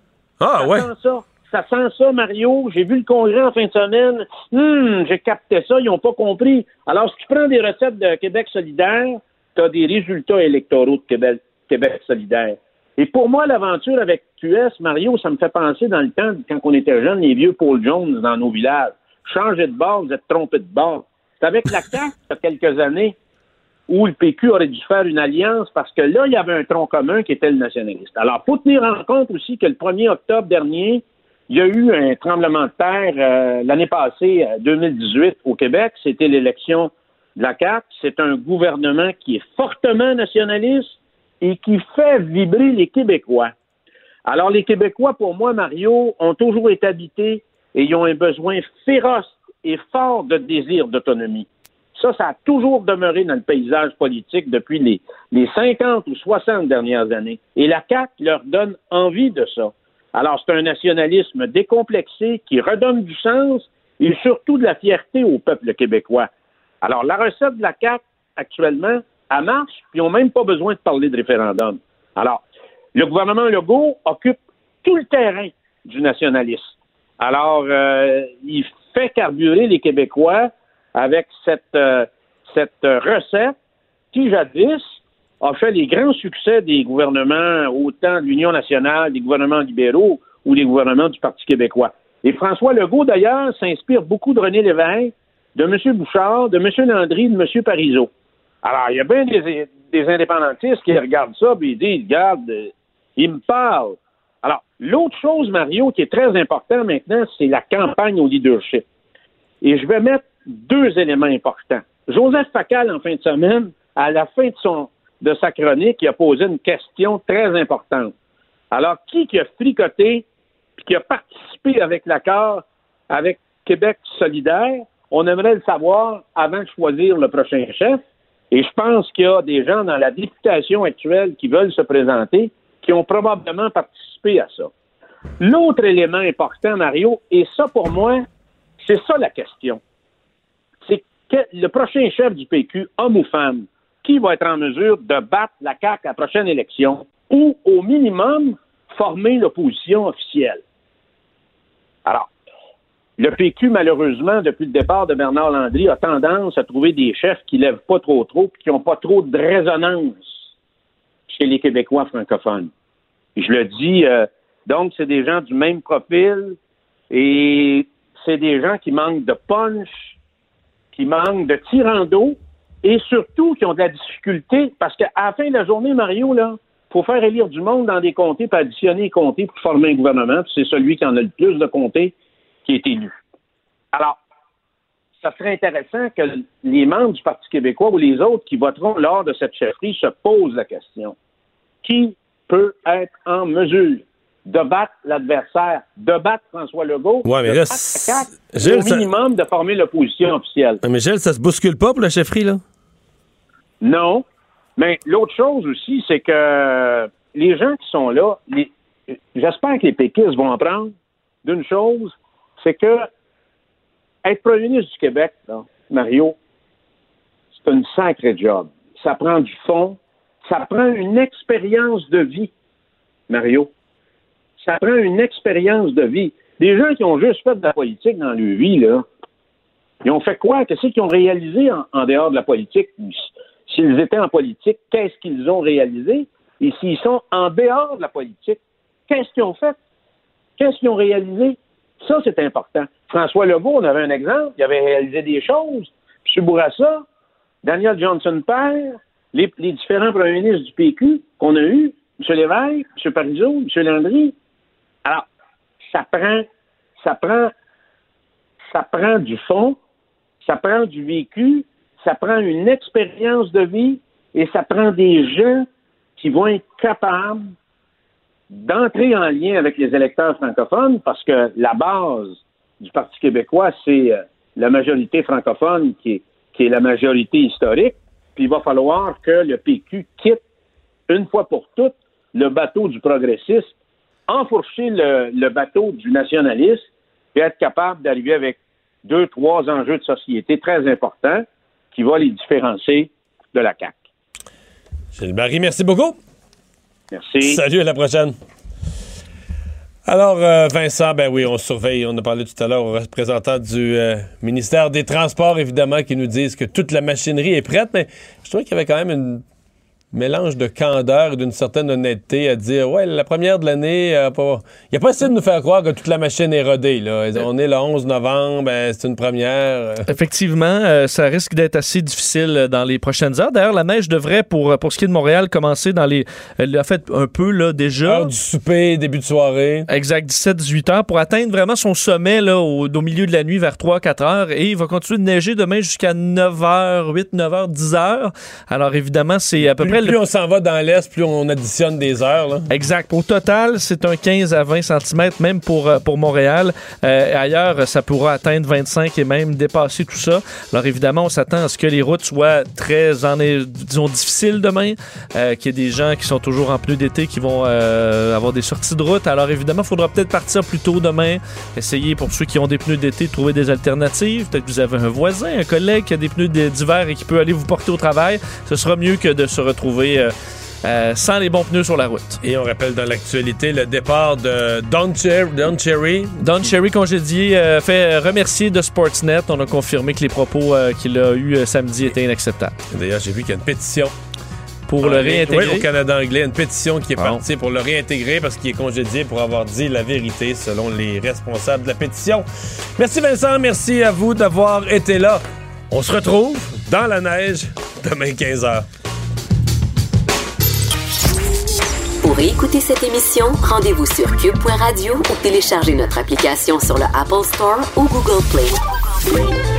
Ah ça ouais? Sent ça. Ça sent ça, Mario. J'ai vu le congrès en fin de semaine. Hum, j'ai capté ça. Ils n'ont pas compris. Alors, si tu prends des recettes de Québec solidaire, tu as des résultats électoraux de Québec, Québec solidaire. Et pour moi, l'aventure avec Q S, Mario, ça me fait penser dans le temps, quand on était jeunes, les vieux Paul Jones dans nos villages. Changez de bord, vous êtes trompé de bord. C'est avec la C A Q, il y a quelques années, où le P Q aurait dû faire une alliance parce que là, il y avait un tronc commun qui était le nationaliste. Alors, il faut tenir en compte aussi que le premier octobre dernier, il y a eu un tremblement de terre euh, l'année passée, deux mille dix-huit, au Québec. C'était l'élection de la C A Q. C'est un gouvernement qui est fortement nationaliste et qui fait vibrer les Québécois. Alors, les Québécois, pour moi, Mario, ont toujours été habités et ils ont un besoin féroce et fort de désir d'autonomie. Ça, ça a toujours demeuré dans le paysage politique depuis les, les cinquante ou soixante dernières années. Et la C A Q leur donne envie de ça. Alors, c'est un nationalisme décomplexé qui redonne du sens et surtout de la fierté au peuple québécois. Alors, la recette de la C A Q, actuellement, elle marche, puis ils n'ont même pas besoin de parler de référendum. Alors, le gouvernement Legault occupe tout le terrain du nationalisme. Alors, euh, il fait carburer les Québécois avec cette, euh, cette recette qui, jadis, a fait les grands succès des gouvernements, autant de l'Union nationale, des gouvernements libéraux ou des gouvernements du Parti québécois. Et François Legault, d'ailleurs, s'inspire beaucoup de René Lévesque, de M. Bouchard, de M. Landry, de M. Parizeau. Alors, il y a bien des, des indépendantistes qui regardent ça et ils disent, regarde, euh, ils me parlent. Alors, l'autre chose, Mario, qui est très important maintenant, c'est la campagne au leadership. Et je vais mettre deux éléments importants. Joseph Facal, en fin de semaine, à la fin de son de sa chronique, il a posé une question très importante. Alors, qui qui a fricoté et qui a participé avec l'accord avec Québec solidaire? On aimerait le savoir avant de choisir le prochain chef. Et je pense qu'il y a des gens dans la députation actuelle qui veulent se présenter qui ont probablement participé à ça. L'autre élément important, Mario, et ça pour moi, c'est ça la question. C'est que le prochain chef du P Q, homme ou femme, qui va être en mesure de battre la C A Q à la prochaine élection ou, au minimum, former l'opposition officielle. Alors, le P Q, malheureusement, depuis le départ de Bernard Landry, a tendance à trouver des chefs qui lèvent pas trop trop et qui n'ont pas trop de résonance chez les Québécois francophones. Et je le dis, euh, donc, c'est des gens du même profil et c'est des gens qui manquent de punch, qui manquent de tirant d'eau, et surtout qui ont de la difficulté, parce qu'à la fin de la journée, Mario, là, il faut faire élire du monde dans des comtés, puis additionner les comtés pour former un gouvernement, puis c'est celui qui en a le plus de comtés qui est élu. Alors, ça serait intéressant que les membres du Parti québécois ou les autres qui voteront lors de cette chefferie se posent la question. Qui peut être en mesure de battre l'adversaire, de battre François Legault, ouais, mais de là, battre la C A Q, Gilles, au minimum ça... de former l'opposition officielle. Mais Gilles, ça se bouscule pas pour la chefferie, là? Non. Mais l'autre chose aussi, c'est que les gens qui sont là, les... j'espère que les péquistes vont en prendre d'une chose, c'est que être premier ministre du Québec, là, Mario, c'est une sacrée job. Ça prend du fond, ça prend une expérience de vie, Mario. Ça prend une expérience de vie. Des gens qui ont juste fait de la politique dans leur vie, là, ils ont fait quoi? Qu'est-ce qu'ils ont réalisé en, en dehors de la politique? S'ils étaient en politique, qu'est-ce qu'ils ont réalisé? Et s'ils sont en dehors de la politique, qu'est-ce qu'ils ont fait? Qu'est-ce qu'ils ont réalisé? Ça, c'est important. François Legault, on avait un exemple. Il avait réalisé des choses. M. Bourassa, Daniel Johnson père, les, les différents premiers ministres du P Q qu'on a eus, M. Lévesque, M. Parizeau, M. Landry. Alors, ça prend, ça prend, ça prend du fond, ça prend du vécu, ça prend une expérience de vie et ça prend des gens qui vont être capables d'entrer en lien avec les électeurs francophones parce que la base du Parti québécois, c'est euh, la majorité francophone qui est, qui est la majorité historique. Puis il va falloir que le P Q quitte une fois pour toutes le bateau du progressisme, enfourcher le, le bateau du nationalisme et être capable d'arriver avec deux, trois enjeux de société très importants qui vont les différencier de la C A Q. Gilles Barry, merci beaucoup. Merci. Salut, à la prochaine. Alors, euh, Vincent, ben oui, on surveille. On a parlé tout à l'heure aux représentants du euh, ministère des Transports, évidemment, qui nous disent que toute la machinerie est prête, mais je trouvais qu'il y avait quand même une mélange de candeur et d'une certaine honnêteté à dire, ouais, la première de l'année, euh, pas... il n'y a pas essayé de nous faire croire que toute la machine est rodée. Là. On est le onze novembre, ben, c'est une première. Effectivement, euh, ça risque d'être assez difficile dans les prochaines heures. D'ailleurs, la neige devrait, pour, pour ce qui est de Montréal, commencer dans les... Elle a fait un peu là déjà. Heure du souper, début de soirée. Exact, dix-sept à dix-huit heures, pour atteindre vraiment son sommet là, au, au milieu de la nuit, vers trois à quatre heures. Et il va continuer de neiger demain jusqu'à neuf heures, huit, neuf heures, dix heures. Alors évidemment, c'est à peu plus, près... Plus le... on s'en va dans l'est, plus on additionne des heures. Là. Exact. Au total, c'est un quinze à vingt centimètres, même pour, pour Montréal. Euh, ailleurs, ça pourra atteindre vingt-cinq et même dépasser tout ça. Alors évidemment, on s'attend à ce que les routes soient très, en, disons, difficiles demain, euh, qu'il y ait des gens qui sont toujours en pneus d'été qui vont euh, avoir des sorties de route. Alors évidemment, il faudra peut-être partir plus tôt demain, essayer pour ceux qui ont des pneus d'été de trouver des alternatives. Peut-être que vous avez un voisin, un collègue qui a des pneus d'hiver et qui peut aller vous porter au travail. Ce sera mieux que de se retrouver euh, euh, sans les bons pneus sur la route. Et on rappelle dans l'actualité le départ de Don, Cher- Don Cherry. Don Cherry, congédié, euh, fait remercier de Sportsnet. On a confirmé que les propos euh, qu'il a eus euh, samedi étaient inacceptables. D'ailleurs, j'ai vu qu'il y a une pétition pour le réintégrer. Oui, au Canada anglais, une pétition qui est bon. partie pour le réintégrer parce qu'il est congédié pour avoir dit la vérité selon les responsables de la pétition. Merci Vincent, merci à vous d'avoir été là. On se retrouve dans la neige demain quinze heures. Pour écouter cette émission, rendez-vous sur cube point radio ou téléchargez notre application sur le Apple Store ou Google Play.